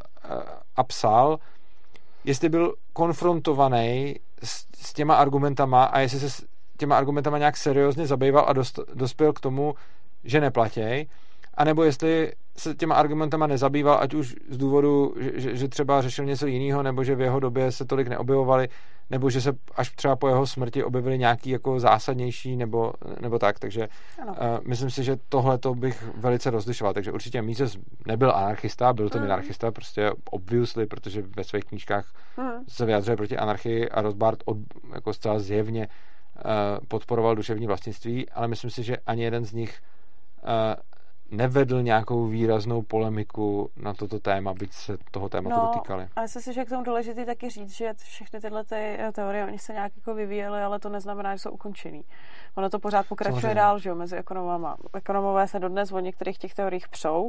a psal, jestli byl konfrontovaný s, s těma argumentama a jestli se s těma argumentama nějak seriózně zabýval a dost, dospěl k tomu, že neplatěj, anebo jestli se těma argumentama nezabýval, ať už z důvodu, že, že třeba řešil něco jiného, nebo že v jeho době se tolik neobjevovaly, nebo že se až třeba po jeho smrti objevily nějaký jako zásadnější, nebo, nebo tak. Takže uh, myslím si, že tohle to bych velice rozlišoval. Takže určitě Mises nebyl anarchista, byl to mm. anarchista, prostě obviously, protože ve svých knížkách mm. se vyjadřuje proti anarchii a Rothbard od, jako zcela zjevně uh, podporoval duševní vlastnictví, ale myslím si, že ani jeden z nich uh, nevedl nějakou výraznou polemiku na toto téma, byť se toho tématu no, dotýkali. Ale myslím si, že k tomu důležitý taky říct, že všechny tyhle ty teorie, oni se nějak jako vyvíjely, ale to neznamená, že jsou ukončený. Ono to pořád pokračuje Samozřejmě. dál, že jo, mezi ekonomama. Ekonomové se dodnes o některých těch teoriích přou,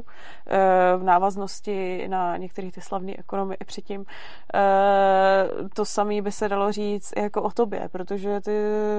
v návaznosti na některých ty slavný ekonomy i předtím. To samé by se dalo říct jako o tobě, protože ty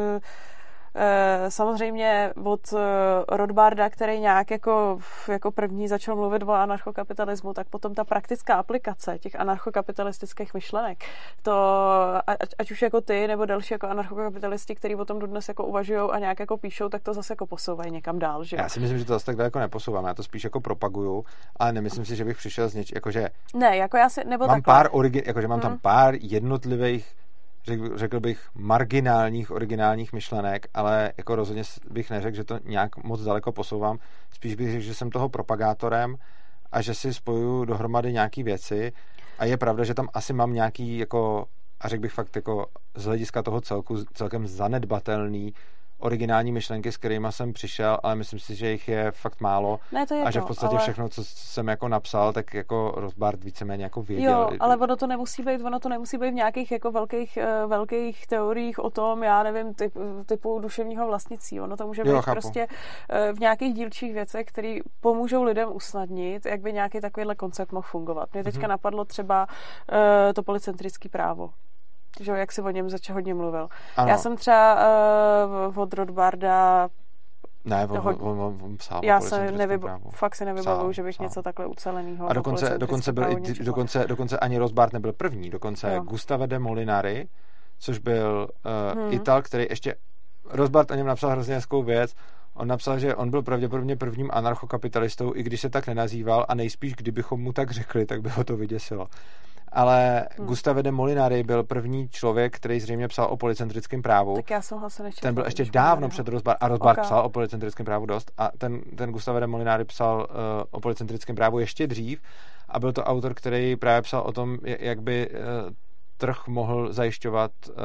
samozřejmě od Rothbarda, který nějak jako, jako první začal mluvit o anarchokapitalismu, tak potom ta praktická aplikace těch anarchokapitalistických myšlenek, to ať, ať už jako ty, nebo další jako anarchokapitalisti, kteří o tom dodnes jako uvažují a nějak jako píšou, tak to zase jako posouvají někam dál, že? Já si myslím, že to zase tak daleko neposouvám, já to spíš jako propaguju, ale nemyslím si, že bych přišel z něč, jakože ne, jako já si, nebo mám takhle. pár origi, jakože mám hmm. tam pár jednotlivých Řekl, řekl bych marginálních, originálních myšlenek, ale jako rozhodně bych neřekl, že to nějak moc daleko posouvám. Spíš bych řekl, že jsem toho propagátorem a že si spojuju dohromady nějaký věci a je pravda, že tam asi mám nějaký jako, a řekl bych fakt jako z hlediska toho celku celkem zanedbatelný originální myšlenky, s kterými jsem přišel, ale myslím si, že jich je fakt málo. Ne, to je a že v to, podstatě ale... všechno, co jsem jako napsal, tak jako Rothbard víceméně jako věděl. Jo, ale ono to nemusí být, ono to nemusí být v nějakých jako velkých, velkých teoriích o tom, já nevím, typ, typu duševního vlastnictví. Ono to může být jo, prostě v nějakých dílčích věcech, které pomůžou lidem usnadnit, jak by nějaký takovýhle koncept mohl fungovat. Mě teďka mm-hmm. napadlo třeba uh, to polycentrické právo. Že jak si o něm začal hodně mluvil. Ano. Já jsem třeba uh, od Rothbarda ne, on, on, on, on, on psal já se nevyba- fakt se nevybavuju, že bych psal. Něco takhle uceleného. A dokonce, dokonce, byl i, dokonce, dokonce ani Rothbard nebyl první. Dokonce jo. Gustave de Molinari, což byl uh, hmm. Ital, který ještě Rothbard o něm napsal hrozně hezkou věc. On napsal, že on byl pravděpodobně prvním anarchokapitalistou, i když se tak nenazýval a nejspíš, kdybychom mu tak řekli, tak by ho to vyděsilo. Ale hmm. Gustave de Molinari byl první člověk, který zřejmě psal o polycentrickém právu. Tak já jsem ho se nečetl. Ten byl ještě dávno před Rothbard a Rothbard okay. psal o polycentrickém právu dost a ten, ten Gustave de Molinari psal uh, o polycentrickém právu ještě dřív a byl to autor, který právě psal o tom, jak by uh, trh mohl zajišťovat uh,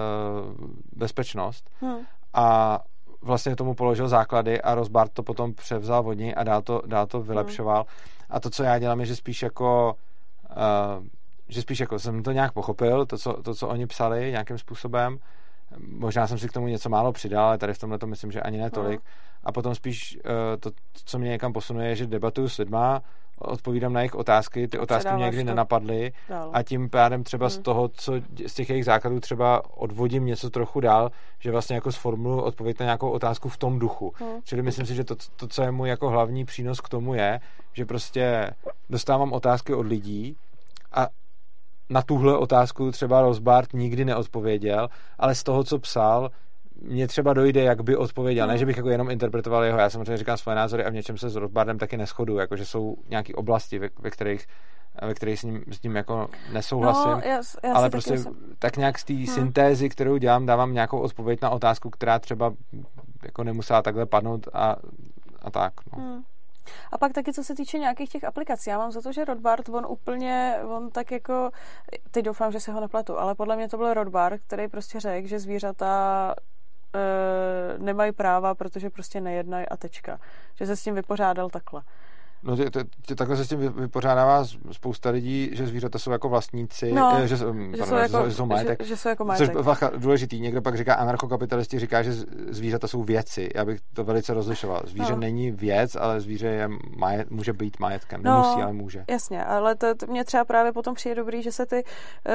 bezpečnost hmm. a vlastně tomu položil základy a Rothbard to potom převzal od něj a dál to, dál to vylepšoval. Hmm. A to, co já dělám, je, že spíš jako uh, že spíš jako jsem to nějak pochopil, to co, to, co oni psali nějakým způsobem. Možná jsem si k tomu něco málo přidal, ale tady v tomhle to myslím, že ani ne tolik. A potom spíš uh, to, co mě někam posunuje, je, že debatuju s lidma, odpovídám na jejich otázky, ty otázky mě někdy nenapadly a tím pádem třeba hmm. z toho, co z těch jejich základů třeba odvodím něco trochu dál, že vlastně jako sformuluji odpověď na nějakou otázku v tom duchu. Hmm. Čili myslím si, že to, to, co je můj jako hlavní přínos k tomu je, že prostě dostávám otázky od lidí a na tuhle otázku třeba Rothbard nikdy neodpověděl, ale z toho, co psal, mně třeba dojde, jak by odpověděl. Ne, že bych jako jenom interpretoval jeho, já samozřejmě říkám svoje názory a v něčem se s Rothbardem taky neshoduju, jakože jsou nějaké oblasti, ve, ve kterých ve kterých s ním, s ním jako nesouhlasím, no, já, já ale prostě jsem... tak nějak z té hmm. syntézy, kterou dělám, dávám nějakou odpověď na otázku, která třeba jako nemusela takhle padnout a, a tak. No. Hmm. A pak taky, co se týče nějakých těch aplikací, já mám za to, že Rothbard, on úplně, on tak jako, teď doufám, že se ho nepletu, ale podle mě to byl Rothbard, který prostě řekl, že zvířata e, nemají práva, protože prostě nejednají a tečka. Že se s tím vypořádal takhle. No, tě, tě, tě, takhle se s tím vypořádává spousta lidí, že zvířata jsou jako vlastníci, no, že, že, že, jsou jako, že jsou majetek. Že, že jsou jako majetek. Což je důležitý. Někdo pak říká, anarchokapitalisti říká, že zvířata jsou věci. Já bych to velice rozlišoval. Zvíře no. není věc, ale zvíře je majet, může být majetkem. No, nemusí, ale může. Jasně, ale to, to mě třeba právě potom přijde dobrý, že se ty uh,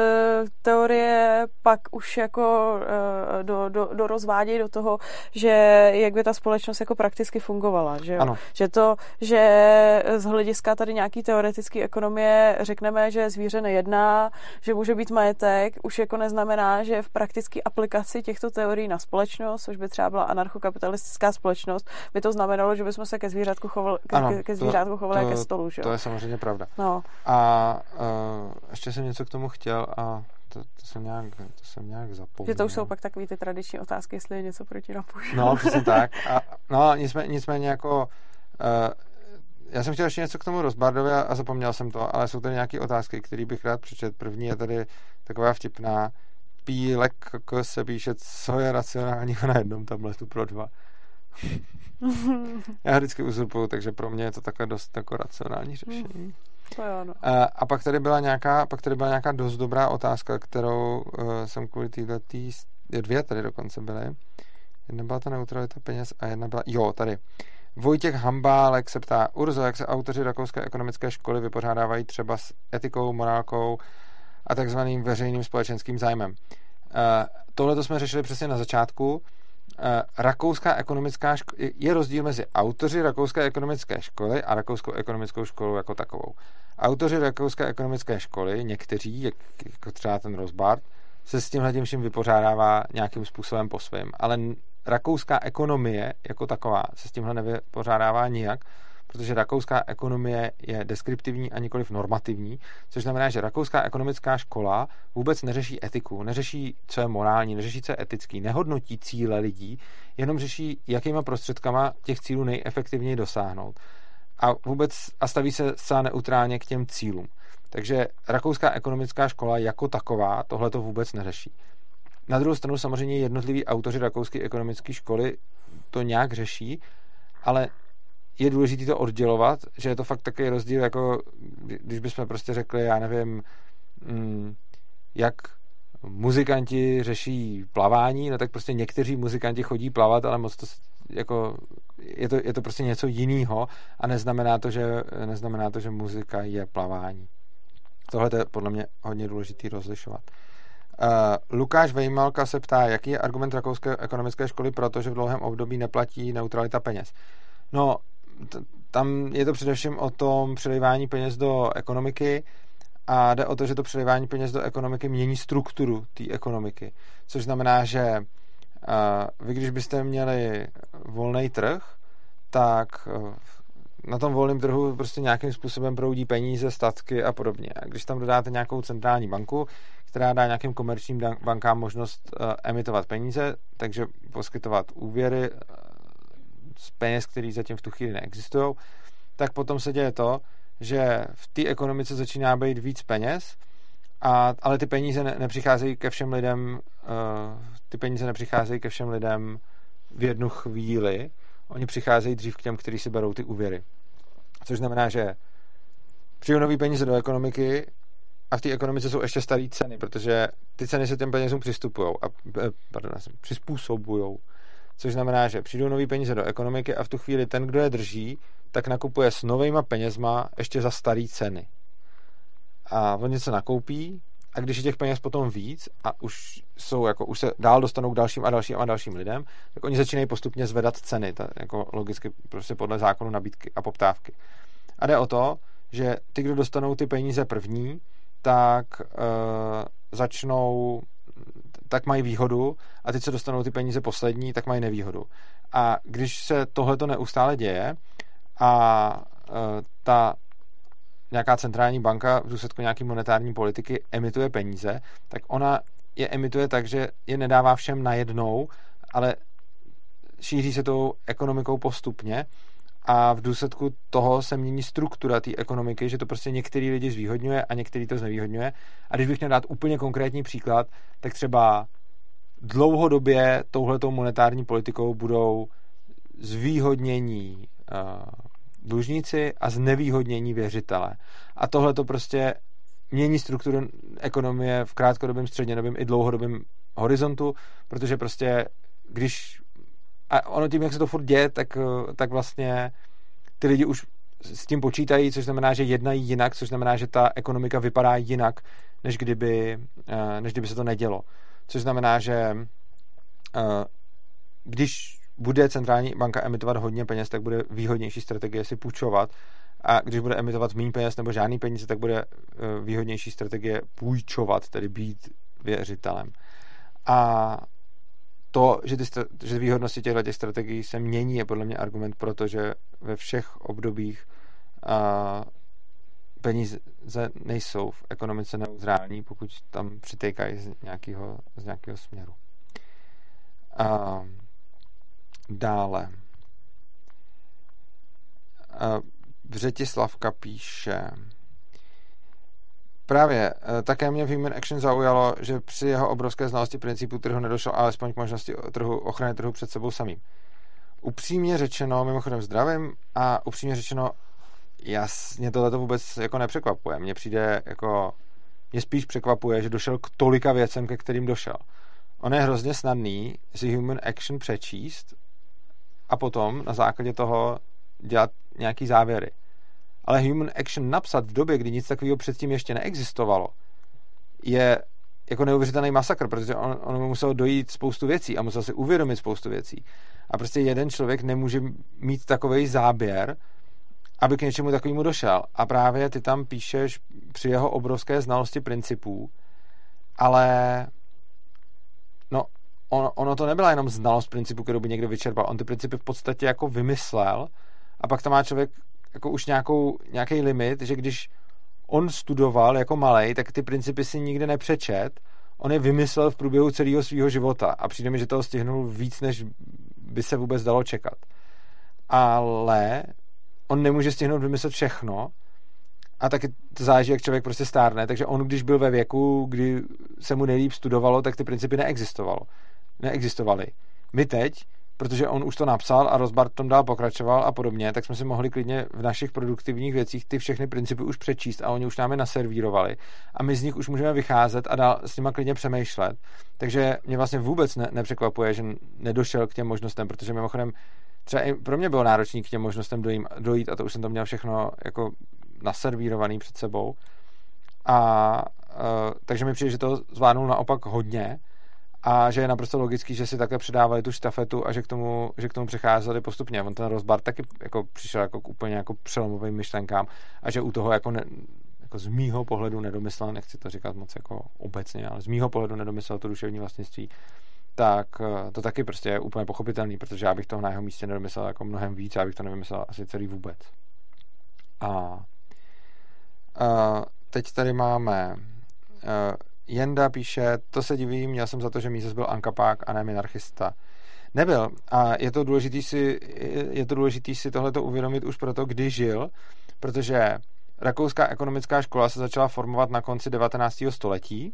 teorie pak už jako uh, do, do, do rozvádějí do toho, že jak by ta společnost jako prakticky fungovala. Že, jo? Že to, že z hlediska tady nějaký teoretické ekonomie řekneme, že zvíře nejedná, že může být majetek, už jako neznamená, že v praktické aplikaci těchto teorií na společnost, což by třeba byla anarchokapitalistická společnost, by to znamenalo, že bychom se ke zvířátku chovali, ke, ano, ke zvířátku to, chovali to, ke stolu. Že? To je samozřejmě pravda. No. A uh, ještě jsem něco k tomu chtěl a to, to, jsem, nějak, to jsem nějak zapomněl. Že to už jsou pak takový ty tradiční otázky, jestli je něco proti rapuši. No, přesně tak. A, no, nicméně, nicméně jako uh, já jsem chtěl ještě něco k tomu Rothbardovi a zapomněl jsem to, ale jsou tady nějaké otázky, které bych rád přečet. První je tady taková vtipná. Pílek se píše, co je racionálního na jednom tabletu pro dva. Já vždycky uzurpuju, takže pro mě je to takové dost jako racionální řešení. To jo, no. A, a pak tady byla nějaká, pak tady byla nějaká dost dobrá otázka, kterou uh, jsem kvůli týhletý, dvě tady dokonce byly. Jedna byla ta neutralita peněz a jedna byla, jo, tady. Vojtěch Hambálek se ptá, Urzo, jak se autoři rakouské ekonomické školy vypořádávají třeba s etikou, morálkou a takzvaným veřejným společenským zájmem. Uh, Tohle to jsme řešili přesně na začátku. Uh, rakouská ekonomická škola, je rozdíl mezi autoři rakouské ekonomické školy a rakouskou ekonomickou školou jako takovou. Autoři rakouské ekonomické školy, někteří, jak, jako třeba ten Rothbard, se s tímhle tím vším vypořádává nějakým způsobem po svém, ale rakouská ekonomie jako taková se s tímhle nevypořádává nijak, protože rakouská ekonomie je deskriptivní a nikoliv normativní, což znamená, že rakouská ekonomická škola vůbec neřeší etiku, neřeší, co je morální, neřeší, co je etický, nehodnotí cíle lidí, jenom řeší, jakýma prostředkama těch cílů nejefektivněji dosáhnout. A vůbec a staví se zcela neutrálně k těm cílům. Takže rakouská ekonomická škola jako taková tohle to vůbec neřeší. Na druhou stranu samozřejmě jednotliví autoři rakouské ekonomické školy to nějak řeší, ale je důležité to oddělovat, že je to fakt takový rozdíl, jako když bychom prostě řekli, já nevím, jak muzikanti řeší plavání, no tak prostě někteří muzikanti chodí plavat, ale moc to jako je to, je to prostě něco jiného a neznamená to, že, neznamená to, že muzika je plavání. Tohle je podle mě hodně důležitý rozlišovat. Uh, Lukáš Vejmalka se ptá, jaký je argument rakouské ekonomické školy pro to, že v dlouhém období neplatí neutralita peněz. No, t- tam je to především o tom přelivání peněz do ekonomiky a jde o to, že to přelivání peněz do ekonomiky mění strukturu té ekonomiky. Což znamená, že uh, vy, když byste měli volný trh, tak uh, na tom volném trhu prostě nějakým způsobem proudí peníze, statky a podobně. A když tam dodáte nějakou centrální banku, která dá nějakým komerčním bankám možnost uh, emitovat peníze, takže poskytovat úvěry uh, z peněz, které zatím v tu chvíli neexistují, tak potom se děje to, že v té ekonomice začíná být víc peněz, a, ale ty peníze ne, nepřicházejí ke všem lidem, uh, ty peníze nepřicházejí ke všem lidem v jednu chvíli. Oni přicházejí dřív k těm, kteří si berou ty úvěry. Což znamená, že přijdou nový peníze do ekonomiky a v té ekonomice jsou ještě staré ceny, protože ty ceny se těm penězům přistupujou a pardon, přizpůsobujou. Což znamená, že přijdou nový peníze do ekonomiky a v tu chvíli ten, kdo je drží, tak nakupuje s novejma penězma ještě za staré ceny. A on něco nakoupí a když je těch peněz potom víc a už jsou jako už se dál dostanou k dalším a dalším a dalším lidem, tak oni začínají postupně zvedat ceny, ta, jako logicky prostě podle zákonu nabídky a poptávky. A jde o to, že ty, kdo dostanou ty peníze první, tak e, začnou tak mají výhodu a ty, co dostanou ty peníze poslední, tak mají nevýhodu. A když se tohleto neustále děje a e, ta nějaká centrální banka v důsledku nějaké monetární politiky emituje peníze, tak ona je emituje tak, že je nedává všem najednou, ale šíří se tou ekonomikou postupně a v důsledku toho se mění struktura té ekonomiky, že to prostě některý lidi zvýhodňuje a některý to znevýhodňuje. A když bych měl dát úplně konkrétní příklad, tak třeba dlouhodobě touhletou monetární politikou budou zvýhodnění uh, dlužníci a znevýhodnění věřitele. A tohle to prostě mění strukturu ekonomie v krátkodobém, střednědobém i dlouhodobém horizontu, protože prostě když a ono tím, jak se to furt děje, tak, tak vlastně ty lidi už s tím počítají, což znamená, že jednají jinak, což znamená, že ta ekonomika vypadá jinak, než kdyby, než kdyby se to nedělo. Což znamená, že když bude centrální banka emitovat hodně peněz, tak bude výhodnější strategie si půjčovat, a když bude emitovat méně peněz nebo žádný peníze, tak bude výhodnější strategie půjčovat, tedy být věřitelem. A to, že, ty, že výhodnosti těchto strategií se mění, je podle mě argument pro to, že ve všech obdobích a, peníze nejsou v ekonomice neutrální, pokud tam přitékají z nějakého, z nějakého směru. A, dále. A, Břetislavka píše: Právě, také mě v Human Action zaujalo, že při jeho obrovské znalosti principů trhu nedošlo alespoň k možnosti trhu, ochrany trhu před sebou samým. Upřímně řečeno, mimochodem zdravím, a upřímně řečeno, jasně tohleto vůbec jako nepřekvapuje. Mně přijde jako, mě spíš překvapuje, že došel k tolika věcem, ke kterým došel. On je hrozně snadný si Human Action přečíst a potom na základě toho dělat nějaký závěry. Ale Human Action napsat v době, kdy nic takového předtím ještě neexistovalo, je jako neuvěřitelný masakr, protože on, on musel dojít spoustu věcí a musel si uvědomit spoustu věcí. A prostě jeden člověk nemůže mít takovej záběr, aby k něčemu takovému došel. A právě ty tam píšeš při jeho obrovské znalosti principů, ale no, on, ono to nebyla jenom znalost principů, kterou by někdo vyčerpal. On ty principy v podstatě jako vymyslel a pak tam má člověk jako už nějakou, nějaký limit, že když on studoval jako malej, tak ty principy si nikdy nepřečet, on je vymyslel v průběhu celého svého života a přijde mi, že toho stihnul víc, než by se vůbec dalo čekat. Ale on nemůže stihnout vymyslet všechno a taky to záleží, jak člověk prostě stárne, takže on, když byl ve věku, kdy se mu nejlíp studovalo, tak ty principy neexistovalo. Neexistovaly. My teď, protože on už to napsal a Rothbard tom dál pokračoval a podobně, tak jsme si mohli klidně v našich produktivních věcích ty všechny principy už přečíst a oni už nám je naservírovali a my z nich už můžeme vycházet a dál s nima klidně přemýšlet. Takže mě vlastně vůbec ne- nepřekvapuje, že nedošel k těm možnostem, protože mimochodem třeba i pro mě bylo náročný k těm možnostem dojím, dojít a to už jsem to měl všechno jako naservírovaný před sebou. A uh, takže mi přijde, že to zvládnul naopak hodně a že je naprosto logický, že si takhle předávali tu štafetu a že k tomu, že k tomu přecházeli postupně. On ten Rothbard taky jako přišel jako k úplně jako přelomovým myšlenkám a že u toho jako, ne, jako z mýho pohledu nedomyslel, nechci to říkat moc jako obecně, ale z mýho pohledu nedomyslel to duševní vlastnictví, tak to taky prostě je úplně pochopitelný, protože já bych toho na jeho místě nedomyslel jako mnohem víc, já bych to nevymyslel asi celý vůbec. A, a teď tady máme a, Jenda píše, to se divím, měl jsem za to, že Mises byl ankapák a ne minarchista. Nebyl. A je to důležitý si, je to důležitý si tohleto uvědomit už proto, kdy žil, protože rakouská ekonomická škola se začala formovat na konci devatenáctého století.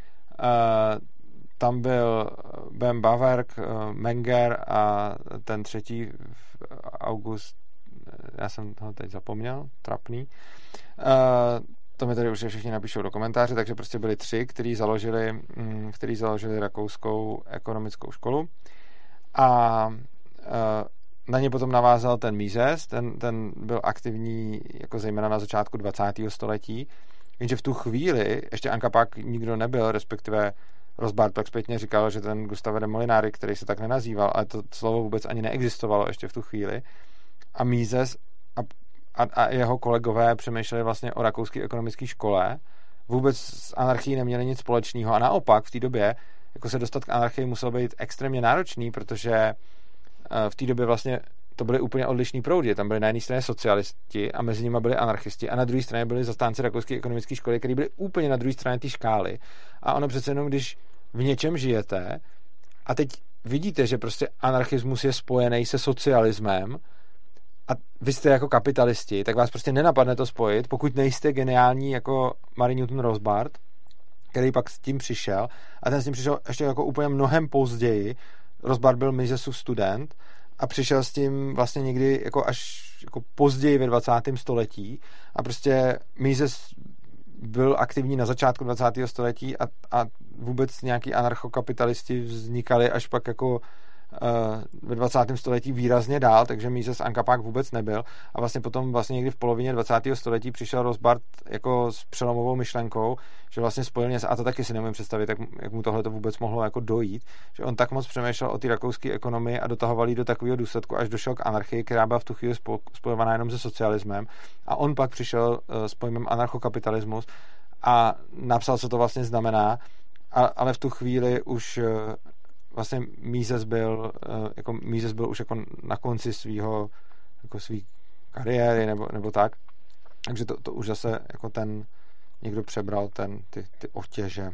Tam byl Ben Bawerk, Menger a ten třetí August, já jsem ho teď zapomněl, trapný. To mi tady už všichni napíšou do komentáře, takže prostě byli tři, kteří založili, kteří založili rakouskou ekonomickou školu a na ně potom navázal ten Mises, ten, ten byl aktivní jako zejména na začátku dvacátého století, jenže v tu chvíli ještě ankapák nikdo nebyl, respektive Rothbard pak zpětně říkal, že ten Gustave de Molinari, který se tak nenazýval, ale to slovo vůbec ani neexistovalo ještě v tu chvíli a Mises a A, a jeho kolegové přemýšleli vlastně o rakouské ekonomické škole. Vůbec s anarchií neměli nic společného a naopak v té době jako se dostat k anarchii muselo být extrémně náročný, protože v té době vlastně to byly úplně odlišný proudy. Tam byli na jedné straně socialisti a mezi nimi byli anarchisti a na druhé straně byli zastánci rakouské ekonomické školy, kteří byli úplně na druhé straně té škály. A ono přece jenom, když v něčem žijete a teď vidíte, že prostě anarchismus je spojený se socialismem, a vy jste jako kapitalisti, tak vás prostě nenapadne to spojit, pokud nejste geniální jako Marie Newton Rothbard, který pak s tím přišel a ten s tím přišel ještě jako úplně mnohem později. Rothbard byl Misesův student a přišel s tím vlastně někdy jako až jako později ve dvacátém století a prostě Mises byl aktivní na začátku dvacátého století a, a vůbec nějaký anarchokapitalisti vznikali až pak jako ve dvacátém století výrazně dál, takže Mises ankapák vůbec nebyl a vlastně potom vlastně někdy v polovině dvacátého století přišel Rothbard jako s přelomovou myšlenkou, že vlastně spojil něco, a to taky si nemůžu představit, jak, jak mu tohle to vůbec mohlo jako dojít, že on tak moc přemýšlel o té rakouské ekonomii a dotahoval jí do takového důsledku, až došel k anarchii, která byla v tu chvíli spojovaná jenom se socialismem a on pak přišel s pojmem anarchokapitalismus a napsal, co to vlastně znamená, a, ale v tu chvíli už vlastně Mises byl, jako Mises byl už jako na konci svýho, jako svý kariéry nebo, nebo tak. Takže to, to už zase jako ten někdo přebral ten, ty, ty otěže.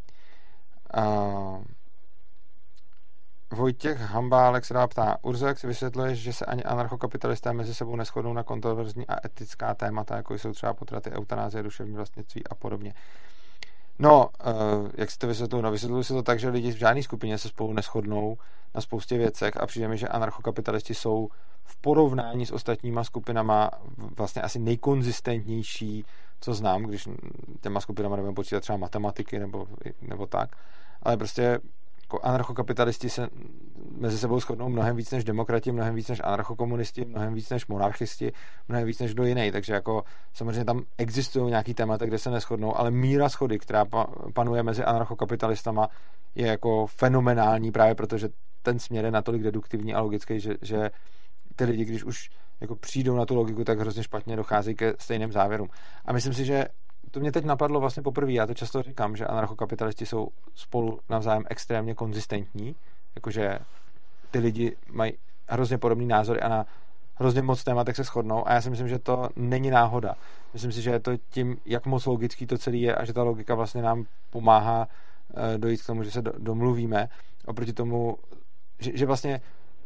Uh, Vojtěch Hambálek se dá ptá, Urzo, jak si vysvětluješ, že se ani anarchokapitalisté mezi sebou neshodnou na kontroverzní a etická témata, jako jsou třeba potraty, eutanázie, duševní vlastnictví a podobně. No, jak si to vysvětluji? No, vysvětluji si to tak, že lidi v žádné skupině se spolu neshodnou na spoustě věcech a přijde mi, že anarchokapitalisti jsou v porovnání s ostatníma skupinama vlastně asi nejkonzistentnější, co znám, když těma skupinama nebudeme počítat třeba matematiky nebo, nebo tak, ale prostě jako anarchokapitalisti se mezi sebou shodnou mnohem víc než demokrati, mnohem víc než anarchokomunisti, mnohem víc než monarchisti, mnohem víc než kdo jiný. Takže jako samozřejmě tam existují nějaký témata, kde se neshodnou, ale míra shody, která panuje mezi anarchokapitalistama, je jako fenomenální právě protože ten směr je natolik deduktivní a logický, že, že ty lidi, když už jako přijdou na tu logiku, tak hrozně špatně docházejí ke stejným závěrům. A myslím si, že to mě teď napadlo vlastně poprvé, já to často říkám, že anarchokapitalisti jsou spolu navzájem extrémně konzistentní, jakože ty lidi mají hrozně podobný názory a na hrozně moc tématech se shodnou a já si myslím, že to není náhoda. Myslím si, že je to tím, jak moc logický to celý je a že ta logika vlastně nám pomáhá dojít k tomu, že se domluvíme oproti tomu, že, že vlastně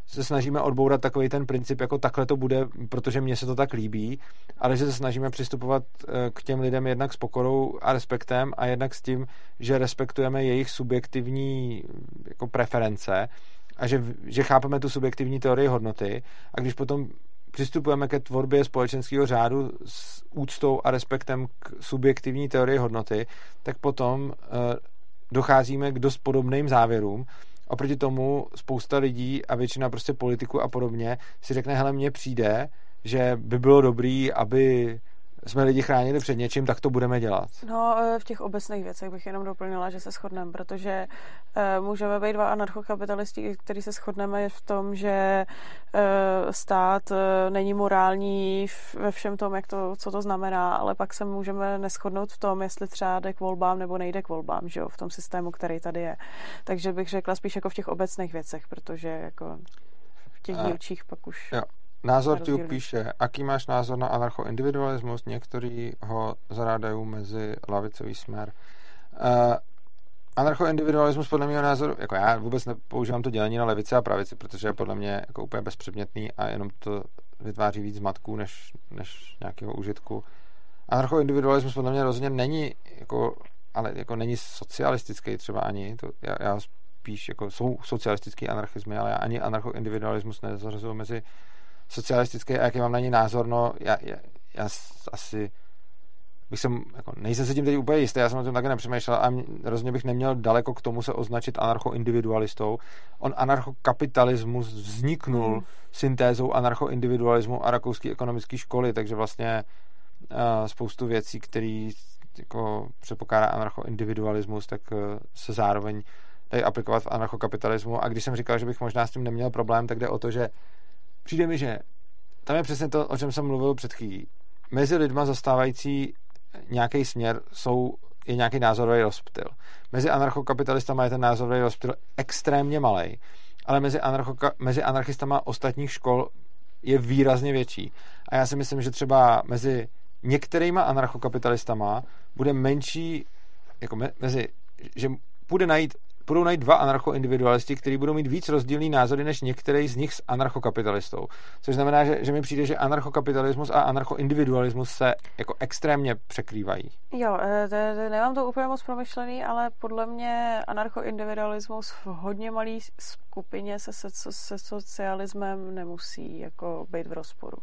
se snažíme odbourat takový ten princip, jako takhle to bude, protože mně se to tak líbí, ale že se snažíme přistupovat k těm lidem jednak s pokorou a respektem a jednak s tím, že respektujeme jejich subjektivní jako preference a že, že chápeme tu subjektivní teorii hodnoty a když potom přistupujeme ke tvorbě společenského řádu s úctou a respektem k subjektivní teorii hodnoty, tak potom uh, docházíme k dost podobným závěrům. Oproti tomu spousta lidí a většina prostě politiků a podobně si řekne, hele, mně přijde, že by bylo dobrý, aby jsme lidi chránili před něčím, tak to budeme dělat. No, v těch obecných věcech bych jenom doplnila, že se shodneme, protože uh, můžeme být dva anarchokapitalisti, kteří se shodneme v tom, že uh, stát uh, není morální ve všem tom, jak to, co to znamená, ale pak se můžeme neshodnout v tom, jestli třeba jde k volbám nebo nejde k volbám, že jo, v tom systému, který tady je. Takže bych řekla spíš jako v těch obecných věcech, protože jako v těch dílčích pak už... Jo. Názor Tube píše, aký máš názor na anarchoindividualismus? Někteří ho zarádají mezi lavicový směr. Uh, anarchoindividualismus podle mého názoru, jako já vůbec nepoužívám to dělení na levici a pravici, protože je podle mě jako úplně bezpředmětný a jenom to vytváří víc zmatků než, než nějakého užitku. Anarchoindividualismus podle mě rozhodně není jako, ale jako není socialistický třeba ani. To, já, já spíš jako jsou socialistický anarchismy, ale já ani anarchoindividualismus nezařazuju mezi socialistický a jaký mám na ní názor, no já, já, já asi bych jsem, jako, nejsem se tím teď úplně jistý, já jsem o tom taky nepřemýšlel a rozhodně bych neměl daleko k tomu se označit anarchoindividualistou. On anarchokapitalismus vzniknul hmm. syntézou anarchoindividualismu a rakouské ekonomické školy, takže vlastně uh, spoustu věcí, které jako předpokládá anarchoindividualismus, tak uh, se zároveň dají aplikovat v anarchokapitalismu a když jsem říkal, že bych možná s tím neměl problém, tak jde o to, že přijde mi, že tam je přesně to, o čem jsem mluvil před chvílí. Mezi lidma zastávající nějaký směr jsou, je nějaký názorový rozptyl. Mezi anarchokapitalistama je ten názorový rozptyl extrémně malej, ale mezi, anarchoka, mezi anarchistama ostatních škol je výrazně větší. A já si myslím, že třeba mezi některýma anarchokapitalistama bude menší, jako me, mezi, že bude najít budou najít dva anarchoindividualisti, kteří budou mít víc rozdílný názory než některý z nich s anarchokapitalistou. Což znamená, že, že mi přijde, že anarchokapitalismus a anarchoindividualismus se jako extrémně překrývají. Jo, nemám to úplně moc promyšlený, ale podle mě anarchoindividualismus v hodně malý skupině se, se, se socialismem nemusí jako být v rozporu.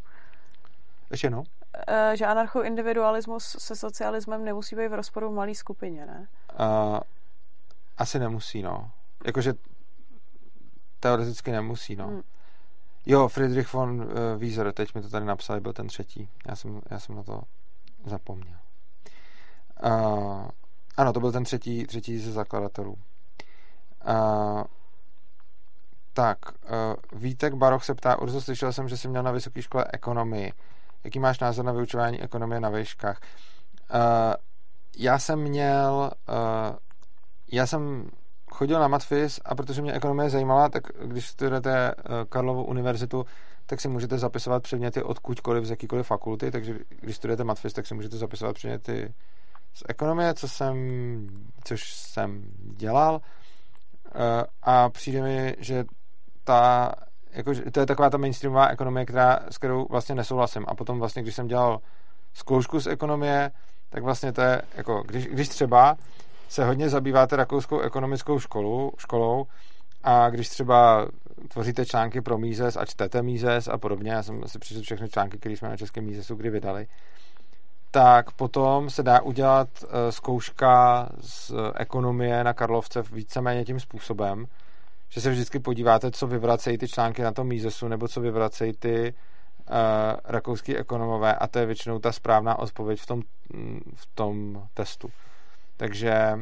Ještě no? Že anarchoindividualismus se socialismem nemusí být v rozporu v malý skupině, ne? Uh... Asi nemusí, no. Jakože teoreticky nemusí, no. Hmm. Jo, Friedrich von uh, Wieser, teď mi to tady napsali, byl ten třetí. Já jsem, já jsem na to zapomněl. Uh, ano, to byl ten třetí, třetí ze zakladatelů. Uh, tak, uh, Vítek Baroch se ptá, Urzo, slyšel jsem, že jsi měl na vysoké škole ekonomii. Jaký máš názor na vyučování ekonomie na výškách? Uh, já jsem měl... Uh, Já jsem chodil na matfis a protože mě ekonomie zajímala, tak když studujete Karlovu univerzitu, tak si můžete zapisovat předměty odkudkoliv z jakýkoliv fakulty, takže když studujete matfis, tak si můžete zapisovat předměty z ekonomie, co jsem, což jsem dělal a přijde mi, že ta, jako, to je taková ta mainstreamová ekonomie, která, s kterou vlastně nesouhlasím a potom vlastně, když jsem dělal zkoušku z ekonomie, tak vlastně to je, jako, když, když třeba se hodně zabýváte rakouskou ekonomickou školu, školou a když třeba tvoříte články pro Mises a čtete Mises a podobně, já jsem si přečetl všechny články, které jsme na českém Misesu kdy vydali, tak potom se dá udělat uh, zkouška z ekonomie na Karlovce víceméně tím způsobem, že se vždycky podíváte, co vyvracejí ty články na tom Misesu nebo co vyvracejí ty uh, rakouský ekonomové a to je většinou ta správná odpověď v tom, v tom testu. Takže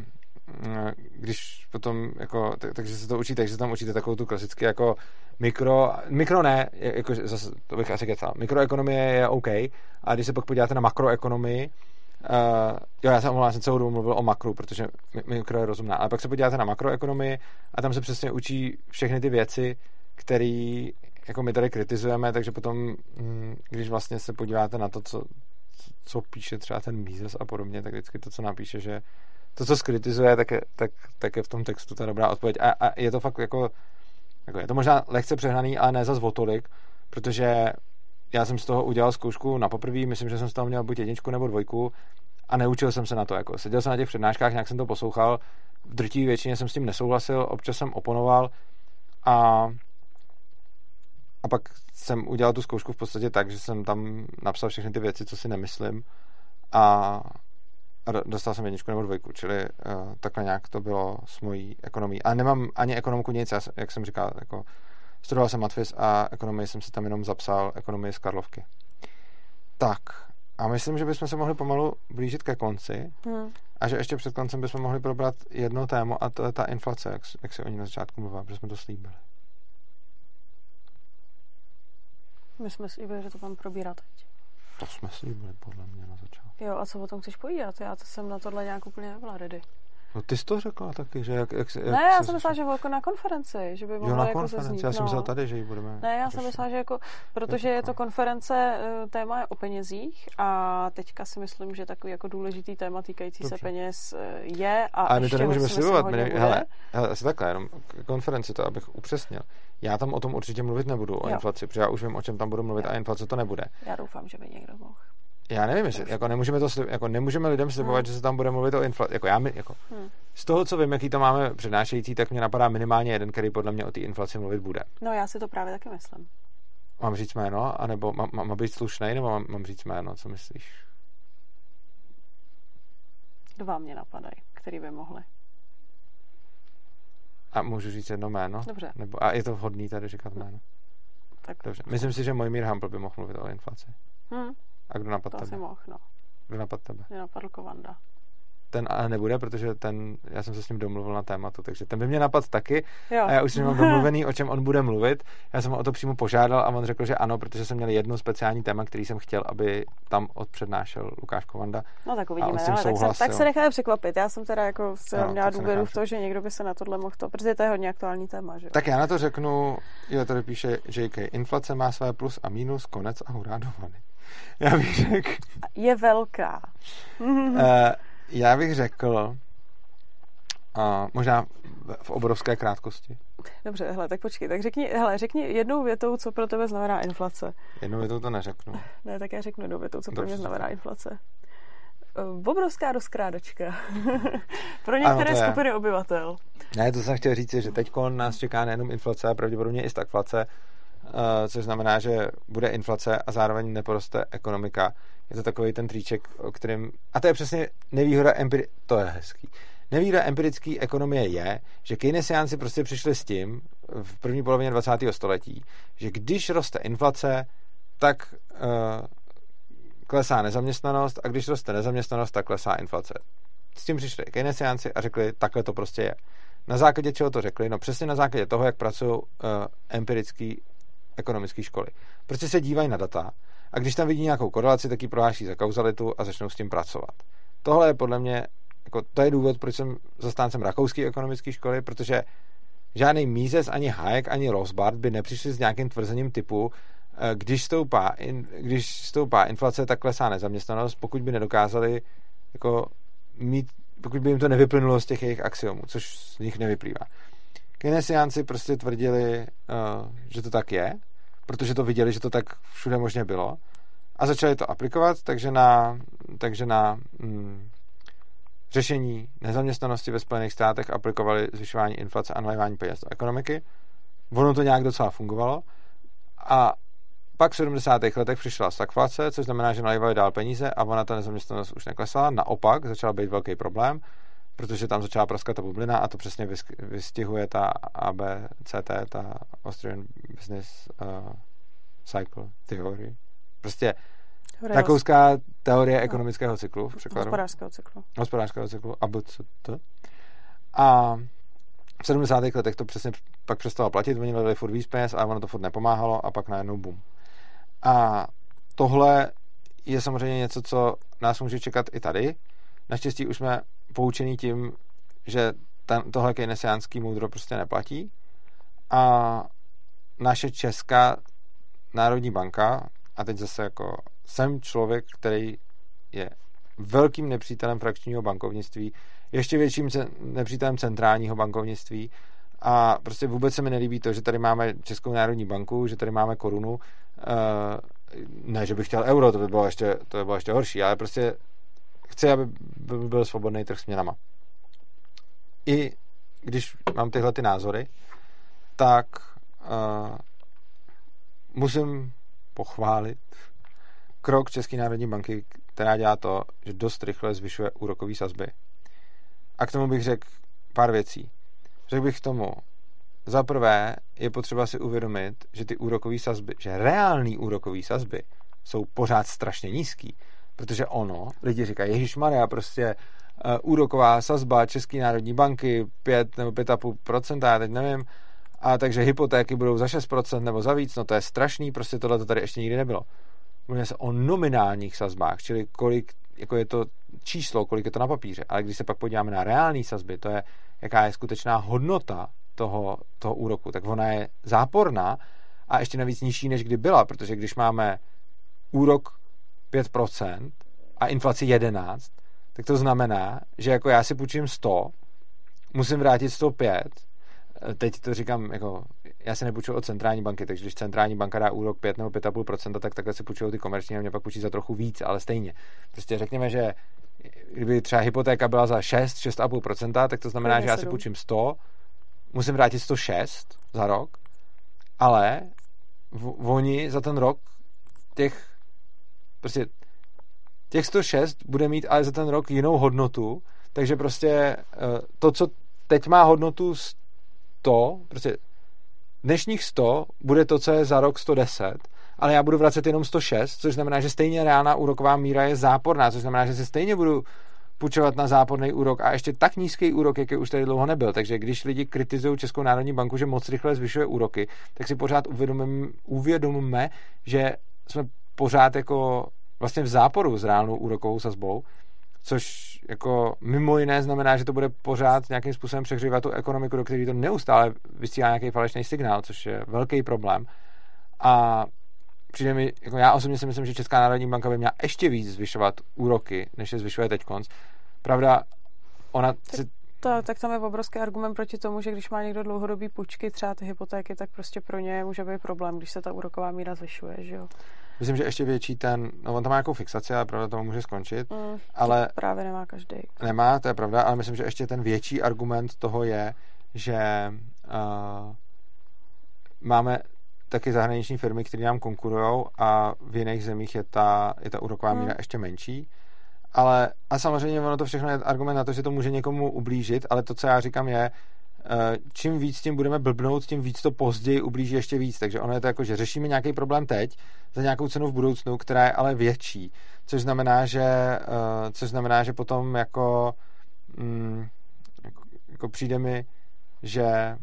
když potom jako, tak, takže se to učíte, takže se tam učíte takovou tu klasicky jako mikro, mikro ne, jako zase, to bych asi kecal, mikroekonomie je OK, a když se pak podíváte na makroekonomii, uh, jo, já jsem omlouvám, jsem celou dobu mluvil o makru, protože mikro je rozumná, ale pak se podíváte na makroekonomii a tam se přesně učí všechny ty věci, které jako my tady kritizujeme, takže potom, když vlastně se podíváte na to, co co píše třeba ten Mises a podobně, tak vždycky to, co napíše, že to, co skritizuje, tak je, tak, tak je v tom textu ta dobrá odpověď. A, a je to fakt jako Jako je to možná lehce přehnaný, ale ne zas o tolik, protože já jsem z toho udělal zkoušku na poprvé, myslím, že jsem z toho měl buď jedničku nebo dvojku a neučil jsem se na to. Jako. Seděl jsem na těch přednáškách, nějak jsem to poslouchal, v drtivé většině jsem s tím nesouhlasil, občas jsem oponoval a, a pak jsem udělal tu zkoušku v podstatě tak, že jsem tam napsal všechny ty věci, co si nemyslím a a dostal jsem jedničku nebo dvojku, čili uh, takhle nějak to bylo s mojí ekonomií. A nemám ani ekonomku nic, já, jak jsem říkal, jako, studoval jsem matfis a ekonomii jsem si tam jenom zapsal, ekonomii z Karlovky. Tak, a myslím, že bychom se mohli pomalu blížit ke konci hmm. a že ještě před koncem bychom mohli probrat jedno téma a to je ta inflace, jak, jak se o ní na začátku mluvila, protože jsme to slíbili. My jsme slíbili, že to budeme probírat teď. To jsme slíbili, podle mě, na začátku. Jo, a co o tom chceš povídat? Já to jsem na tohle nějak úplně nebyla ready. No ty jsi to řekla taky, že jak... jak, jak ne, já jsem myslela, že jako na konferenci, že by mohlo jako zaznít. Já jsem no. myslela tady, že ji budeme... Ne, já jsem myslela, že jako, protože je to konference, téma je o penězích a teďka si myslím, že takový jako důležitý téma týkající Dobře. se peněz je a ale my to nemůžeme slibovat. My ne, hele, hele, asi takhle, jenom konferenci to, abych upřesnil. Já tam o tom určitě mluvit nebudu, o jo. inflaci, protože já už vím, o čem tam budu mluvit jo. a inflace to nebude. Já doufám, že by někdo mohl. Já nevím, jestli, jako nemůžeme, to slib, jako nemůžeme lidem slibovat, hmm. že se tam bude mluvit o inflaci. Jako já, jako, hmm. Z toho, co vím, jaký to máme přednášející, tak mě napadá minimálně jeden, který podle mě o té inflaci mluvit bude. No já si to právě taky myslím. Mám říct jméno, anebo mám, mám být slušnej, nebo mám, mám říct jméno, co myslíš? Dva mě napadají, který by mohli. A můžu říct jedno jméno? Dobře. Nebo, a je to vhodný tady říkat jméno? Tak. Dobře. Myslím si, že Mojmír Hampl by mohl mluvit o inflaci. Hmm. A kdo napadl tebe? To asi mohl, no. Kdo napadl tebe? Mě napadl Kovanda. Ten ale nebude, protože ten, já jsem se s ním domluvil na tématu, takže ten by mě napadl taky jo. a já už jsem mám domluvený, o čem on bude mluvit. Já jsem ho o to přímo požádal a on řekl, že ano, protože jsem měl jedno speciální téma, který jsem chtěl, aby tam odpřednášel Lukáš Kovanda. No tak uvidíme, ale tak se, tak se necháme překvapit. Já jsem teda jako no, měla důvěru v to, že někdo by se na tohle mohl to, protože to je hodně aktuální téma, že jo? Tak já na to řeknu, jo, tady píše J K, inflace má své plus a mínus, konec a hurá dovolený. Já bych řekl... Je velká. uh, já bych řekl uh, možná v obrovské krátkosti. Dobře, hele, tak počkej, tak řekni, hele, řekni jednou větou, co pro tebe znamená inflace. Jednou větou to neřeknu. Ne, tak já řeknu jednou větou, co Dobře, pro mě znamená řeknu. inflace. Uh, obrovská rozkrádačka. Pro některé ano, skupiny je. obyvatel. Ne, to jsem chtěl říct, že teď nás čeká nejenom inflace, a pravděpodobně i stagflace, Uh, což znamená, že bude inflace a zároveň neporoste ekonomika. Je to takový ten triček, o kterém... A to je přesně nevýhoda empiri... To je hezký. Nevýhoda empirické ekonomie je, že keynesiánci prostě přišli s tím v první polovině dvacátého století, že když roste inflace, tak uh, klesá nezaměstnanost a když roste nezaměstnanost, tak klesá inflace. S tím přišli keynesiánci a řekli, takhle to prostě je. Na základě čeho to řekli? No přesně na základě toho, jak pracují uh, empirický ekonomické školy. Prostě se dívají na data a když tam vidí nějakou korelaci, tak ji prohláší za kauzalitu a začnou s tím pracovat. Tohle je podle mě, jako, to je důvod, proč jsem zastáncem rakouské ekonomické školy, protože žádný Mises, ani Hayek, ani Rothbard by nepřišli s nějakým tvrzením typu, když stoupá, in, když stoupá inflace, tak klesá nezaměstnanost, pokud by nedokázali jako, mít, pokud by jim to nevyplynulo z těch jejich axiomů, což z nich nevyplývá. Keynesiánci prostě tvrdili, uh, že to tak je, protože to viděli, že to tak všude možně bylo a začali to aplikovat, takže na, takže na mm, řešení nezaměstnanosti ve Spojených státech aplikovali zvyšování inflace a nalévání peněz do ekonomiky. Ono to nějak docela fungovalo a pak v sedmdesátých letech přišla stagflace, což znamená, že nalévali dál peníze a ona ta nezaměstnanost už neklesala, naopak začala být velký problém, protože tam začala praskat ta bublina a to přesně vystihuje ta A B C T, ta Austrian Business uh, Cycle Theory. Prostě rakouská teorie ekonomického cyklu v překladu. Hospodářského cyklu. Hospodářského cyklu A B C T. A v sedmdesátých letech to přesně pak přestalo platit, oni dali furt víc peněz a ono to furt nepomáhalo a pak najednou boom. A tohle je samozřejmě něco, co nás může čekat i tady. Naštěstí už jsme poučený tím, že ten, tohle keynesiánský moudro prostě neplatí a naše Česká národní banka, a teď zase jako jsem člověk, který je velkým nepřítelem frakčního bankovnictví, ještě větším nepřítelem centrálního bankovnictví A prostě vůbec se mi nelíbí to, že tady máme Českou národní banku, že tady máme korunu. Ne, že bych chtěl euro, to by bylo ještě, to by bylo ještě horší, ale prostě chci, aby byl svobodný trh s měnama. I když mám tyhle ty názory, tak uh, musím pochválit krok České národní banky, která dělá to, že dost rychle zvyšuje úrokové sazby. A k tomu bych řekl pár věcí. Řekl bych k tomu, za prvé je potřeba si uvědomit, že ty úrokové sazby, že reální úrokové sazby jsou pořád strašně nízký, protože ono, lidi říkají, ježišmarja, prostě uh, úroková sazba České národní banky pět nebo pět celá pět procenta, já teď nevím, a takže hypotéky budou za šest procent nebo za víc, no to je strašný, prostě tohle to tady ještě nikdy nebylo. Mluvíme se o nominálních sazbách, čili kolik, jako je to číslo, kolik je to na papíře, ale když se pak podíváme na reální sazby, to je, jaká je skutečná hodnota toho, toho úroku, tak ona je záporná a ještě navíc nižší, než kdy byla, protože když máme úrok pět procent a inflaci jedenáct procent, tak to znamená, že jako já si půjčím sto, musím vrátit sto pět. Teď to říkám, jako já se nepůjčuju od centrální banky, takže když centrální banka dá úrok pět nebo pět celá pět procenta, tak takhle si půjčují ty komerční a mě pak půjčí za trochu víc, ale stejně. Prostě řekněme, že kdyby třeba hypotéka byla za šest, šest celá pět procenta, tak to znamená, že já si půjčím sto, musím vrátit sto šest za rok, ale v, oni za ten rok těch prostě těch sto šest bude mít ale za ten rok jinou hodnotu, takže prostě to, co teď má hodnotu sto, prostě dnešních sto bude to, co je za rok sto deset, ale já budu vracet jenom sto šest, což znamená, že stejně reálná úroková míra je záporná, což znamená, že si stejně budu půjčovat na záporný úrok a ještě tak nízký úrok, jaký už tady dlouho nebyl. Takže když lidi kritizují Českou národní banku, že moc rychle zvyšuje úroky, tak si pořád uvědomíme, že jsme pořád jako vlastně v záporu s reálnou úrokovou sazbou, což jako mimo jiné znamená, že to bude pořád nějakým způsobem přehřívat tu ekonomiku, do které to neustále vysílá nějaký falešný signál, což je velký problém. A přijde mi, jako já osobně si myslím, že Česká národní banka by měla ještě víc zvyšovat úroky, než je zvyšuje teďkonc. Pravda, ona... Si... To, tak tam je obrovský argument proti tomu, že když má někdo dlouhodobý půjčky, třeba ty hypotéky, tak prostě pro ně může být problém, když se ta úroková míra zvyšuje, že jo? Myslím, že ještě větší ten, no on tam má nějakou fixaci, ale pravda to může skončit, mm, ale... právě nemá každý. Nemá, to je pravda, ale myslím, že ještě ten větší argument toho je, že uh, máme taky zahraniční firmy, které nám konkurujou a v jiných zemích je ta, je ta úroková míra mm. ještě menší. Ale a samozřejmě ono to všechno je argument na to, že to může někomu ublížit, ale to, co já říkám, je, čím víc tím budeme blbnout, tím víc to později ublíží ještě víc. Takže ono je to jako, že řešíme nějaký problém teď za nějakou cenu v budoucnu, která je ale větší. Což znamená, že, což znamená, že potom jako, jako, jako přijde mi, že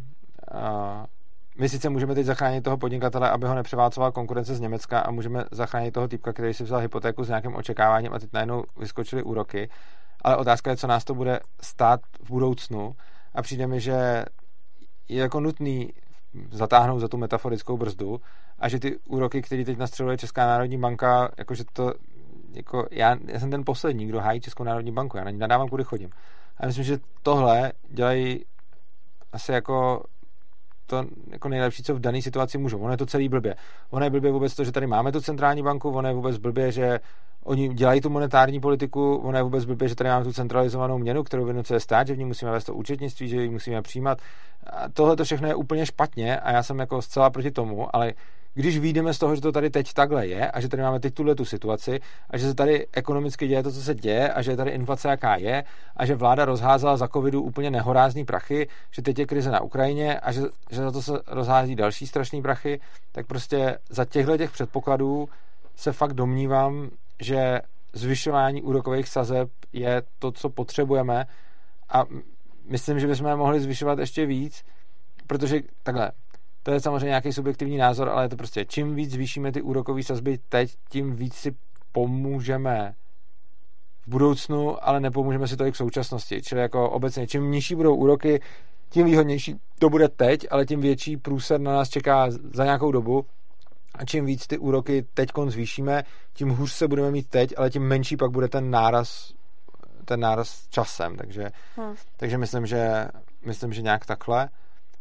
my sice můžeme teď zachránit toho podnikatele, aby ho nepřeválcovala konkurence z Německa a můžeme zachránit toho týpka, který si vzal hypotéku s nějakým očekáváním a teď najednou vyskočily úroky, ale otázka je, co nás to bude stát v budoucnu a přijde mi, že je jako nutný zatáhnout za tu metaforickou brzdu a že ty úroky, které teď nastřeluje Česká národní banka, jakože to jako já, já jsem ten poslední, kdo hájí Českou národní banku, já na ní nadávám, kudy chodím. A myslím, že tohle dělají asi jako to jako nejlepší, co v dané situaci můžou. Ono je to celý blbě. Ono je blbě vůbec to, že tady máme tu centrální banku, ono je vůbec blbě, že oni dělají tu monetární politiku, ono je vůbec blbě, že tady máme tu centralizovanou měnu, kterou vynucuje stát, že v ní musíme vést to účetnictví, že ji musíme přijímat. A tohle to všechno je úplně špatně a já jsem jako zcela proti tomu, ale když vyjdeme z toho, že to tady teď takhle je a že tady máme teď tuhle tu situaci a že se tady ekonomicky děje to, co se děje a že je tady inflace, jaká je a že vláda rozházela za covidu úplně nehorázný prachy, že teď je krize na Ukrajině a že, že za to se rozhází další strašný prachy, tak prostě za těchto těch předpokladů se fakt domnívám, že zvyšování úrokových sazeb je to, co potřebujeme a myslím, že bychom je mohli zvyšovat ještě víc, protože takhle, to je samozřejmě nějaký subjektivní názor, ale je to prostě, čím víc zvýšíme ty úrokové sazby teď, tím víc si pomůžeme v budoucnu, ale nepomůžeme si to i v současnosti. Čili jako obecně, čím nižší budou úroky, tím výhodnější to bude teď, ale tím větší průser na nás čeká za nějakou dobu. A čím víc ty úroky teďkon zvýšíme, tím hůř se budeme mít teď, ale tím menší pak bude ten náraz, ten náraz časem. Takže, hmm. takže myslím, že, myslím, že nějak takhle.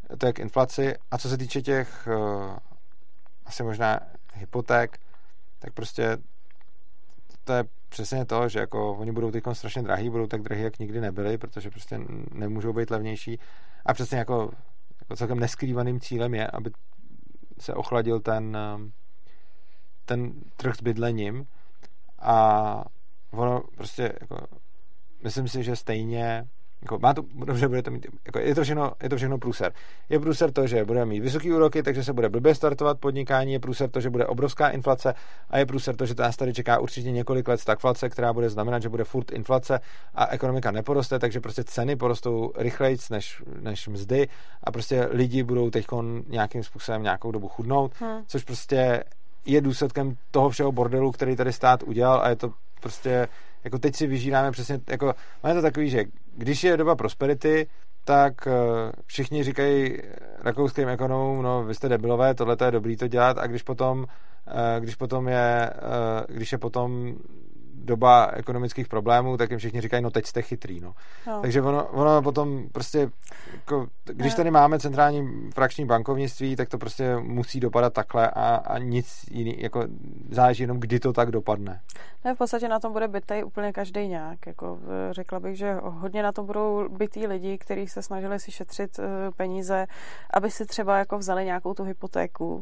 to je k inflaci. A co se týče těch uh, asi možná hypoték, tak prostě to je přesně to, že jako oni budou teď strašně drahý, budou tak drahý, jak nikdy nebyli, protože prostě nemůžou být levnější. A přesně jako, jako celkem neskrývaným cílem je, aby se ochladil ten, ten trh s bydlením. A ono prostě jako, myslím si, že stejně jako, má to, dobře, bude to mít, jako, je, to všechno, je to všechno průser. Je průser to, že budeme mít vysoký úroky, takže se bude blbě startovat podnikání, je průser to, že bude obrovská inflace a je průser to, že nás tady čeká určitě několik let stagflace, která bude znamenat, že bude furt inflace a ekonomika neporoste, takže prostě ceny porostou rychleji než, než mzdy a prostě lidi budou teď nějakým způsobem nějakou dobu chudnout, hmm. což prostě je důsledkem toho všeho bordelu, který tady stát udělal a je to prostě jako teď si vyžíráme přesně, jako máme to takový, že když je doba prosperity, tak všichni říkají rakouským ekonomům, no vy jste debilové, tohle je dobrý to dělat a když potom, když potom je, když je potom doba ekonomických problémů, tak jim všichni říkají, no teď jste chytrý, no. no. Takže ono, ono potom prostě, jako, když tady máme centrální frakční bankovnictví, tak to prostě musí dopadat takhle a, a nic jiný, jako záleží jenom, kdy to tak dopadne. Ne, v podstatě na tom bude bytej úplně každý nějak, jako řekla bych, že hodně na tom budou bytý lidi, kteří se snažili si šetřit peníze, aby si třeba jako vzali nějakou tu hypotéku,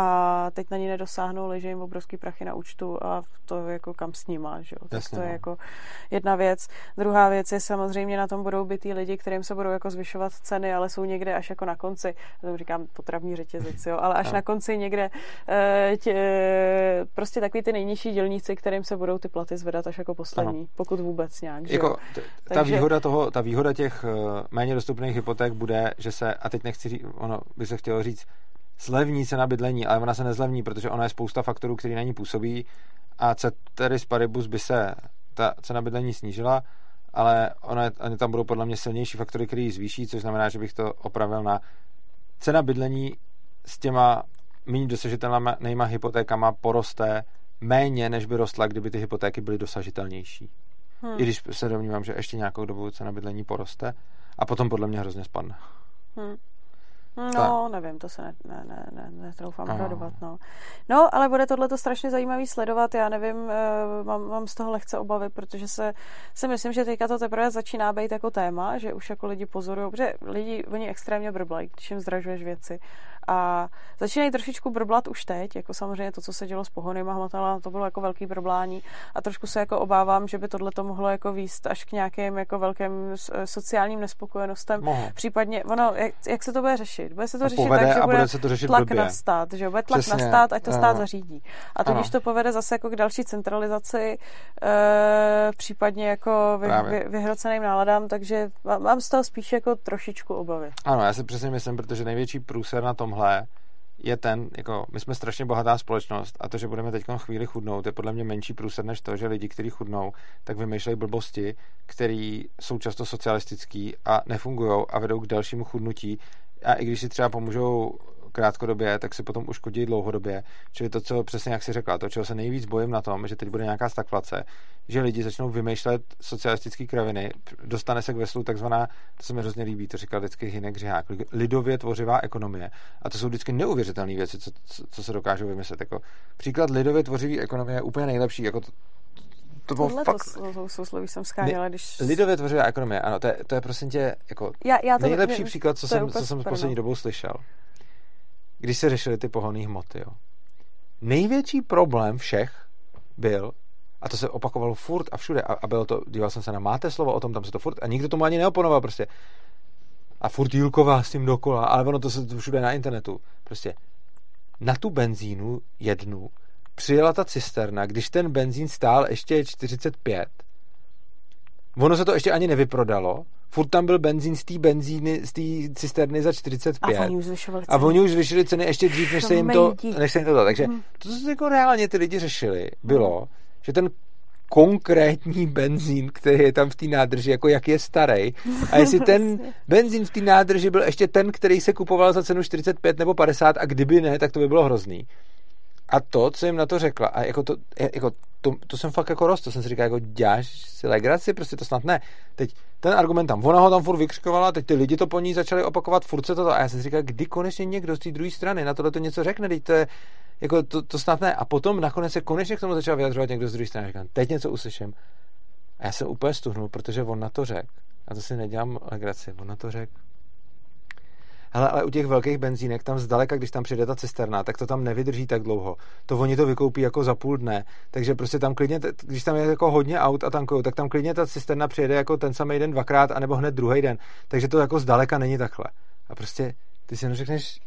a teď na ní nedosáhnou, že jim obrovský prachy na účtu a to jako kam s nima, že jo. Tak to je jako jedna věc. Druhá věc je samozřejmě na tom budou bytý lidi, kterým se budou jako zvyšovat ceny, ale jsou někde až jako na konci, já to říkám potravní řetězec, jo, ale až no. na konci někde tě, prostě takový ty nejnižší dělníci, kterým se budou ty platy zvedat až jako poslední, ano. pokud vůbec nějak, že jako, jo. T- ta Takže... výhoda toho, ta výhoda těch méně dostupných hypoték bude, že se, a teď nechci říct, ono by se chtělo říct, zlevní cena bydlení, ale ona se nezlevní, protože ona je spousta faktorů, který na ní působí a ceteris paribus by se ta cena bydlení snížila, ale ona, oni tam budou podle mě silnější faktory, které ji zvýší, což znamená, že bych to opravil na cena bydlení s těma méně dosažitelnýma hypotékama poroste méně, než by rostla, kdyby ty hypotéky byly dosažitelnější. Hmm. I když se domnívám, že ještě nějakou dobu cena bydlení poroste a potom podle mě hrozně spadne. Hmm. No, nevím, to se ne, ne, ne, ne, netroufám odhadovat, no. No, ale bude tohleto strašně zajímavý sledovat, já nevím, mám, mám z toho lehce obavy, protože se, si myslím, že teďka to teprve začíná být jako téma, že už jako lidi pozorují, protože lidi, oni extrémně brblají, když jim zdražuješ věci a začínají trošičku brblat už teď, jako samozřejmě to, co se dělo s pohonnýma hmotama, to bylo jako velký brblání a trošku se jako obávám, že by tohle to mohlo jako výst až k nějakým jako velkým sociálním nespokojenostem, Mohu. Případně, ono, jak, jak se to bude řešit? Bude se to řešit tak, že bude, se to řešit tlak blbě. na stát, že bude tlak Přesně. na stát, ať to stát ano. zařídí. A to, když to povede zase jako k další centralizaci, e, případně jako vy, vy, vyhroceným náladám, takže mám z toho spíš jako trošičku obavy. Ano, já si přesně myslím, protože největší průser na tomhle je ten, jako my jsme strašně bohatá společnost a to, že budeme teď chvíli chudnout, je podle mě menší průser než to, že lidi, kteří chudnou, tak vymýšlejí blbosti, které jsou často socialistický a nefungují a vedou k dalšímu chudnutí. A i když si třeba pomůžou krátkodobě, tak si potom uškodí dlouhodobě. Čili to, co přesně jak si řekla, to, čeho se nejvíc bojím na tom, že teď bude nějaká stagflace, že lidi začnou vymýšlet socialistické kraviny, dostane se k veslu takzvaná, to se mi hrozně líbí, to říkal vždycky Hynek Řihák, lidově tvořivá ekonomie. A to jsou vždycky neuvěřitelné věci, co, co se dokážou vymyslet. Jako příklad lidově tvořivý ekonomie je úplně nejlepší, jako to, to bylo Tohle fakt... to, to sousloví jsem skáněla, když... Lidově tvořivá ekonomie, ano, to je, to je prosím tě jako já, já to, nejlepší mě, příklad, co jsem, co jsem v poslední dobou slyšel. Když se řešily ty pohonné hmoty, jo. Největší problém všech byl, a to se opakovalo furt a všude, a, a bylo to, díval jsem se na Máte slovo o tom, tam se to furt, a nikdo tomu ani neoponoval prostě. A furt Jílková s tím dokola, ale ono to se to všude na internetu. Prostě na tu benzínu jednu přijela ta cisterna, když ten benzín stál ještě čtyřicet pět. Ono se to ještě ani nevyprodalo. Furt tam byl benzín z té benzíny, z té cisterny za čtyřicet pět. A oni už zvyšovali ceny. A oni už zvyšili ceny ještě dřív, než se jim to, než se jim to dalo. Takže to, co se jako reálně ty lidi řešili, bylo, že ten konkrétní benzín, který je tam v té nádrži, jako jak je starý, a jestli ten benzín v té nádrži byl ještě ten, který se kupoval za cenu čtyřicet pět nebo padesát, a kdyby ne, tak to by bylo hrozný. A to, co jim na to řekla, a jako to, jako to, to jsem fakt jako rost, to jsem si říkal, jako děláš si legraci, prostě to snad ne. Teď ten argument tam, ona ho tam furt vykřikovala, teď ty lidi to po ní začali opakovat, furt se to, a já jsem si říkal, kdy konečně někdo z té druhé strany na tohle to něco řekne, teď to je, jako to, to snad ne. A potom nakonec se konečně k tomu začal vyjadřovat někdo z druhé strany, říkám, teď něco uslyším. A já jsem úplně stuhnul, protože on na to řekl. A to si nedělám legraci, on na to řekl. Hele, ale u těch velkých benzínek tam zdaleka, když tam přijde ta cisterna, tak to tam nevydrží tak dlouho. To oni to vykoupí jako za půl dne. Takže prostě tam klidně, když tam je jako hodně aut a tankujou, tak tam klidně ta cisterna přijede jako ten samý den dvakrát, anebo hned druhý den. Takže to jako zdaleka není takhle. A prostě ty si jenom řekneš,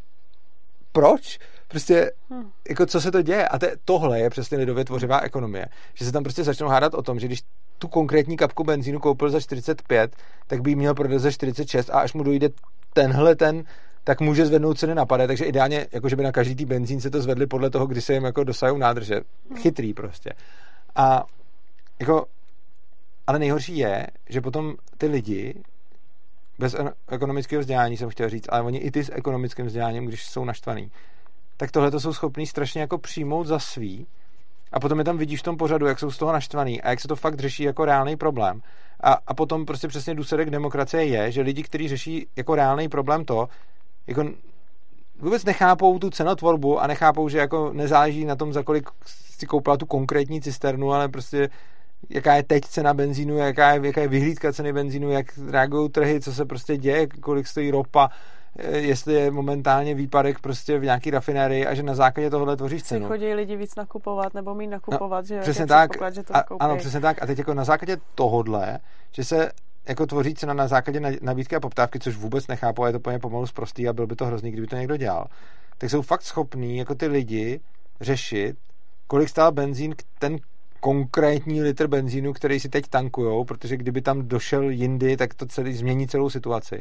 proč? Prostě, hmm. jako co se to děje? A te, tohle je přesně lidově tvořivá ekonomie. Že se tam prostě začnou hádat o tom, že když tu konkrétní kapku benzínu koupil za čtyřicet pět, tak by jí měl prodat za čtyřicet šest a až mu dojde tenhle ten, tak může zvednout ceny na pade, takže ideálně, jako že by na každý tý benzín se to zvedli podle toho, kdy se jim jako dosajou nádrže. Chytrý prostě. A jako, ale nejhorší je, že potom ty lidi bez ekonomického vzdělání jsem chtěl říct, ale oni i ty s ekonomickým vzděláním, když jsou naštvaný, tak tohle to jsou schopní strašně jako přijmout za svý a potom je tam vidíš v tom pořadu, jak jsou z toho naštvaný a jak se to fakt řeší jako reálný problém. A, a potom prostě přesně důsledek demokracie je, že lidi, kteří řeší jako reálný problém to, jako vůbec nechápou tu cenotvorbu a nechápou, že jako nezáleží na tom, za kolik si koupila tu konkrétní cisternu, ale prostě jaká je teď cena benzínu, jaká je, jaká je vyhlídka ceny benzínu, jak reagují trhy, co se prostě děje, kolik stojí ropa, jestli je momentálně výpadek prostě v nějaký rafinérii a že na základě tohohle tvoříš cenu. Si chodí lidi víc nakupovat nebo mít nakupovat, no, že přesně tak, předpoklad, že to a, ano, přesně tak. A teď jako na základě tohodle, že se jako tvoří cena na základě nabídky a poptávky, což vůbec nechápu, a je to úplně pomalu sprostý a byl by to hrozný, kdyby to někdo dělal, tak jsou fakt schopní jako ty lidi řešit, kolik stál benzín, ten konkrétní litr benzínu, který si teď tankujou, protože kdyby tam došel jindy, tak to celý změní celou situaci.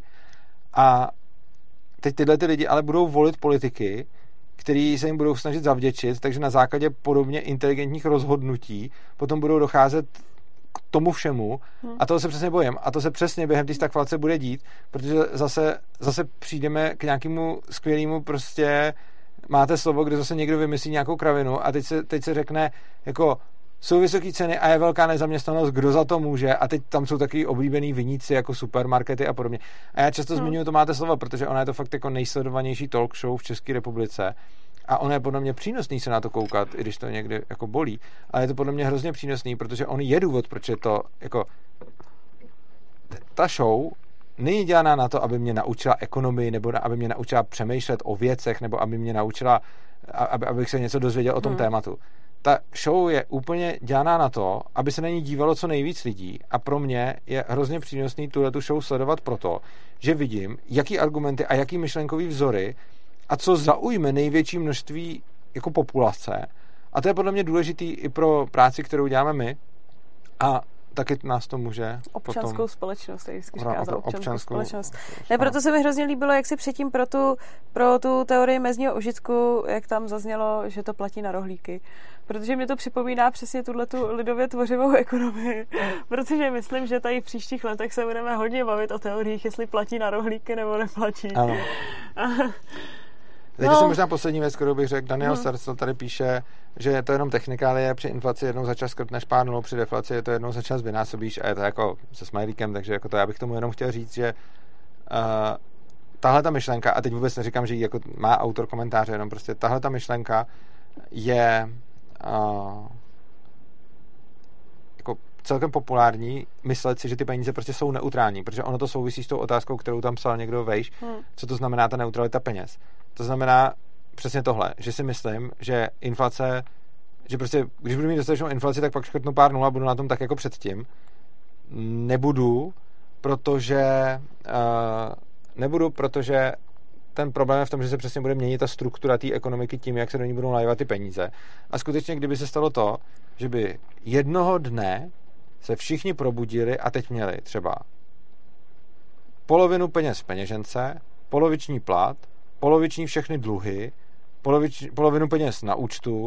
A teď tyhle ty lidi ale budou volit politiky, který se jim budou snažit zavděčit, takže na základě podobně inteligentních rozhodnutí potom budou docházet k tomu všemu hmm. a toho se přesně bojím. A to se přesně během té stagflace bude dít, protože zase, zase přijdeme k nějakému skvělému prostě máte slovo, kde zase někdo vymyslí nějakou kravinu a teď se, teď se řekne jako jsou vysoké ceny a je velká nezaměstnanost, kdo za to může a teď tam jsou taky oblíbený viníci jako supermarkety a podobně. A já často hmm. zmiňuji to máte slovo, protože ona je to fakt jako nejsledovanější talk show v České republice a ono je podle mě přínosný se na to koukat, i když to někdy jako bolí, ale je to podle mě hrozně přínosný, protože on je důvod, proč je to jako ta show není dělaná na to, aby mě naučila ekonomii nebo aby mě naučila přemýšlet o věcech nebo aby mě naučila, aby, abych se něco dozvěděl o tom hmm. tématu. Ta show je úplně dělaná na to, aby se na ní dívalo co nejvíc lidí a pro mě je hrozně přínosný tuhletu show sledovat proto, že vidím, jaký argumenty a jaký myšlenkový vzory a co zaujme největší množství jako populace a to je podle mě důležitý i pro práci, kterou děláme my a taky nás to může občanskou potom... společnost, jak říká za občanskou, občanskou společnost. Ne, proto se mi hrozně líbilo, jak si předtím pro tu, pro tu teorii mezního užitku, jak tam zaznělo, že to platí na rohlíky. Protože mě to připomíná přesně tuhletu lidově tvořivou ekonomii. Protože myslím, že tady v příštích letech se budeme hodně bavit o teoriích, jestli platí na rohlíky nebo neplatí. Ano. Teď no. si možná poslední věc, kterou bych řekl. Daniel hmm. Sarcel tady píše, že je to jenom technikálie, při inflaci jednou za čas škrtneš pár nulou, při deflaci je to jednou za čas vynásobíš a je to jako se smajlíkem, takže jako to já bych tomu jenom chtěl říct, že uh, tahle ta myšlenka, a teď vůbec neříkám, že ji jako má autor komentáře, jenom prostě tahle ta myšlenka je uh, jako celkem populární myslet si, že ty peníze prostě jsou neutrální, protože ono to souvisí s tou otázkou, kterou tam psal někdo vejš, hmm. co to znamená ta neutralita peněz. To znamená přesně tohle, že si myslím, že inflace, že prostě, když budu mít dostatečnou inflaci, tak pak škrtnu pár nul a budu na tom tak jako předtím. Nebudu, protože uh, nebudu, protože ten problém je v tom, že se přesně bude měnit ta struktura té ekonomiky tím, jak se do ní budou nalévat ty peníze. A skutečně, kdyby se stalo to, že by jednoho dne se všichni probudili a teď měli třeba polovinu peněz v peněžence, poloviční plat, poloviční všechny dluhy, polovič, polovinu peněz na účtu,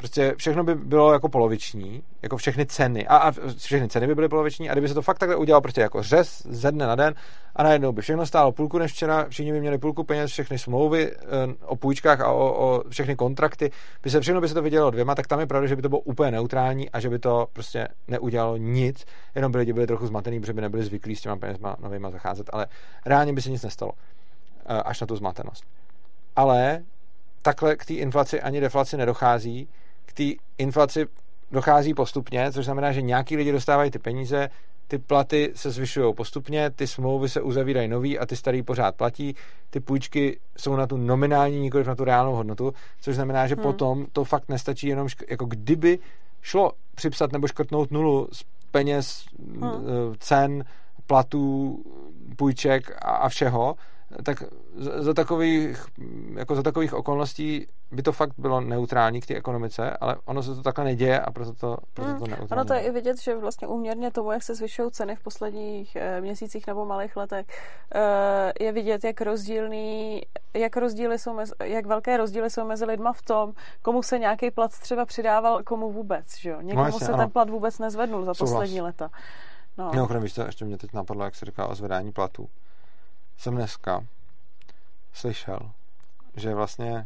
Prostě všechno by bylo jako poloviční, jako všechny ceny. A, a všechny ceny by byly poloviční a kdyby se to fakt takhle udělalo prostě jako řez ze dne na den a najednou by všechno stálo půlku než včera, všichni by měli půlku peněz, všechny smlouvy o půjčkách a o, o všechny kontrakty, by se všechno by se to vydělalo dvěma, tak tam je pravda, že by to bylo úplně neutrální a že by to prostě neudělalo nic, jenom by lidi byli trochu zmatený, protože by nebyli zvyklí s těma penězma novýma zacházet, ale reálně by se nic nestalo, až na tu zmatenost. Ale takhle k té inflaci ani deflaci nedochází, k té inflaci dochází postupně, což znamená, že nějaký lidi dostávají ty peníze, ty platy se zvyšují postupně, ty smlouvy se uzavírají nový a ty starý pořád platí, ty půjčky jsou na tu nominální, nikoliv na tu reálnou hodnotu, což znamená, že hmm. potom to fakt nestačí jenom, šk- jako kdyby šlo připsat nebo škrtnout nulu z peněz, hmm. cen, platů, půjček a, a všeho, tak za takových, jako za takových okolností by to fakt bylo neutrální k té ekonomice, ale ono se to takhle neděje a proto to, proto to neutrální. Ono to je i vidět, že vlastně úměrně tomu, jak se zvyšují ceny v posledních e, měsících nebo malých letech, e, je vidět, jak rozdílný, jak rozdíly jsou mezi, jak velké rozdíly jsou mezi lidma v tom, komu se nějaký plat třeba přidával, komu vůbec, že jo? Někomu no jasně, se ano. ten plat vůbec nezvednul za Souhlas. poslední leta. No. Mimochodem, víš co, ještě mě teď napadlo, jak se říká o zvedání platů. Jsem dneska slyšel, že vlastně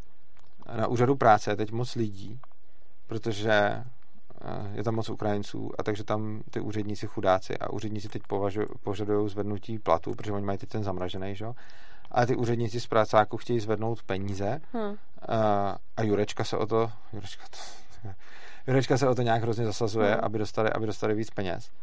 na úřadu práce je teď moc lidí, protože je tam moc Ukrajinců a takže tam ty úředníci chudáci a úředníci teď požadují zvednutí platu, protože oni mají teď ten zamražený, že? Ale ty úředníci z prácáku chtějí zvednout peníze hmm. a Jurečka se o to Jurečka, to, Jurečka se o to nějak hrozně zasazuje, hmm. aby dostali, aby dostali víc peněz.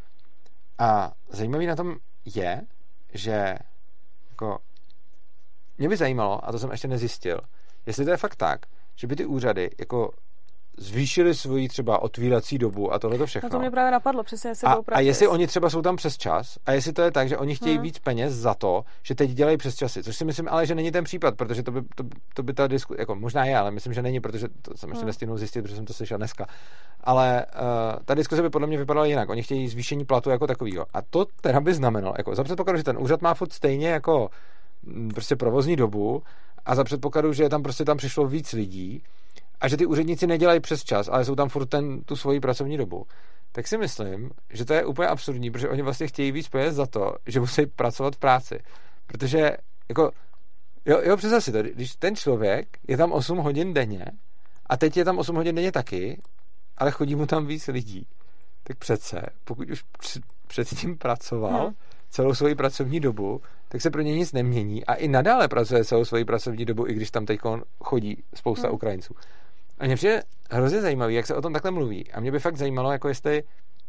A zajímavý na tom je, že jako mě by zajímalo, a to jsem ještě nezjistil, jestli to je fakt tak, že by ty úřady jako zvýšily svoji třeba otvírací dobu a tohle to všechno. No to mě právě napadlo, přesně jestli a, budou a jestli oni třeba jsou tam přes čas a jestli to je tak, že oni chtějí hmm. víc peněz za to, že teď dělají přes časy, což si myslím ale, že není ten případ, protože to by, to, to by ta disku, jako možná je, ale myslím, že není, protože to jsem ještě hmm. nestihnul zjistit, protože jsem to slyšel dneska. Ale uh, ta diskuse by podle mě vypadala jinak. Oni chtějí zvýšení platu jako takovýho. A to teda by znamenalo, jako za předpokladu, že ten úřad má furt stejně jako prostě provozní dobu a za předpokladu, že tam prostě tam přišlo víc lidí a že ty úředníci nedělají přes čas, ale jsou tam furt ten, tu svoji pracovní dobu, tak si myslím, že to je úplně absurdní, protože oni vlastně chtějí víc peněz za to, že musí pracovat v práci. Protože jako jo, jo představ si to, když ten člověk je tam osm hodin denně a teď je tam osm hodin denně taky, ale chodí mu tam víc lidí, tak přece, pokud už předtím pracoval hmm. celou svoji pracovní dobu, tak se pro ně nic nemění a i nadále pracuje celou svoji pracovní dobu, i když tam teď chodí spousta hmm. Ukrajinců. A mě přijde hrozně zajímavý, jak se o tom takhle mluví. A mě by fakt zajímalo, jako jestli,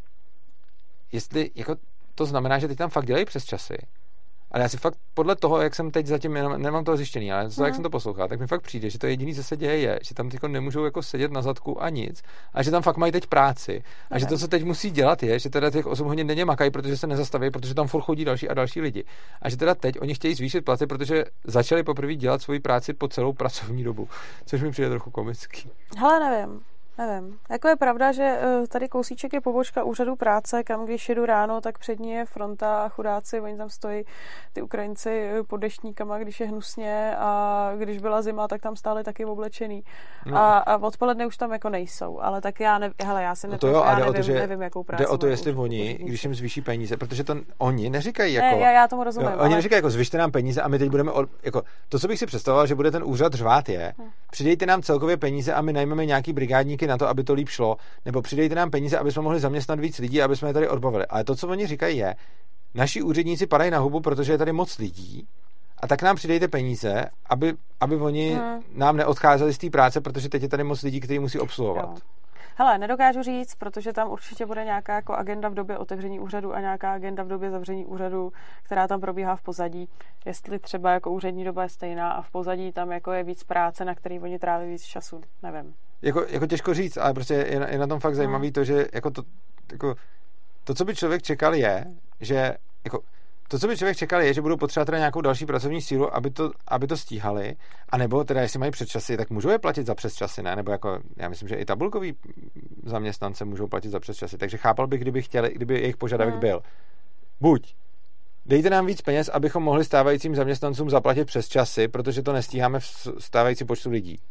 jestli jako to znamená, že teď tam fakt dělají přes časy. Ale já si fakt podle toho, jak jsem teď zatím, nemám toho zjištěný, ale to, jak jsem to poslouchal, tak mi fakt přijde, že to jediné, co se děje, je, že tam teď nemůžou jako sedět na zadku a nic, a že tam fakt mají teď práci. A ne. Že to, co teď musí dělat, je, že teda těch osm hodin denně makají, protože se nezastaví, protože tam furt chodí další a další lidi. A že teda teď oni chtějí zvýšit platy, protože začali poprvé dělat svoji práci po celou pracovní dobu, což mi přijde trochu komický. Hele, nevím. Nevím. Jako je pravda, že tady kousíček je pobočka úřadu práce, kam když jedu ráno, tak před ní je fronta a chudáci, oni tam stojí ty Ukrajinci pod deštníkama, když je hnusně a když byla zima, tak tam stáli taky oblečený. No. A, a odpoledne už tam jako nejsou, ale tak já nevím, hele, já si no ne, to jo, já nevím, nevím, to, že nevím, jakou práci. Jde o to, jestli oni, když jim zvýší peníze, protože to oni neříkají jako... Ne, já, já tomu rozumím. Jo, oni ale... neříkají jako zvyšte nám peníze a my teď budeme... Od, jako, to, co bych si představoval, že bude ten úřad řvát je, hm. přidejte nám celkově peníze a my najmeme nějaký brigádníky na to, aby to líp šlo, nebo přidejte nám peníze, aby jsme mohli zaměstnat víc lidí, aby jsme je tady odbavili. Ale to, co oni říkají, je, naši úředníci padají na hubu, protože je tady moc lidí, a tak nám přidejte peníze, aby, aby oni hmm. nám neodcházeli z té práce, protože teď je tady moc lidí, kteří musí obsluhovat. Jo. Hele, nedokážu říct, protože tam určitě bude nějaká jako agenda v době otevření úřadu a nějaká agenda v době zavření úřadu, která tam probíhá v pozadí. Jestli třeba jako úřední doba je stejná a v pozadí tam jako je víc práce, na který oni tráví víc času, nevím. Jako, jako těžko říct, ale prostě je na, je na tom fakt zajímavý hmm. to, že jako to, jako, to, co by člověk čekal je, že jako to, co by člověk čekal, je, že budou potřebovat teda nějakou další pracovní sílu, aby to, aby to stíhali, anebo teda, jestli mají přesčasy, tak můžou je platit za přesčasy, ne? Nebo jako, já myslím, že i tabulkoví zaměstnance můžou platit za přesčasy, takže chápal bych, kdyby chtěli, kdyby jejich požadavek hmm. byl. Buď dejte nám víc peněz, abychom mohli stávajícím zaměstnancům zaplatit přesčasy, protože to nestíháme v stávající počtu lidí.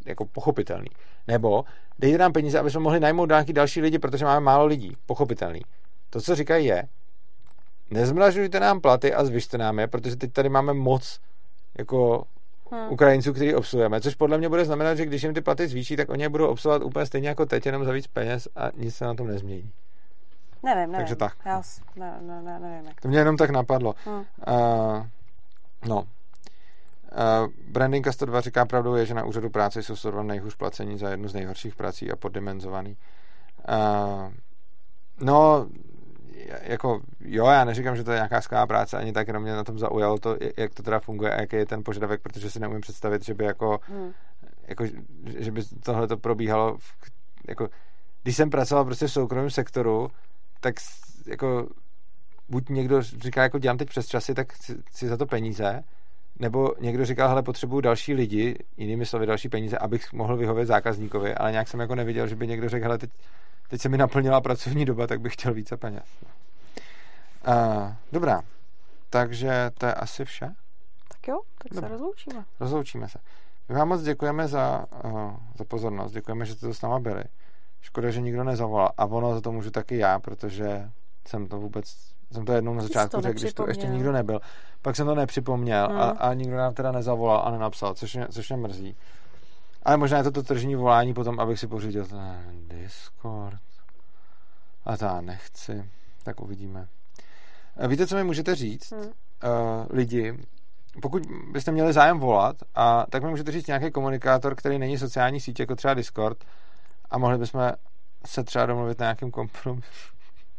jako pochopitelný. Nebo dejte nám peníze, aby jsme mohli najmout nějaký další lidi, protože máme málo lidí. Pochopitelný. To, co říkají, je, nezmražujte nám platy a zvyšte nám je, protože teď tady máme moc jako hmm. Ukrajinců, který obsluhujeme, což podle mě bude znamenat, že když jim ty platy zvýší, tak oni je budou obsluhovat úplně stejně jako teď, jenom za víc peněz a nic se na tom nezmění. Nevím, nevím. Takže tak. Já ne, ne, ne, nevím. Jak to mě jenom tak napadlo. Hmm. Uh, no. Uh, Brandinka sto dva říká, pravdou je, že na úřadu práce jsou sto dva nejhůř placení za jednu z nejhorších prací a poddimenzovaný. Uh, no, jako, jo, já neříkám, že to je nějaká skvělá práce, ani tak, jenom mě na tom zaujalo to, jak to teda funguje a jaký je ten požadavek, protože si neumím představit, že by jako, hmm. jako že by tohle to probíhalo v, jako, když jsem pracoval prostě v soukromém sektoru, tak jako buď někdo říká, jako dělám teď přes časy, tak si, si za to peníze, nebo někdo říkal, hele, potřebuju další lidi, jinými slovy další peníze, abych mohl vyhovět zákazníkovi, ale nějak jsem jako neviděl, že by někdo řekl, hele, teď, teď se mi naplnila pracovní doba, tak bych chtěl více peněz. Uh, dobrá, takže to je asi vše. Tak jo, tak Dobrá. se rozloučíme. Rozloučíme se. My vám moc děkujeme za, uh, za pozornost, děkujeme, že jste to s náma byli. Škoda, že nikdo nezavolal. A ono za to můžu taky já, protože jsem to vůbec, jsem to jednou na začátku řekl, když to ještě nikdo nebyl. Pak jsem to nepřipomněl hmm. a, a nikdo nám teda nezavolal a nenapsal, což mě, což mě mrzí. Ale možná je to to tržní volání potom, abych si pořídil ten Discord. A to já nechci. Tak uvidíme. Víte, co mi můžete říct? Hmm. Uh, lidi, pokud byste měli zájem volat, a tak mi můžete říct nějaký komunikátor, který není sociální síť, jako třeba Discord, a mohli bychom se třeba domluvit na nějakém kompromisu.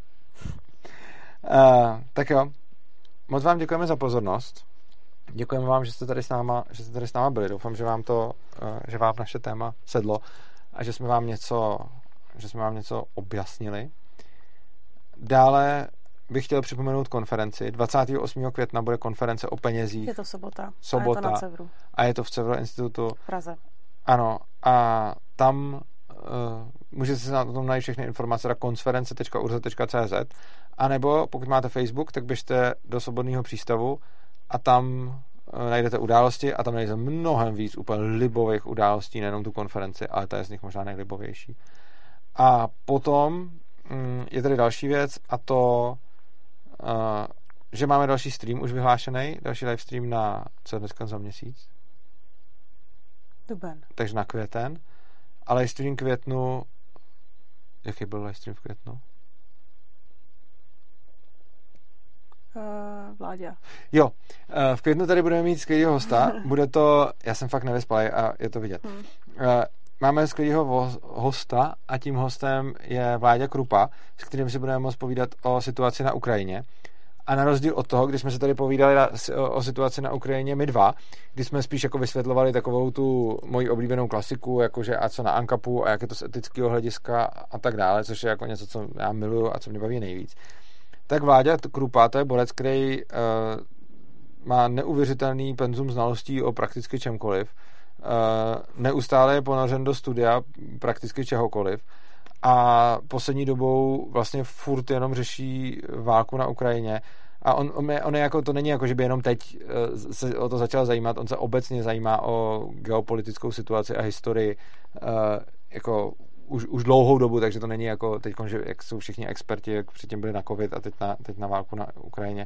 uh, tak jo. Moc vám děkujeme za pozornost. Děkujeme vám, že jste tady s náma, že jste tady s náma byli. Doufám, že vám to, uh, že vám naše téma sedlo a že jsme vám něco, že jsme vám něco objasnili. Dále bych chtěl připomenout konferenci. dvacátého osmého května bude konference o penězích. Je to sobota. Sobota. A je to na Cevru. A je to v Cevro institutu. V Praze. Ano. A tam uh, můžete se na tom najít všechny informace na konference tečka urza tečka cé zet, a nebo pokud máte Facebook, tak běžte do Svobodného přístavu a tam uh, najdete události a tam najdete mnohem víc úplně libových událostí, nejenom tu konferenci, ale ta je z nich možná nejlibovější. A potom um, je tady další věc, a to Uh, že máme další stream už vyhlášený, další live stream na, co je dneska za měsíc? Duben. Takže na květen. A live stream květnu, jaký byl live stream v květnu? Uh, Vláďa. Jo, uh, v květnu tady budeme mít skvělýho hosta, bude to, já jsem fakt nevyspalý a je to vidět. Hmm. Uh, Máme skvělého hosta a tím hostem je Vláďa Krupa, s kterým si budeme moct povídat o situaci na Ukrajině. A na rozdíl od toho, když jsme se tady povídali na, o, o situaci na Ukrajině my dva, kdy jsme spíš jako vysvětlovali takovou tu moji oblíbenou klasiku, jakože a co na Ankapu a jak je to z etického hlediska a tak dále, což je jako něco, co já miluju a co mě baví nejvíc. Tak Vláďa Krupa, to je borec, který uh, má neuvěřitelný penzum znalostí o prakticky čemkoliv. Uh, neustále je ponořen do studia prakticky čehokoliv a poslední dobou vlastně furt jenom řeší válku na Ukrajině a on, on, je, on je jako, to není jako, že by jenom teď uh, se o to začal zajímat, on se obecně zajímá o geopolitickou situaci a historii uh, jako už, už dlouhou dobu, takže to není jako teď, že jak jsou všichni experti, jak předtím byli na covid a teď na, teď na válku na Ukrajině.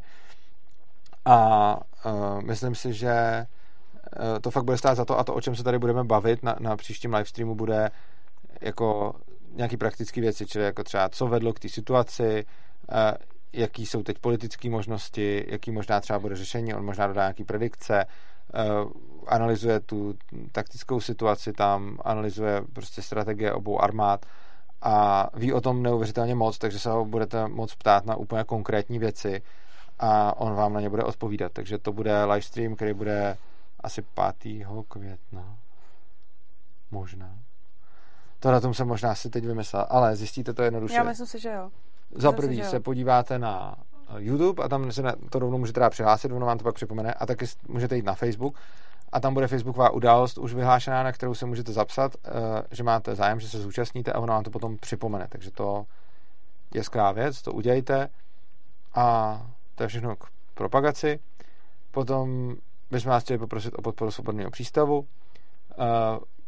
A uh, myslím si, že to fakt bude stát za to, a to, o čem se tady budeme bavit na, na příštím livestreamu, bude jako nějaký praktické věci, čili jako třeba co vedlo k té situaci, jaký jsou teď politické možnosti, jaký možná třeba bude řešení, on možná dodá nějaký predikce, analyzuje tu taktickou situaci tam, analyzuje prostě strategie obou armád a ví o tom neuvěřitelně moc, takže se ho budete moc ptát na úplně konkrétní věci a on vám na ně bude odpovídat. Takže to bude livestream, který bude asi pátého května. Možná. To datum jsem možná si teď vymyslel, ale zjistíte to jednoduše. Já myslím si, že jo. Za první se podíváte na YouTube a tam se to rovnou můžete teda přihlásit, ono vám to pak připomene, a taky můžete jít na Facebook a tam bude facebooková událost už vyhlášená, na kterou se můžete zapsat, že máte zájem, že se zúčastníte a ono vám to potom připomene. Takže to je skvělá věc, to udělejte a to je všechno k propagaci. Potom bychom vás chtěli poprosit o podporu Svobodného přístavu.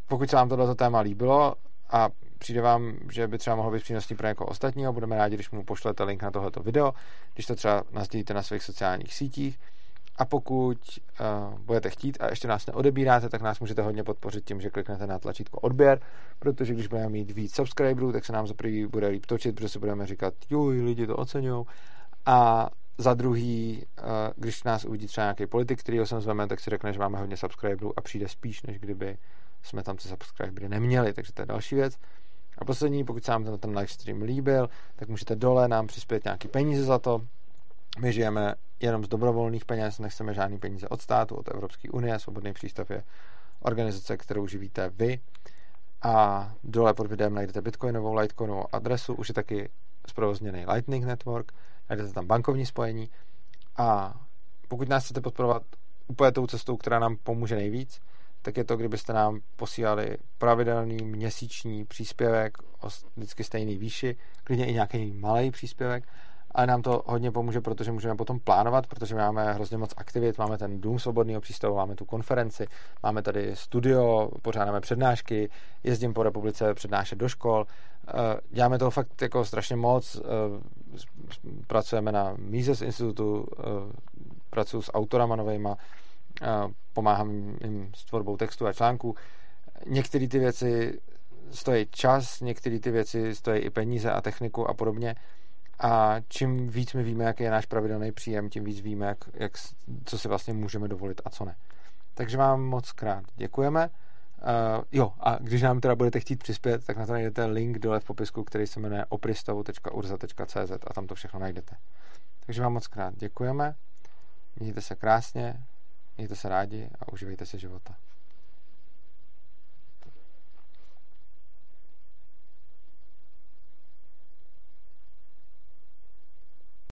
pokud se vám tohleto téma líbilo a přijde vám, že by třeba mohlo být přínosný pro někoho ostatního, budeme rádi, když mu pošlete link na tohleto video, když to třeba nasdílíte na svých sociálních sítích. A pokud uh, budete chtít a ještě nás neodebíráte, tak nás můžete hodně podpořit tím, že kliknete na tlačítko odběr, protože když budeme mít víc subscriberů, tak se nám za prvý bude líp točit, protože si budeme říkat, juj, lidi to oceňují. A za druhý, uh, když nás uvidí třeba nějaký politik, kterýho sem zveme, tak si řekne, že máme hodně subscriberů a přijde spíš, než kdyby jsme tam ty subscribery neměli, takže to je další věc. A poslední, pokud se vám ten, ten livestream líbil, tak můžete dole nám přispět nějaký peníze za to. My žijeme jenom z dobrovolných peněz, nechceme žádný peníze od státu, od Evropské unie. Svobodný přístav je organizace, kterou živíte vy. A dole pod videem najdete bitcoinovou, litecoinovou adresu, už je taky zprovozněný Lightning Network, najdete tam bankovní spojení. A pokud nás chcete podporovat úplně tou cestou, která nám pomůže nejvíc, tak je to, kdybyste nám posílali pravidelný měsíční příspěvek o vždycky stejný výši, klidně i nějaký malý příspěvek, ale nám to hodně pomůže, protože můžeme potom plánovat, protože máme hrozně moc aktivit, máme ten dům svobodného přístavu, máme tu konferenci, máme tady studio, pořádáme přednášky, jezdím po republice přednášet do škol, děláme toho fakt jako strašně moc, pracujeme na Mises institutu, pracuji s autorama novejma, pomáhám jim s tvorbou textu a článků. Některé ty věci stojí čas, některé ty věci stojí i peníze a techniku a podobně. A čím víc my víme, jaký je náš pravidelný příjem, tím víc víme, jak, jak, co si vlastně můžeme dovolit a co ne. Takže vám moc krát děkujeme. Uh, jo, a když nám teda budete chtít přispět, tak na to najdete link dole v popisku, který se jmenuje opristavu tečka urza tečka cz a tam to všechno najdete. Takže vám moc krát děkujeme. Mějte se krásně, mějte se rádi a užívejte si života.